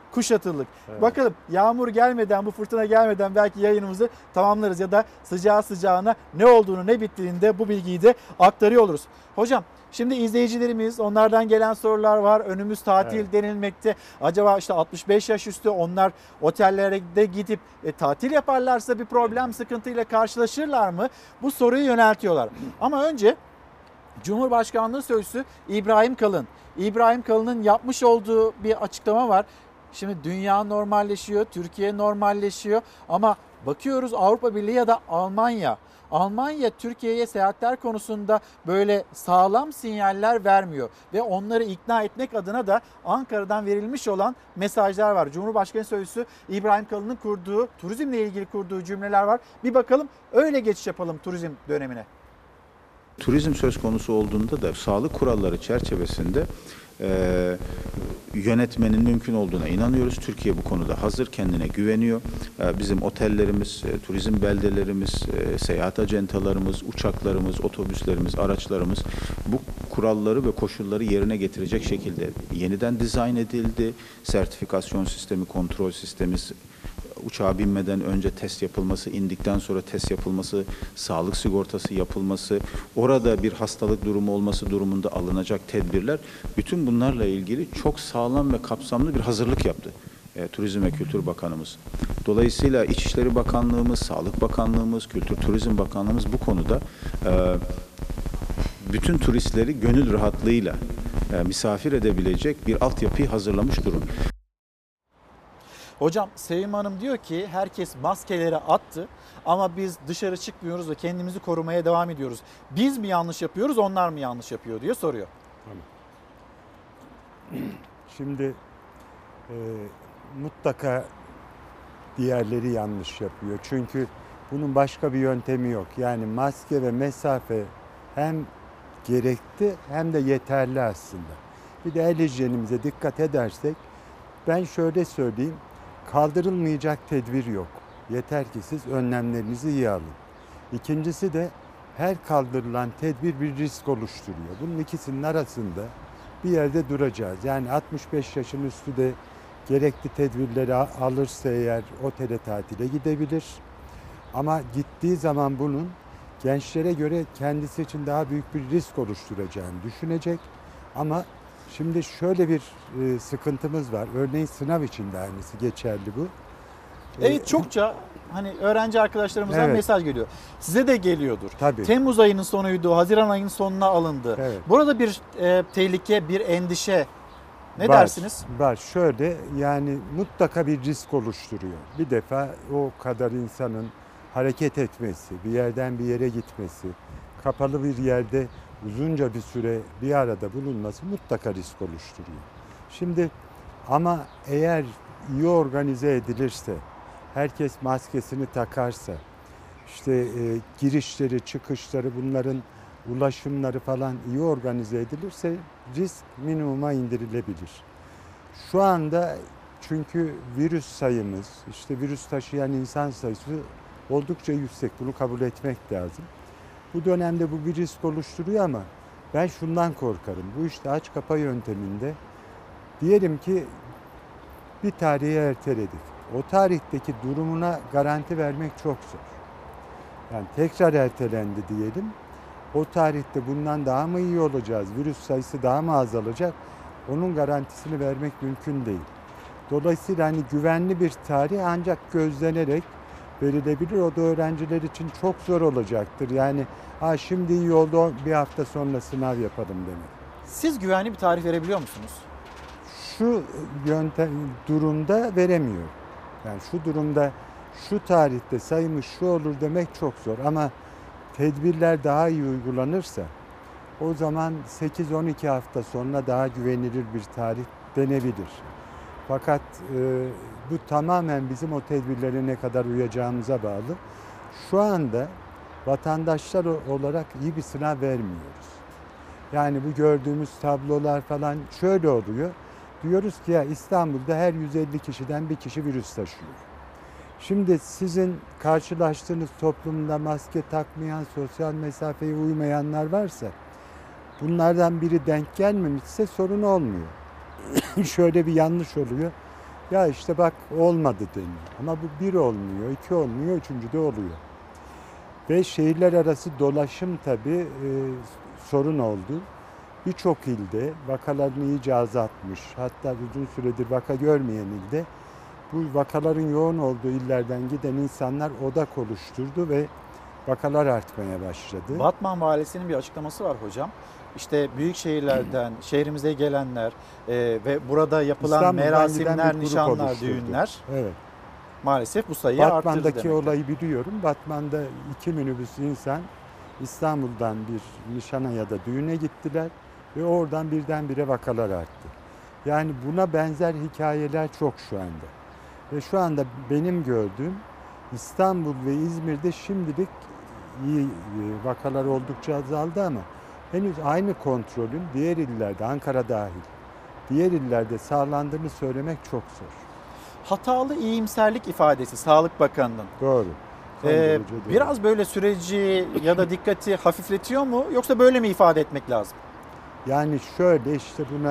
kuşatıldık. Evet. Bakalım yağmur gelmeden, bu fırtına gelmeden belki yayınımızı tamamlarız ya da sıcağı sıcağına ne olduğunu ne bittiğini de bu bilgiyi de aktarıyor oluruz. Hocam şimdi izleyicilerimiz, onlardan gelen sorular var. Önümüz tatil denilmekte. Acaba işte 65 yaş üstü onlar otellere de gidip tatil yaparlarsa bir problem, sıkıntıyla karşılaşırlar mı? Bu soruyu yöneltiyorlar. Ama önce Cumhurbaşkanlığı Sözcüsü İbrahim Kalın. İbrahim Kalın'ın yapmış olduğu bir açıklama var. Şimdi dünya normalleşiyor, Türkiye normalleşiyor ama bakıyoruz Avrupa Birliği ya da Almanya Türkiye'ye seyahatler konusunda böyle sağlam sinyaller vermiyor ve onları ikna etmek adına da Ankara'dan verilmiş olan mesajlar var. Cumhurbaşkanı Sözcüsü İbrahim Kalın'ın kurduğu, turizmle ilgili kurduğu cümleler var. Bir bakalım, öyle geçiş yapalım turizm dönemine. Turizm söz konusu olduğunda da sağlık kuralları çerçevesinde yönetmenin mümkün olduğuna inanıyoruz. Türkiye bu konuda hazır, kendine güveniyor. Bizim otellerimiz, turizm beldelerimiz, seyahat acentalarımız, uçaklarımız, otobüslerimiz, araçlarımız bu kuralları ve koşulları yerine getirecek şekilde yeniden dizayn edildi. Sertifikasyon sistemi, kontrol sistemi, uçağa binmeden önce test yapılması, indikten sonra test yapılması, sağlık sigortası yapılması, orada bir hastalık durumu olması durumunda alınacak tedbirler, bütün bunlarla ilgili çok sağlam ve kapsamlı bir hazırlık yaptı Turizm ve Kültür Bakanımız. Dolayısıyla İçişleri Bakanlığımız, Sağlık Bakanlığımız, Kültür Turizm Bakanlığımız bu konuda bütün turistleri gönül rahatlığıyla misafir edebilecek bir altyapıyı hazırlamış durumda. Hocam Sevim Hanım diyor ki herkes maskeleri attı ama biz dışarı çıkmıyoruz ve kendimizi korumaya devam ediyoruz. Biz mi yanlış yapıyoruz, onlar mı yanlış yapıyor diye soruyor. Şimdi mutlaka diğerleri yanlış yapıyor. Çünkü bunun başka bir yöntemi yok. Yani maske ve mesafe hem gerekli hem de yeterli aslında. Bir de el hijyenimize dikkat edersek, ben şöyle söyleyeyim, kaldırılmayacak tedbir yok. Yeter ki siz önlemlerinizi iyi alın. İkincisi de her kaldırılan tedbir bir risk oluşturuyor. Bunun ikisinin arasında bir yerde duracağız. Yani 65 yaşın üstü de gerekli tedbirleri alırsa eğer otele tatile gidebilir. Ama gittiği zaman bunun gençlere göre kendisi için daha büyük bir risk oluşturacağını düşünecek. Ama şimdi şöyle bir sıkıntımız var. Örneğin sınav için de aynısı geçerli bu. Evet, çokça hani öğrenci arkadaşlarımızdan mesaj geliyor. Size de geliyordur. Tabii. Temmuz ayının sonuydu, Haziran ayının sonuna alındı. Evet. Burada bir tehlike, bir endişe ne dersiniz? Var. Şöyle, yani mutlaka bir risk oluşturuyor. Bir defa o kadar insanın hareket etmesi, bir yerden bir yere gitmesi, kapalı bir yerde uzunca bir süre bir arada bulunması mutlaka risk oluşturuyor. Şimdi ama eğer iyi organize edilirse, herkes maskesini takarsa, işte girişleri, çıkışları, bunların ulaşımları falan iyi organize edilirse risk minimuma indirilebilir. Şu anda çünkü virüs sayımız, işte virüs taşıyan insan sayısı oldukça yüksek. Bunu kabul etmek lazım. Bu dönemde bu bir risk oluşturuyor ama ben şundan korkarım. Bu işte aç kapa yönteminde diyelim ki bir tarihi erteledik. O tarihteki durumuna garanti vermek çok zor. Yani tekrar ertelendi diyelim. O tarihte bundan daha mı iyi olacağız? Virüs sayısı daha mı azalacak? Onun garantisini vermek mümkün değil. Dolayısıyla hani güvenli bir tarih ancak gözlenerek verilebilir. O da öğrenciler için çok zor olacaktır. Yani şimdi iyi oldu, bir hafta sonra sınav yapalım demek. Siz güvenli bir tarih verebiliyor musunuz? Şu durumda veremiyor. Yani şu durumda, şu tarihte sayımız şu olur demek çok zor. Ama tedbirler daha iyi uygulanırsa o zaman 8-12 hafta sonra daha güvenilir bir tarih denebilir. Fakat bu tamamen bizim o tedbirlere ne kadar uyacağımıza bağlı. Şu anda vatandaşlar olarak iyi bir sınav vermiyoruz. Yani bu gördüğümüz tablolar falan şöyle oluyor. Diyoruz ki ya İstanbul'da her 150 kişiden bir kişi virüs taşıyor. Şimdi sizin karşılaştığınız toplumda maske takmayan, sosyal mesafeye uymayanlar varsa bunlardan biri denk gelmemişse sorun olmuyor. Şöyle bir yanlış oluyor. Ya işte bak olmadı deniyor. Ama bu bir olmuyor, iki olmuyor, üçüncü de oluyor. Ve şehirler arası dolaşım tabii sorun oldu. Birçok ilde vakalarını iyice azaltmış. Hatta uzun süredir vaka görmeyen ilde bu vakaların yoğun olduğu illerden giden insanlar odak oluşturdu ve vakalar artmaya başladı. Batman Valisi'nin bir açıklaması var hocam. İşte büyük şehirlerden şehrimize gelenler ve burada yapılan İstanbul'dan merasimler, nişanlar, düğünler maalesef bu sayıyı arttırdı demek. Batman'daki olayı biliyorum. Batman'da 2 minibüs insan İstanbul'dan bir nişana ya da düğüne gittiler ve oradan birdenbire vakalar arttı. Yani buna benzer hikayeler çok şu anda. Ve şu anda benim gördüğüm İstanbul ve İzmir'de şimdilik iyi vakalar oldukça azaldı ama henüz aynı kontrolün diğer illerde, Ankara dahil, diğer illerde sağlandığını söylemek çok zor. Hatalı iyimserlik ifadesi Sağlık Bakanı'nın. Doğru. Biraz böyle süreci ya da dikkati hafifletiyor mu yoksa böyle mi ifade etmek lazım? Yani şöyle işte buna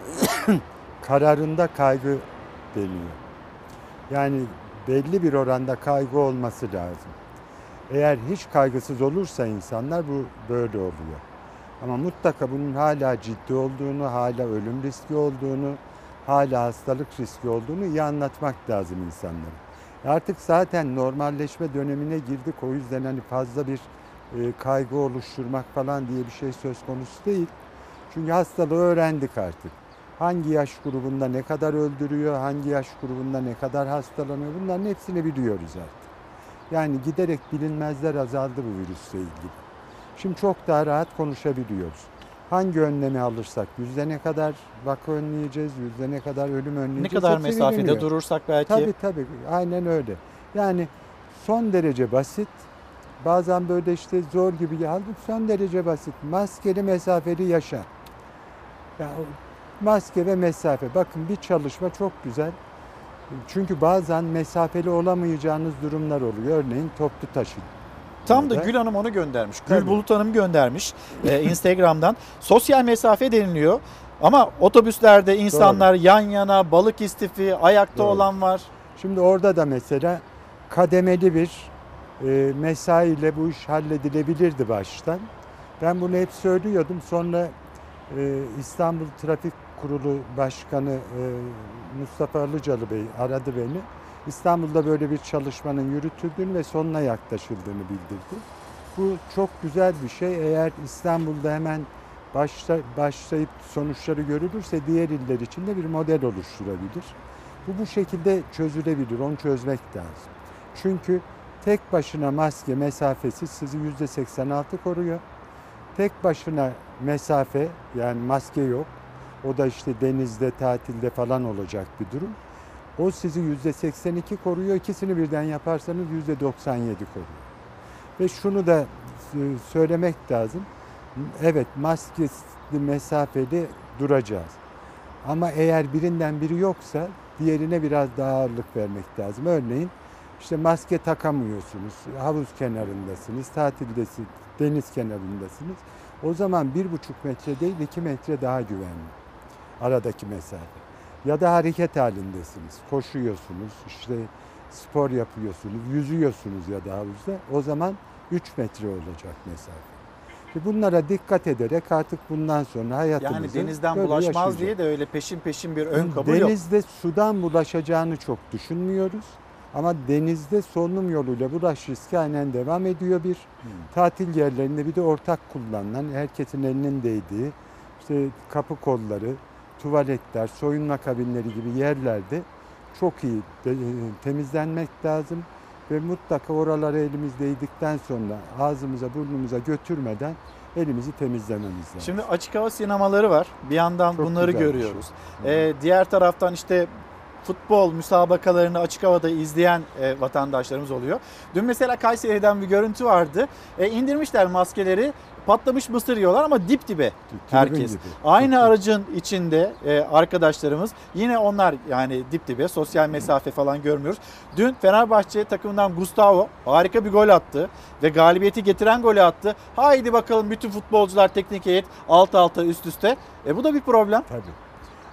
kararında kaygı deniyor. Yani belli bir oranda kaygı olması lazım. Eğer hiç kaygısız olursa insanlar bu böyle oluyor. Ama mutlaka bunun hala ciddi olduğunu, hala ölüm riski olduğunu, hala hastalık riski olduğunu iyi anlatmak lazım insanlara. Artık zaten normalleşme dönemine girdik. O yüzden hani fazla bir kaygı oluşturmak falan diye bir şey söz konusu değil. Çünkü hastalığı öğrendik artık. Hangi yaş grubunda ne kadar öldürüyor, hangi yaş grubunda ne kadar hastalanıyor bunların hepsini biliyoruz artık. Yani giderek bilinmezler azaldı bu virüsle ilgili. Şimdi çok daha rahat konuşabiliyoruz. Hangi önlemi alırsak, yüzde ne kadar vaka önleyeceğiz, yüzde ne kadar ölüm önleyeceğiz. Ne kadar mesafede biliniyor. Durursak belki. Tabii aynen öyle. Yani son derece basit. Bazen böyle işte zor gibi geldi. Son derece basit. Maskeli mesafeli yaşa. Yani maske ve mesafe. Bakın bir çalışma çok güzel. Çünkü bazen mesafeli olamayacağınız durumlar oluyor. Örneğin toplu taşım. Tam da Gül Hanım onu göndermiş. Gül Bulut Hanım göndermiş Instagram'dan. Sosyal mesafe deniliyor ama otobüslerde insanlar yan yana, balık istifi, ayakta olan var. Şimdi orada da mesela kademeli bir mesaiyle bu iş halledilebilirdi baştan. Ben bunu hep söylüyordum. Sonra İstanbul Trafik Kurulu Başkanı Mustafa Alıcalı Bey aradı beni. İstanbul'da böyle bir çalışmanın yürütüldüğünü ve sonuna yaklaşıldığını bildirdi. Bu çok güzel bir şey. Eğer İstanbul'da hemen başlayıp sonuçları görülürse diğer iller için de bir model oluşturabilir. Bu şekilde çözülebilir. Onu çözmek lazım. Çünkü tek başına maske mesafesi sizi %86 koruyor. Tek başına mesafe yani maske yok. O da işte denizde, tatilde falan olacak bir durum. O sizi %82 koruyor. İkisini birden yaparsanız %97 koruyor. Ve şunu da söylemek lazım. Evet maskeli mesafeli duracağız. Ama eğer birinden biri yoksa diğerine biraz daha ağırlık vermek lazım. Örneğin işte maske takamıyorsunuz. Havuz kenarındasınız, tatildesiniz, deniz kenarındasınız. O zaman 1,5 metre değil 2 metre daha güvenli. Aradaki mesafe. Ya da hareket halindesiniz. Koşuyorsunuz, işte spor yapıyorsunuz, yüzüyorsunuz ya da havuzda. O zaman 3 metre olacak mesafe. Bunlara dikkat ederek artık bundan sonra hayatımızı yani denizden böyle bulaşmaz yaşayacağız. diye de öyle peşin bir ön kabul yok. Denizde sudan bulaşacağını çok düşünmüyoruz. Ama denizde solunum yoluyla bulaş riski aynen devam ediyor bir. Tatil yerlerinde bir de ortak kullanılan, herkesin elinin değdiği, işte kapı kolları, tuvaletler, soyunma kabinleri gibi yerlerde çok iyi temizlenmek lazım. Ve mutlaka oralara elimiz değdikten sonra ağzımıza burnumuza götürmeden elimizi temizlememiz lazım. Şimdi açık hava sinemaları var. Bir yandan çok bunları görüyoruz. Diğer taraftan işte futbol müsabakalarını açık havada izleyen vatandaşlarımız oluyor. Dün mesela Kayseri'den bir görüntü vardı. İndirmişler maskeleri. Patlamış mısır yiyorlar ama dip dibe herkes. Gibi. Aynı aracın içinde arkadaşlarımız yine onlar yani dip dibe sosyal mesafe falan görmüyoruz. Dün Fenerbahçe takımından Gustavo harika bir gol attı ve galibiyeti getiren golü attı. Haydi bakalım bütün futbolcular teknik heyet alt alta üst üste. Bu da bir problem. Tabii.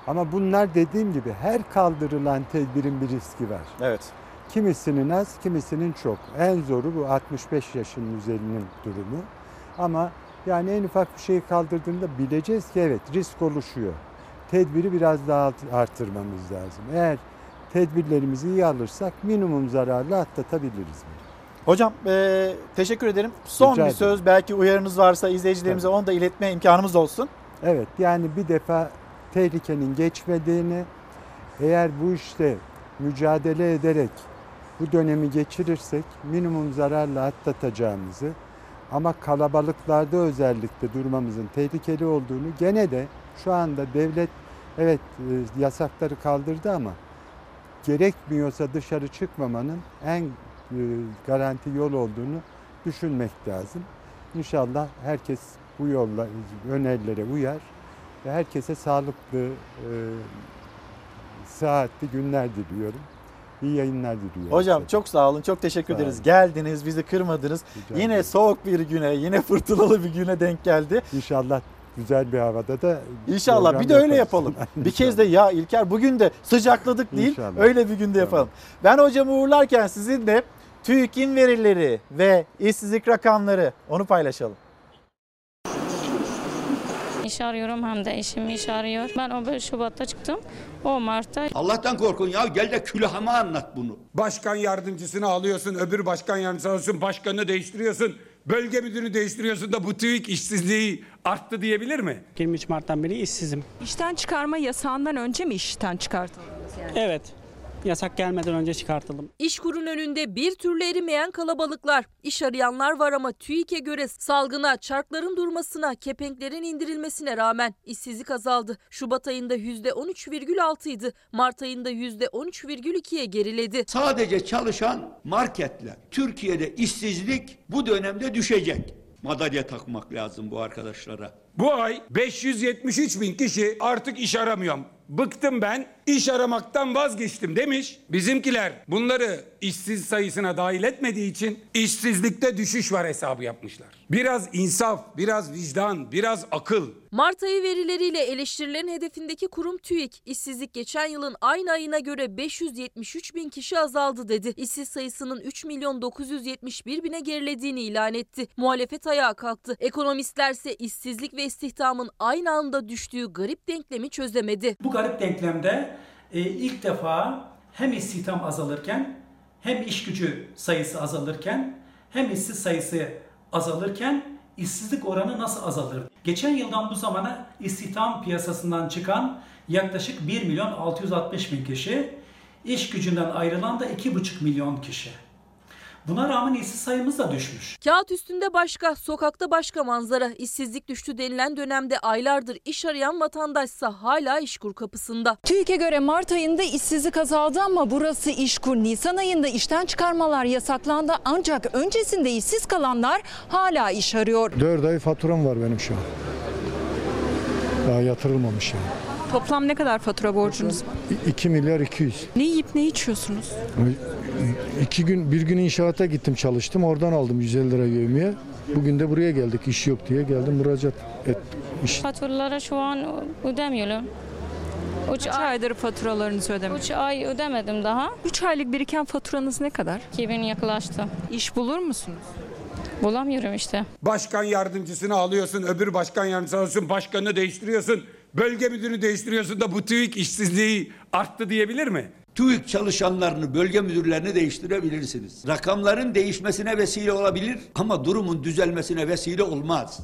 Ama bunlar dediğim gibi her kaldırılan tedbirin bir riski var. Evet. Kimisinin az, kimisinin çok. En zoru bu 65 yaşının üzerinin durumu. Ama yani en ufak bir şeyi kaldırdığında bileceğiz ki evet risk oluşuyor. Tedbiri biraz daha artırmamız lazım. Eğer tedbirlerimizi iyi alırsak minimum zararla atlatabiliriz. Hocam teşekkür ederim. Son Rica bir söz, belki uyarınız varsa izleyicilerimize onu da iletme imkanımız olsun. Evet, yani bir defa tehlikenin geçmediğini, eğer bu işte mücadele ederek bu dönemi geçirirsek minimum zararla atlatacağımızı, ama kalabalıklarda özellikle durmamızın tehlikeli olduğunu, gene de şu anda devlet evet yasakları kaldırdı ama gerekmiyorsa dışarı çıkmamanın en garanti yol olduğunu düşünmek lazım. İnşallah herkes bu yolla, önerilere uyar ve herkese sağlıklı, sıhhatli günler diliyorum. İyi yayınlar diliyorum. Hocam çok sağ olun, çok teşekkür ederiz. olun. Geldiniz, bizi kırmadınız. Yine soğuk bir güne, yine fırtınalı bir güne denk geldi. İnşallah güzel bir havada da İnşallah bir de öyle yapalım. Bir kez de ya İlker bugün de sıcakladık değil, İnşallah. öyle bir günde yapalım. Ben hocamı uğurlarken sizinle TÜİK'in verileri ve işsizlik rakamları, onu paylaşalım. İş arıyorum, hem de eşim iş arıyor. Ben 11 Şubat'ta çıktım, o Mart'ta. Allah'tan korkun ya, gel de külahıma anlat bunu. Başkan yardımcısını alıyorsun, öbür başkan yardımcısını alıyorsun, başkanını değiştiriyorsun. Bölge müdürünü değiştiriyorsun da bu TÜİK işsizliği arttı diyebilir mi? 23 Mart'tan beri işsizim. İşten çıkarma yasağından önce mi işten çıkartıldınız yani? Evet. Yasak gelmeden önce çıkartıldım. İşkur'un önünde bir türlü erimeyen kalabalıklar. İş arayanlar var ama TÜİK'e göre salgına, çarkların durmasına, kepenklerin indirilmesine rağmen işsizlik azaldı. Şubat ayında %13,6 idi. Mart ayında %13,2'ye geriledi. Sadece çalışan marketler. Türkiye'de işsizlik bu dönemde düşecek. Madalya takmak lazım bu arkadaşlara. Bu ay 573 bin kişi artık iş aramıyorum. Bıktım ben, iş aramaktan vazgeçtim demiş. Bizimkiler bunları işsiz sayısına dahil etmediği için işsizlikte düşüş var hesabı yapmışlar. Biraz insaf, biraz vicdan, biraz akıl. Mart ayı verileriyle eleştirilerin hedefindeki kurum TÜİK, işsizlik geçen yılın aynı ayına göre 573 bin kişi azaldı dedi. İşsiz sayısının 3.971.000'e gerilediğini ilan etti. Muhalefet ayağa kalktı. Ekonomistlerse işsizlik ve istihdamın aynı anda düştüğü garip denklemi çözemedi. Bu garip denklemde ilk defa hem istihdam azalırken, hem iş gücü sayısı azalırken, hem işsiz sayısı azalırken işsizlik oranı nasıl azalır? Geçen yıldan bu zamana istihdam piyasasından çıkan yaklaşık 1.660.000 kişi, iş gücünden ayrılan da 2,5 milyon kişi. Buna rağmen işsiz sayımız da düşmüş. Kağıt üstünde başka, sokakta başka manzara. İşsizlik düştü denilen dönemde aylardır iş arayan vatandaşsa hala İşkur kapısında. TÜİK'e göre Mart ayında işsizlik azaldı ama burası İşkur. Nisan ayında işten çıkarmalar yasaklandı ancak öncesinde işsiz kalanlar hala iş arıyor. 4 ay faturam var benim şu an. Daha yatırılmamış yani. Toplam ne kadar fatura borcunuz var? 2 milyar 200. Ne yiyip ne içiyorsunuz? Bir gün inşaata gittim, çalıştım. Oradan aldım 150 lira yevmiye. Bugün de buraya geldik. İş yok diye geldim, müracaat ettim. Faturalara şu an ödemiyorum. Kaç aydır faturalarınızı ödemiyorsunuz? 3 ay ödemedim daha. 3 aylık biriken faturanız ne kadar? 2000 yaklaştı. İş bulur musunuz? Bulamıyorum işte. Başkan yardımcısını alıyorsun, öbür başkan yardımcısını alıyorsun, başkanını değiştiriyorsun. Bölge müdürünü değiştiriyorsun da bu TÜİK işsizliği arttı diyebilir mi? TÜİK çalışanlarını, bölge müdürlerini değiştirebilirsiniz. Rakamların değişmesine vesile olabilir ama durumun düzelmesine vesile olmaz.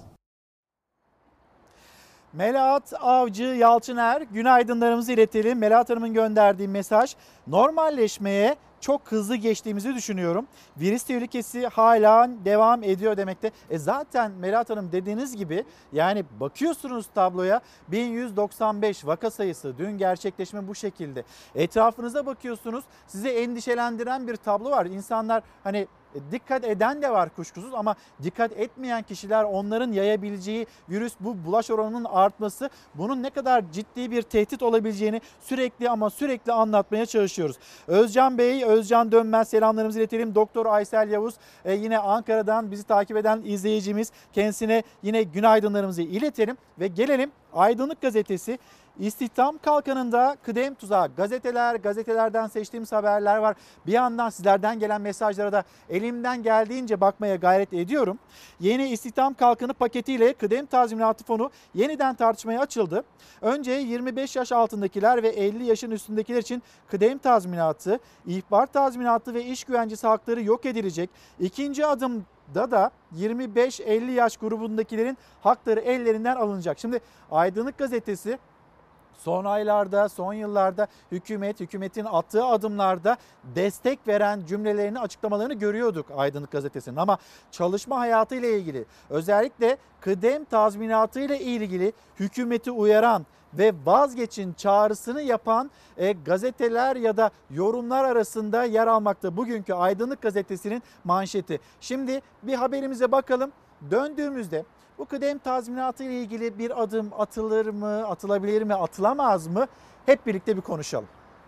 Melahat Avcı Yalçıner, günaydınlarımızı iletelim. Melahat Hanım'ın gönderdiği mesaj, normalleşmeye çok hızlı geçtiğimizi düşünüyorum. Virüs tehlikesi hala devam ediyor demekte. Zaten Melahat Hanım dediğiniz gibi, yani bakıyorsunuz tabloya, 1195 vaka sayısı, dün gerçekleşme bu şekilde. Etrafınıza bakıyorsunuz, sizi endişelendiren bir tablo var. İnsanlar hani dikkat eden de var kuşkusuz ama dikkat etmeyen kişiler, onların yayabileceği virüs, bu bulaş oranının artması, bunun ne kadar ciddi bir tehdit olabileceğini sürekli anlatmaya çalışıyoruz. Özcan Bey, Özcan Dönmez selamlarımızı iletelim. Doktor Aysel Yavuz yine Ankara'dan bizi takip eden izleyicimiz, kendisine yine günaydınlarımızı iletelim ve gelelim Aydınlık Gazetesi İstihdam Kalkanı'nda kıdem tuzağı, gazetelerden seçtiğimiz haberler var. Bir yandan sizlerden gelen mesajlara da elimden geldiğince bakmaya gayret ediyorum. Yeni İstihdam Kalkanı paketiyle kıdem tazminatı fonu yeniden tartışmaya açıldı. Önce 25 yaş altındakiler ve 50 yaşın üstündekiler için kıdem tazminatı, ihbar tazminatı ve iş güvencesi hakları yok edilecek. İkinci adımda da 25-50 yaş grubundakilerin hakları ellerinden alınacak. Şimdi Aydınlık Gazetesi son aylarda, son yıllarda hükümetin attığı adımlarda destek veren cümlelerini, açıklamalarını görüyorduk Aydınlık Gazetesi'nin. Ama çalışma hayatı ile ilgili, özellikle kıdem tazminatı ile ilgili hükümeti uyaran ve vazgeçin çağrısını yapan gazeteler ya da yorumlar arasında yer almakta bugünkü Aydınlık Gazetesi'nin manşeti. Şimdi bir haberimize bakalım. Döndüğümüzde bu kıdem tazminatı ile ilgili bir adım atılır mı, atılabilir mi, atılamaz mı? Hep birlikte bir konuşalım.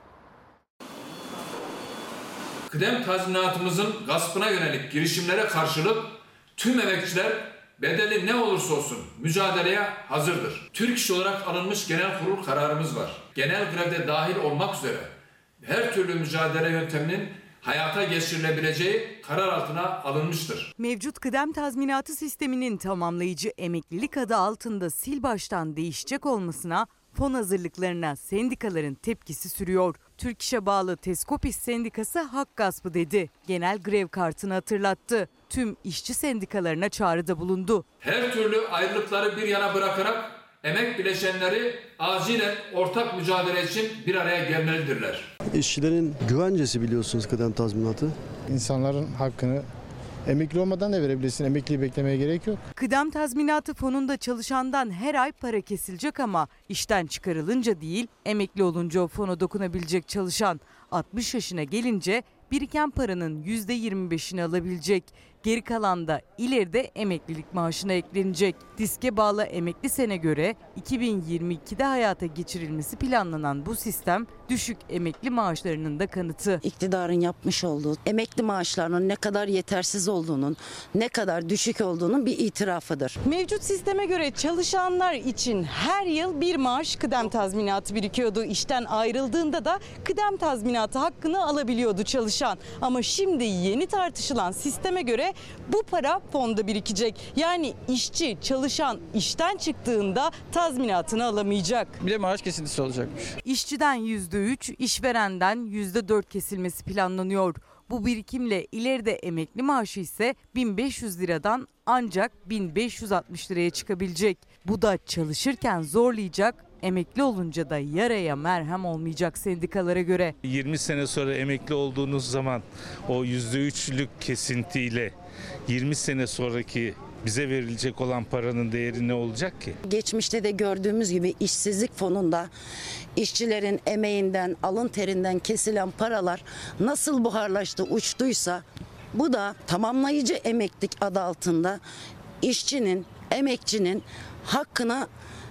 Kıdem tazminatımızın gaspına yönelik girişimlere karşılık tüm emekçiler bedeli ne olursa olsun mücadeleye hazırdır. Türk İş olarak alınmış genel kurul kararımız var. Genel grevde dahil olmak üzere her türlü mücadele yönteminin hayata geçirilebileceği karar altına alınmıştır. Mevcut kıdem tazminatı sisteminin tamamlayıcı emeklilik adı altında sil baştan değişecek olmasına, fon hazırlıklarına sendikaların tepkisi sürüyor. Türk İş'e bağlı Teskopis Sendikası hak gaspı dedi. Genel grev kartını hatırlattı. Tüm işçi sendikalarına çağrıda bulundu. Her türlü ayrılıkları bir yana bırakarak emek bileşenleri acilen ortak mücadele için bir araya gelmelidirler. İşçilerin güvencesi biliyorsunuz kıdem tazminatı. İnsanların hakkını emekli olmadan da verebilirsin. Emekliyi beklemeye gerek yok. Kıdem tazminatı fonunda çalışandan her ay para kesilecek ama işten çıkarılınca değil, emekli olunca o fona dokunabilecek çalışan 60 yaşına gelince biriken paranın %25'ini alabilecek. Geri kalan da ileride emeklilik maaşına eklenecek. Diske bağlı emekli sene göre 2022'de hayata geçirilmesi planlanan bu sistem düşük emekli maaşlarının da kanıtı. İktidarın yapmış olduğu emekli maaşlarının ne kadar yetersiz olduğunun, ne kadar düşük olduğunun bir itirafıdır. Mevcut sisteme göre çalışanlar için her yıl bir maaş kıdem tazminatı birikiyordu. İşten ayrıldığında da kıdem tazminatı hakkını alabiliyordu çalışan. Ama şimdi yeni tartışılan sisteme göre bu para fonda birikecek. Yani işçi, çalışan işten çıktığında tazminatını alamayacak. Bir de maaş kesintisi olacakmış. İşçiden %3, işverenden %4 kesilmesi planlanıyor. Bu birikimle ileride emekli maaşı ise 1500 liradan ancak 1560 liraya çıkabilecek. Bu da çalışırken zorlayacak, emekli olunca da yaraya merhem olmayacak sendikalara göre. 20 sene sonra emekli olduğunuz zaman o %3'lük kesintiyle 20 sene sonraki bize verilecek olan paranın değeri ne olacak ki? Geçmişte de gördüğümüz gibi işsizlik fonunda işçilerin emeğinden, alın terinden kesilen paralar nasıl buharlaştı, uçtuysa bu da tamamlayıcı emeklilik adı altında işçinin, emekçinin hakkına,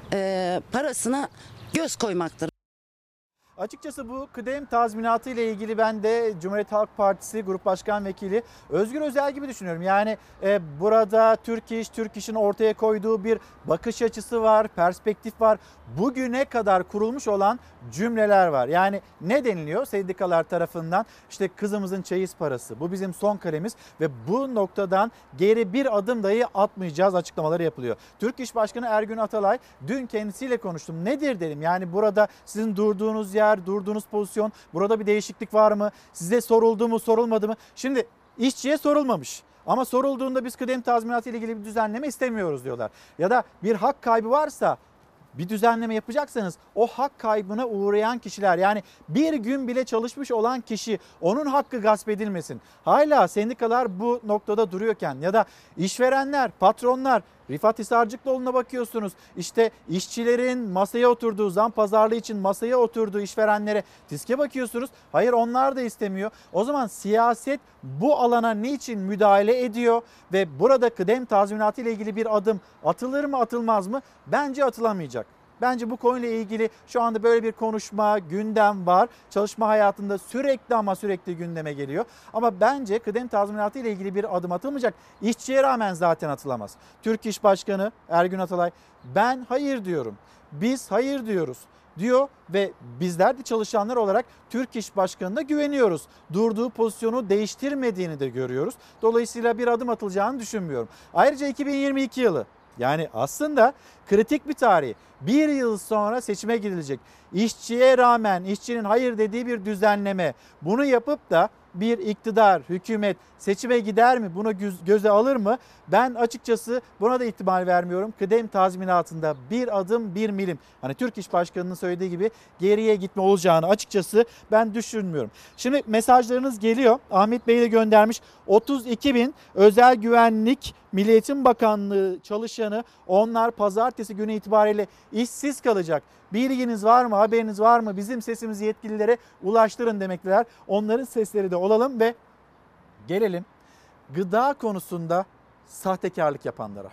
parasına göz koymaktır. Açıkçası bu kıdem tazminatı ile ilgili ben de Cumhuriyet Halk Partisi Grup Başkan Vekili Özgür Özel gibi düşünüyorum. Yani burada Türk İş'in ortaya koyduğu bir bakış açısı var, perspektif var. Bugüne kadar kurulmuş olan cümleler var. Yani ne deniliyor sendikalar tarafından? İşte kızımızın çeyiz parası, bu bizim son kalemiz ve bu noktadan geri bir adım dahi atmayacağız açıklamaları yapılıyor. Türk İş Başkanı Ergün Atalay, dün kendisiyle konuştum. Nedir dedim, yani burada sizin durduğunuz yer, durduğunuz pozisyon, burada bir değişiklik var mı? Size soruldu mu, sorulmadı mı? Şimdi işçiye sorulmamış. Ama sorulduğunda biz kıdem tazminatı ile ilgili bir düzenleme istemiyoruz diyorlar. Ya da bir hak kaybı varsa bir düzenleme yapacaksanız o hak kaybına uğrayan kişiler, yani bir gün bile çalışmış olan kişi, onun hakkı gasp edilmesin. Hala sendikalar bu noktada duruyorken ya da işverenler, patronlar, Rifat Hisarcıklıoğlu'na bakıyorsunuz. İşte işçilerin masaya oturduğu, zam pazarlığı için masaya oturduğu işverenlere, TİSK'e bakıyorsunuz. Hayır, onlar da istemiyor. O zaman siyaset bu alana niçin müdahale ediyor ve burada kıdem tazminatı ile ilgili bir adım atılır mı, atılmaz mı? Bence atılamayacak. Bence bu konuyla ilgili şu anda böyle bir konuşma, gündem var. Çalışma hayatında sürekli gündeme geliyor. Ama bence kıdem tazminatı ile ilgili bir adım atılmayacak. İşçiye rağmen zaten atılamaz. Türk İş Başkanı Ergün Atalay, ben hayır diyorum. Biz hayır diyoruz. diyor ve bizler de çalışanlar olarak Türk İş Başkanı'na güveniyoruz. Durduğu pozisyonu değiştirmediğini de görüyoruz. Dolayısıyla bir adım atılacağını düşünmüyorum. Ayrıca 2022 yılı, yani aslında kritik bir tarih. Bir yıl sonra seçime gidilecek. İşçiye rağmen işçinin hayır dediği bir düzenleme. Bunu yapıp da bir iktidar, hükümet seçime gider mi? Bunu göze alır mı? Ben açıkçası buna da ihtimal vermiyorum. Kıdem tazminatında bir adım bir milim, hani Türk İş Başkanı'nın söylediği gibi geriye gitme olacağını açıkçası ben düşünmüyorum. Şimdi mesajlarınız geliyor. Ahmet Bey de göndermiş. 32.000 özel güvenlik Milli Eğitim Bakanlığı çalışanı, onlar pazartesi günü itibariyle işsiz kalacak. Bilginiz var mı, haberiniz var mı? Bizim sesimizi yetkililere ulaştırın demekteler. Onların sesleri de olalım ve gelelim gıda konusunda sahtekarlık yapanlara.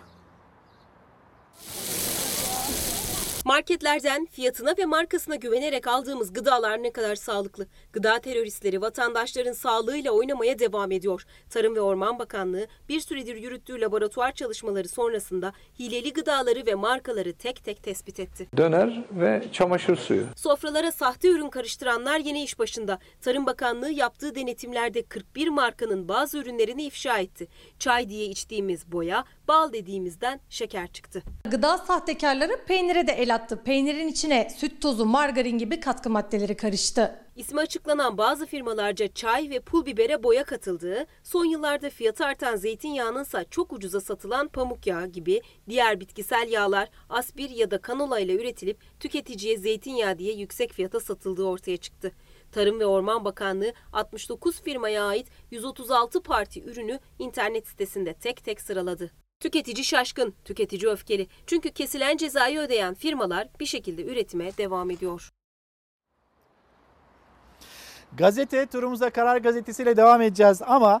Marketlerden fiyatına ve markasına güvenerek aldığımız gıdalar ne kadar sağlıklı? Gıda teröristleri vatandaşların sağlığıyla oynamaya devam ediyor. Tarım ve Orman Bakanlığı bir süredir yürüttüğü laboratuvar çalışmaları sonrasında hileli gıdaları ve markaları tek tek tespit etti. Döner ve çamaşır suyu. Sofralara sahte ürün karıştıranlar yine iş başında. Tarım Bakanlığı yaptığı denetimlerde 41 markanın bazı ürünlerini ifşa etti. Çay diye içtiğimiz boya, bal dediğimizden şeker çıktı. Gıda sahtekarları peynire de el attı. Peynirin içine süt tozu, margarin gibi katkı maddeleri karıştı. İsmi açıklanan bazı firmalarca çay ve pul bibere boya katıldığı, son yıllarda fiyatı artan zeytinyağınınsa çok ucuza satılan pamuk yağı gibi diğer bitkisel yağlar aspir ya da kanola ile üretilip tüketiciye zeytinyağı diye yüksek fiyata satıldığı ortaya çıktı. Tarım ve Orman Bakanlığı 69 firmaya ait 136 parti ürünü internet sitesinde tek tek sıraladı. Tüketici şaşkın, tüketici öfkeli. Çünkü kesilen cezayı ödeyen firmalar bir şekilde üretime devam ediyor. Gazete turumuza Karar Gazetesi ile devam edeceğiz ama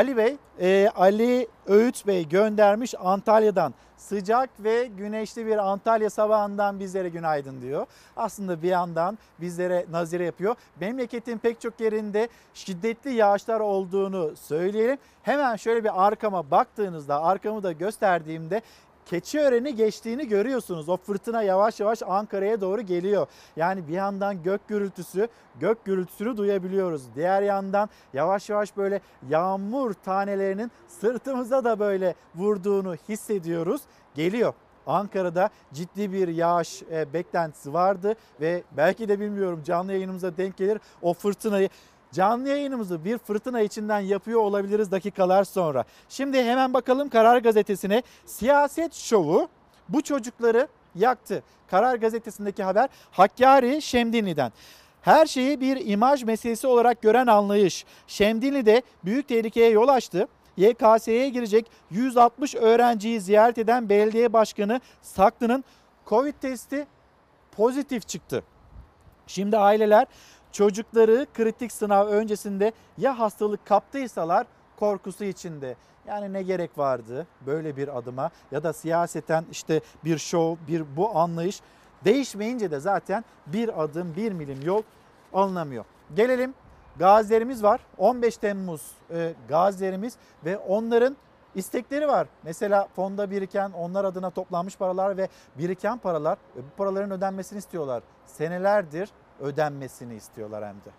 Ali Öğüt Bey göndermiş Antalya'dan. Sıcak ve güneşli bir Antalya sabahından bizlere günaydın diyor. Aslında bir yandan bizlere nazire yapıyor. Memleketin pek çok yerinde şiddetli yağışlar olduğunu söyleyelim. Hemen şöyle bir arkama baktığınızda, arkamı da gösterdiğimde Keçiören'i geçtiğini görüyorsunuz. O fırtına yavaş yavaş Ankara'ya doğru geliyor. Yani bir yandan gök gürültüsünü duyabiliyoruz. Diğer yandan yavaş yavaş böyle yağmur tanelerinin sırtımıza da böyle vurduğunu hissediyoruz. Geliyor. Ankara'da ciddi bir yağış beklentisi vardı ve belki de bilmiyorum canlı yayınımıza denk gelir o fırtınayı. Canlı yayınımızı bir fırtına içinden yapıyor olabiliriz dakikalar sonra. Şimdi hemen bakalım Karar Gazetesi'ne. Siyaset şovu bu çocukları yaktı. Karar Gazetesi'ndeki haber Hakkari Şemdinli'den. Her şeyi bir imaj meselesi olarak gören anlayış Şemdinli'de büyük tehlikeye yol açtı. YKS'ye girecek 160 öğrenciyi ziyaret eden belediye başkanı Saklı'nın Covid testi pozitif çıktı. Şimdi aileler çocukları kritik sınav öncesinde ya hastalık kaptıysalar korkusu içinde. Yani ne gerek vardı böyle bir adıma ya da siyaseten işte bir şov, bir bu anlayış değişmeyince de zaten bir adım bir milim yol alınamıyor. Gelelim gazilerimiz var. 15 Temmuz gazilerimiz ve onların istekleri var. Mesela fonda biriken onlar adına toplanmış paralar ve biriken paralar bu paraların ödenmesini istiyorlar. Senelerdir ödenmesini istiyorlar hem de.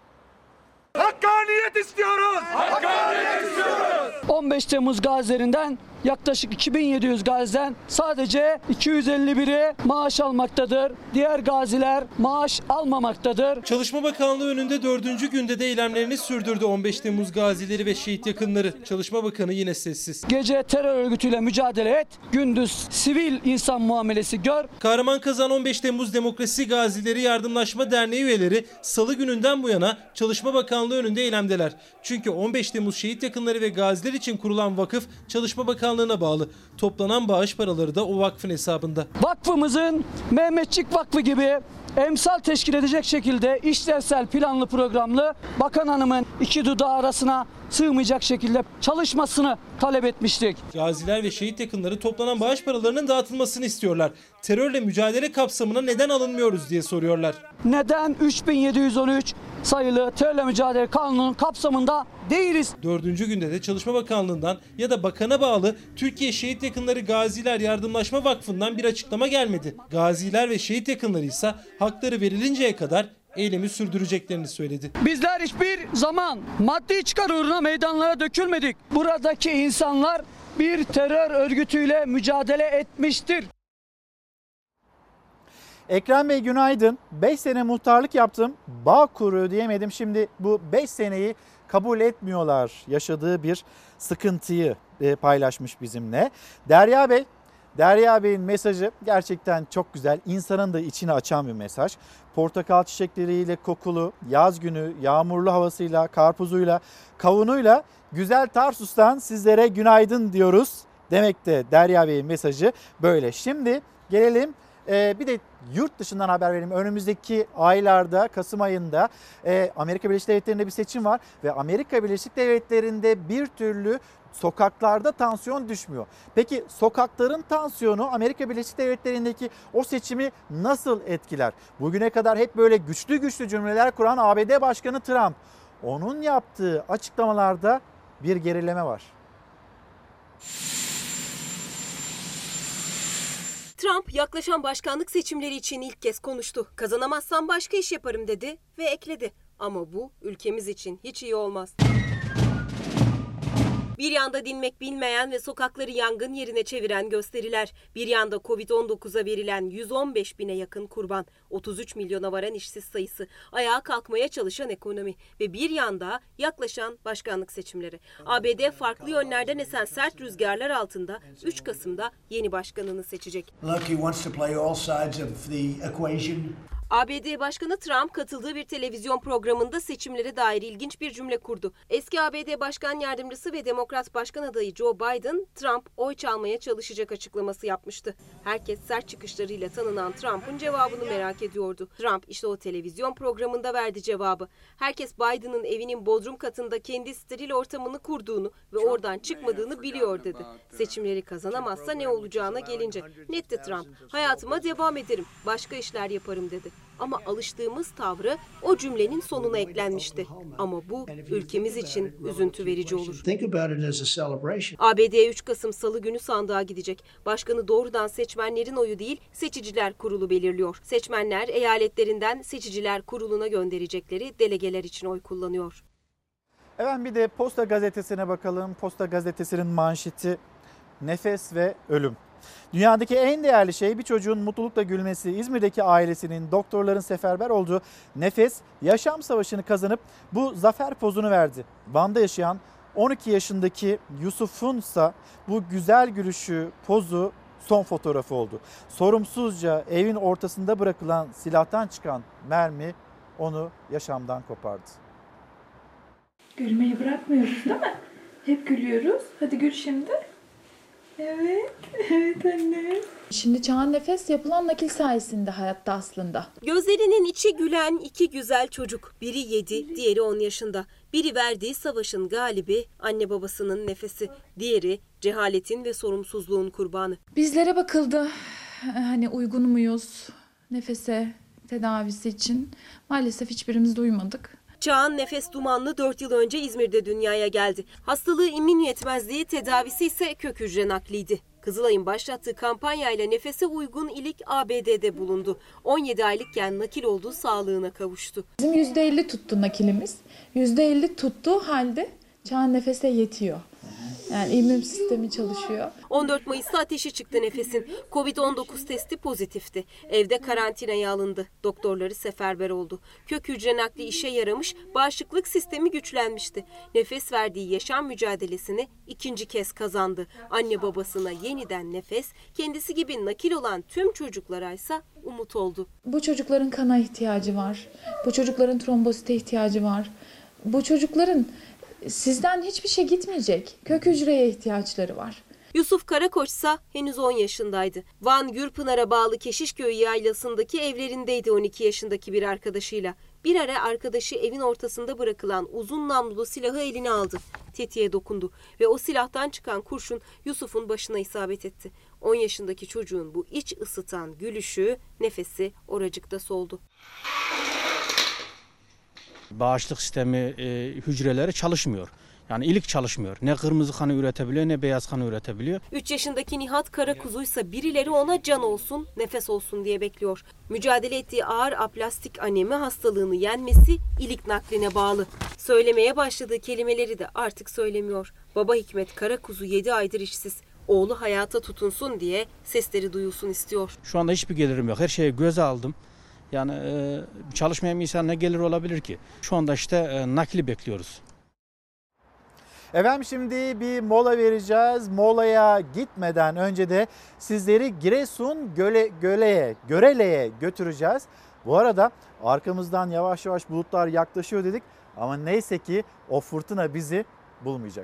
Hakkaniyet istiyoruz! Hakkaniyet istiyoruz! 15 Temmuz gazilerinden yaklaşık 2700 gaziden sadece 251'i maaş almaktadır. Diğer gaziler maaş almamaktadır. Çalışma Bakanlığı önünde 4. günde de eylemlerini sürdürdü 15 Temmuz gazileri ve şehit yakınları. Çalışma Bakanı yine sessiz. Gece terör örgütüyle mücadele et, gündüz sivil insan muamelesi gör. Kahraman 15 Temmuz Demokrasi Gazileri Yardımlaşma Derneği üyeleri Salı gününden bu yana Çalışma Bakanlığı önünde eylemdeler. Çünkü 15 Temmuz şehit yakınları ve gaziler için kurulan vakıf Çalışma Bakanlığı'na bağlı. Toplanan bağış paraları da o vakfın hesabında. Vakfımızın Mehmetçik Vakfı gibi emsal teşkil edecek şekilde işlevsel, planlı, programlı, bakan hanımın iki dudağı arasına sığmayacak şekilde çalışmasını talep etmiştik. Gaziler ve şehit yakınları toplanan bağış paralarının dağıtılmasını istiyorlar. Terörle mücadele kapsamına neden alınmıyoruz diye soruyorlar. Neden 3713 sayılı terörle mücadele kanunun kapsamında değiliz? 4. günde de Çalışma Bakanlığı'ndan ya da bakana bağlı Türkiye Şehit Yakınları Gaziler Yardımlaşma Vakfı'ndan bir açıklama gelmedi. Gaziler ve şehit yakınları ise hakları verilinceye kadar eylemi sürdüreceklerini söyledi. Bizler hiçbir zaman maddi çıkar uğruna meydanlara dökülmedik. Buradaki insanlar bir terör örgütüyle mücadele etmiştir. Ekrem Bey günaydın. 5 sene muhtarlık yaptım. Bağkur'u ödeyemedim. Şimdi bu 5 seneyi kabul etmiyorlar. Yaşadığı bir sıkıntıyı paylaşmış bizimle. Derya Bey'in mesajı gerçekten çok güzel. İnsanın da içini açan bir mesaj. Portakal çiçekleriyle kokulu, yaz günü, yağmurlu havasıyla, karpuzuyla, kavunuyla güzel Tarsus'tan sizlere günaydın diyoruz. Demek de Derya Bey'in mesajı böyle. Şimdi gelelim bir de yurt dışından haber verelim. Önümüzdeki aylarda, Kasım ayında Amerika Birleşik Devletleri'nde bir seçim var. Ve Amerika Birleşik Devletleri'nde bir türlü sokaklarda tansiyon düşmüyor. Peki sokakların tansiyonu Amerika Birleşik Devletleri'ndeki o seçimi nasıl etkiler? Bugüne kadar hep böyle güçlü cümleler kuran ABD Başkanı Trump. Onun yaptığı açıklamalarda bir gerileme var. Trump yaklaşan başkanlık seçimleri için ilk kez konuştu. Kazanamazsam başka iş yaparım dedi ve ekledi. Ama bu ülkemiz için hiç iyi olmaz. Bir yanda dinmek bilmeyen ve sokakları yangın yerine çeviren gösteriler, bir yanda Covid-19'a verilen 115 bine yakın kurban, 33 milyona varan işsiz sayısı, ayağa kalkmaya çalışan ekonomi ve bir yanda yaklaşan başkanlık seçimleri. ABD farklı yönlerden esen sert rüzgarlar altında 3 Kasım'da yeni başkanını seçecek. ABD Başkanı Trump katıldığı bir televizyon programında seçimlere dair ilginç bir cümle kurdu. Eski ABD Başkan Yardımcısı ve Demokrat Başkan adayı Joe Biden, Trump oy çalmaya çalışacak açıklaması yapmıştı. Herkes sert çıkışlarıyla tanınan Trump'ın cevabını merak ediyordu. Trump işte o televizyon programında verdi cevabı. Herkes Biden'ın evinin bodrum katında kendi steril ortamını kurduğunu ve oradan çıkmadığını biliyor dedi. Seçimleri kazanamazsa ne olacağına gelince netti Trump. Hayatıma devam ederim, başka işler yaparım dedi. Ama alıştığımız tavrı o cümlenin sonuna eklenmişti. Ama bu ülkemiz için üzüntü verici olur. ABD'ye 3 Kasım Salı günü sandığa gidecek. Başkanı doğrudan seçmenlerin oyu değil, Seçiciler Kurulu belirliyor. Seçmenler eyaletlerinden Seçiciler Kurulu'na gönderecekleri delegeler için oy kullanıyor. Evet, bir de Posta Gazetesi'ne bakalım. Posta Gazetesi'nin manşeti nefes ve ölüm. Dünyadaki en değerli şey bir çocuğun mutlulukla gülmesi. İzmir'deki ailesinin, doktorların seferber olduğu nefes, yaşam savaşını kazanıp bu zafer pozunu verdi. Van'da yaşayan 12 yaşındaki Yusuf'un ise bu güzel gülüşü, pozu son fotoğrafı oldu. Sorumsuzca evin ortasında bırakılan silahtan çıkan mermi onu yaşamdan kopardı. Gülmeyi bırakmıyoruz değil mi? Hep gülüyoruz. Hadi gül şimdi. Evet, evet anne. Şimdi Çağan Nefes yapılan nakil sayesinde hayatta aslında. Gözlerinin içi gülen iki güzel çocuk. Biri 7, diğeri 10 yaşında. Biri verdiği savaşın galibi, anne babasının nefesi. Diğeri cehaletin ve sorumsuzluğun kurbanı. Bizlere bakıldı. Hani uygun muyuz nefese tedavisi için? Maalesef hiçbirimiz duymadık. Çağan Nefes Dumanlı 4 yıl önce İzmir'de dünyaya geldi. Hastalığı immün yetmezliği, tedavisi ise kök hücre nakliydi. Kızılay'ın başlattığı kampanyayla nefese uygun ilik ABD'de bulundu. 17 aylıkken nakil olduğu sağlığına kavuştu. Bizim %50 tuttu nakilimiz. %50 tuttuğu halde Çağan Nefes'e yetiyor. Yani immün sistemi çalışıyor. 14 Mayıs'ta ateşi çıktı Nefes'in. Covid-19 testi pozitifti. Evde karantinaya alındı. Doktorları seferber oldu. Kök hücre nakli işe yaramış, bağışıklık sistemi güçlenmişti. Nefes verdiği yaşam mücadelesini ikinci kez kazandı. Anne babasına yeniden nefes, kendisi gibi nakil olan tüm çocuklara ise umut oldu. Bu çocukların kana ihtiyacı var. Bu çocukların trombosite ihtiyacı var. Bu çocukların sizden hiçbir şey gitmeyecek. Kök hücreye ihtiyaçları var. Yusuf Karakoç ise henüz 10 yaşındaydı. Van Gürpınar'a bağlı Keşişköy yaylasındaki evlerindeydi 12 yaşındaki bir arkadaşıyla. Bir ara arkadaşı evin ortasında bırakılan uzun namlulu silahı eline aldı. Tetiğe dokundu ve o silahtan çıkan kurşun Yusuf'un başına isabet etti. 10 yaşındaki çocuğun bu iç ısıtan gülüşü, nefesi oracıkta soldu. Bağışıklık sistemi hücreleri çalışmıyor. Yani ilik çalışmıyor. Ne kırmızı kanı üretebiliyor ne beyaz kanı üretebiliyor. 3 yaşındaki Nihat Karakuzuysa birileri ona can olsun, nefes olsun diye bekliyor. Mücadele ettiği ağır aplastik anemi hastalığını yenmesi ilik nakline bağlı. Söylemeye başladığı kelimeleri de artık söylemiyor. Baba Hikmet Karakuzu 7 aydır işsiz. Oğlu hayata tutunsun diye sesleri duyulsun istiyor. Şu anda hiçbir gelirim yok. Her şeye göze aldım. Yani çalışmayan bir insan ne gelir olabilir ki? Şu anda işte nakli bekliyoruz. Efendim şimdi bir mola vereceğiz. Molaya gitmeden önce de sizleri Giresun Görele'ye götüreceğiz. Bu arada arkamızdan yavaş yavaş bulutlar yaklaşıyor dedik ama neyse ki o fırtına bizi bulmayacak.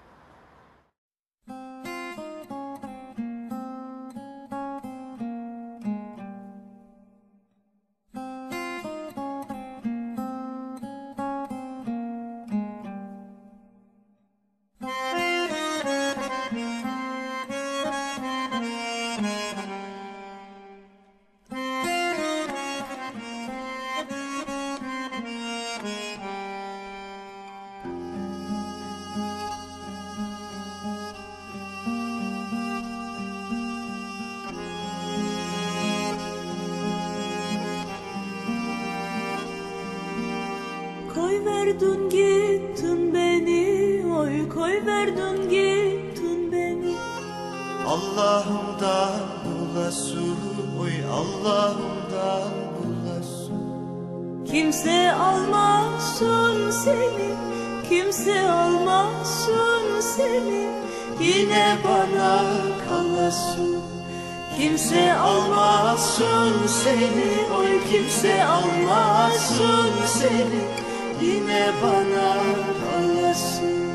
Koyverdin gittin beni, oy koyverdin gittin beni. Allah'ımdan bulasın, oy Allah'ımdan bulasın. Kimse almasın seni, kimse almasın seni. Yine bana kalasın. Kimse almasın seni, oy kimse almasın seni. Yine bana kalasın.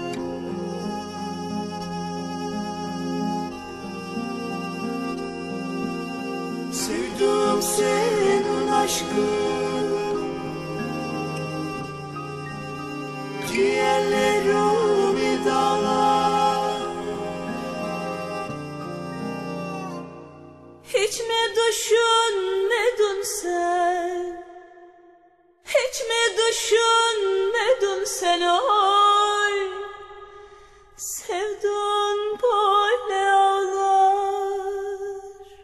Sevdim senin aşkın, ciğerlerimi dağlar. Hiç mi düşünmedin sen? Hiç mi düşünmedin sen oy? Sevdun böyle ağlar,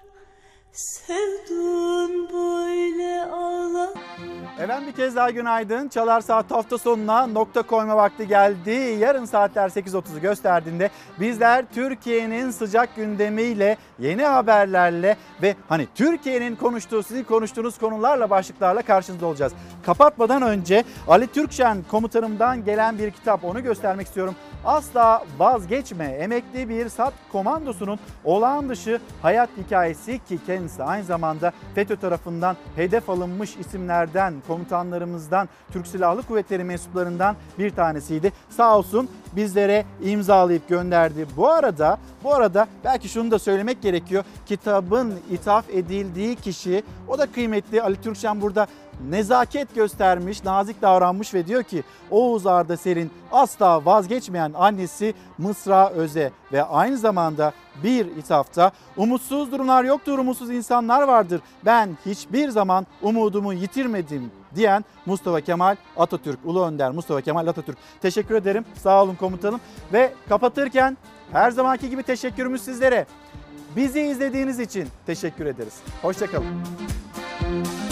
sevdun böyle ağlar. Efendim bir kez daha günaydın. Çalar Saat hafta sonuna nokta koyma vakti geldi. Yarın saatler 8.30'u gösterdiğinde bizler Türkiye'nin sıcak gündemiyle, yeni haberlerle ve hani Türkiye'nin konuştuğu, sizin konuştuğunuz konularla, başlıklarla karşınızda olacağız. Kapatmadan önce Ali Türkşen komutanımdan gelen bir kitap, onu göstermek istiyorum. Asla Vazgeçme, emekli bir SAT komandosunun olağan dışı hayat hikayesi ki kendisi aynı zamanda FETÖ tarafından hedef alınmış isimlerden, komutanlarımızdan, Türk Silahlı Kuvvetleri mensuplarından bir tanesiydi. Sağ olsun bizlere imzalayıp gönderdi. Bu arada belki şunu da söylemek gerekiyor. Kitabın ithaf edildiği kişi, o da kıymetli. Ali Türkşen burada nezaket göstermiş, nazik davranmış ve diyor ki Oğuz Arda Ser'in asla vazgeçmeyen annesi Mısra Öze ve aynı zamanda bir ithafta umutsuz durumlar yoktur, umutsuz insanlar vardır. Ben hiçbir zaman umudumu yitirmedim diyen Mustafa Kemal Atatürk, Ulu Önder Mustafa Kemal Atatürk. Teşekkür ederim. Sağ olun komutanım. Ve kapatırken her zamanki gibi teşekkürümüz sizlere. Bizi izlediğiniz için teşekkür ederiz. Hoşça kalın.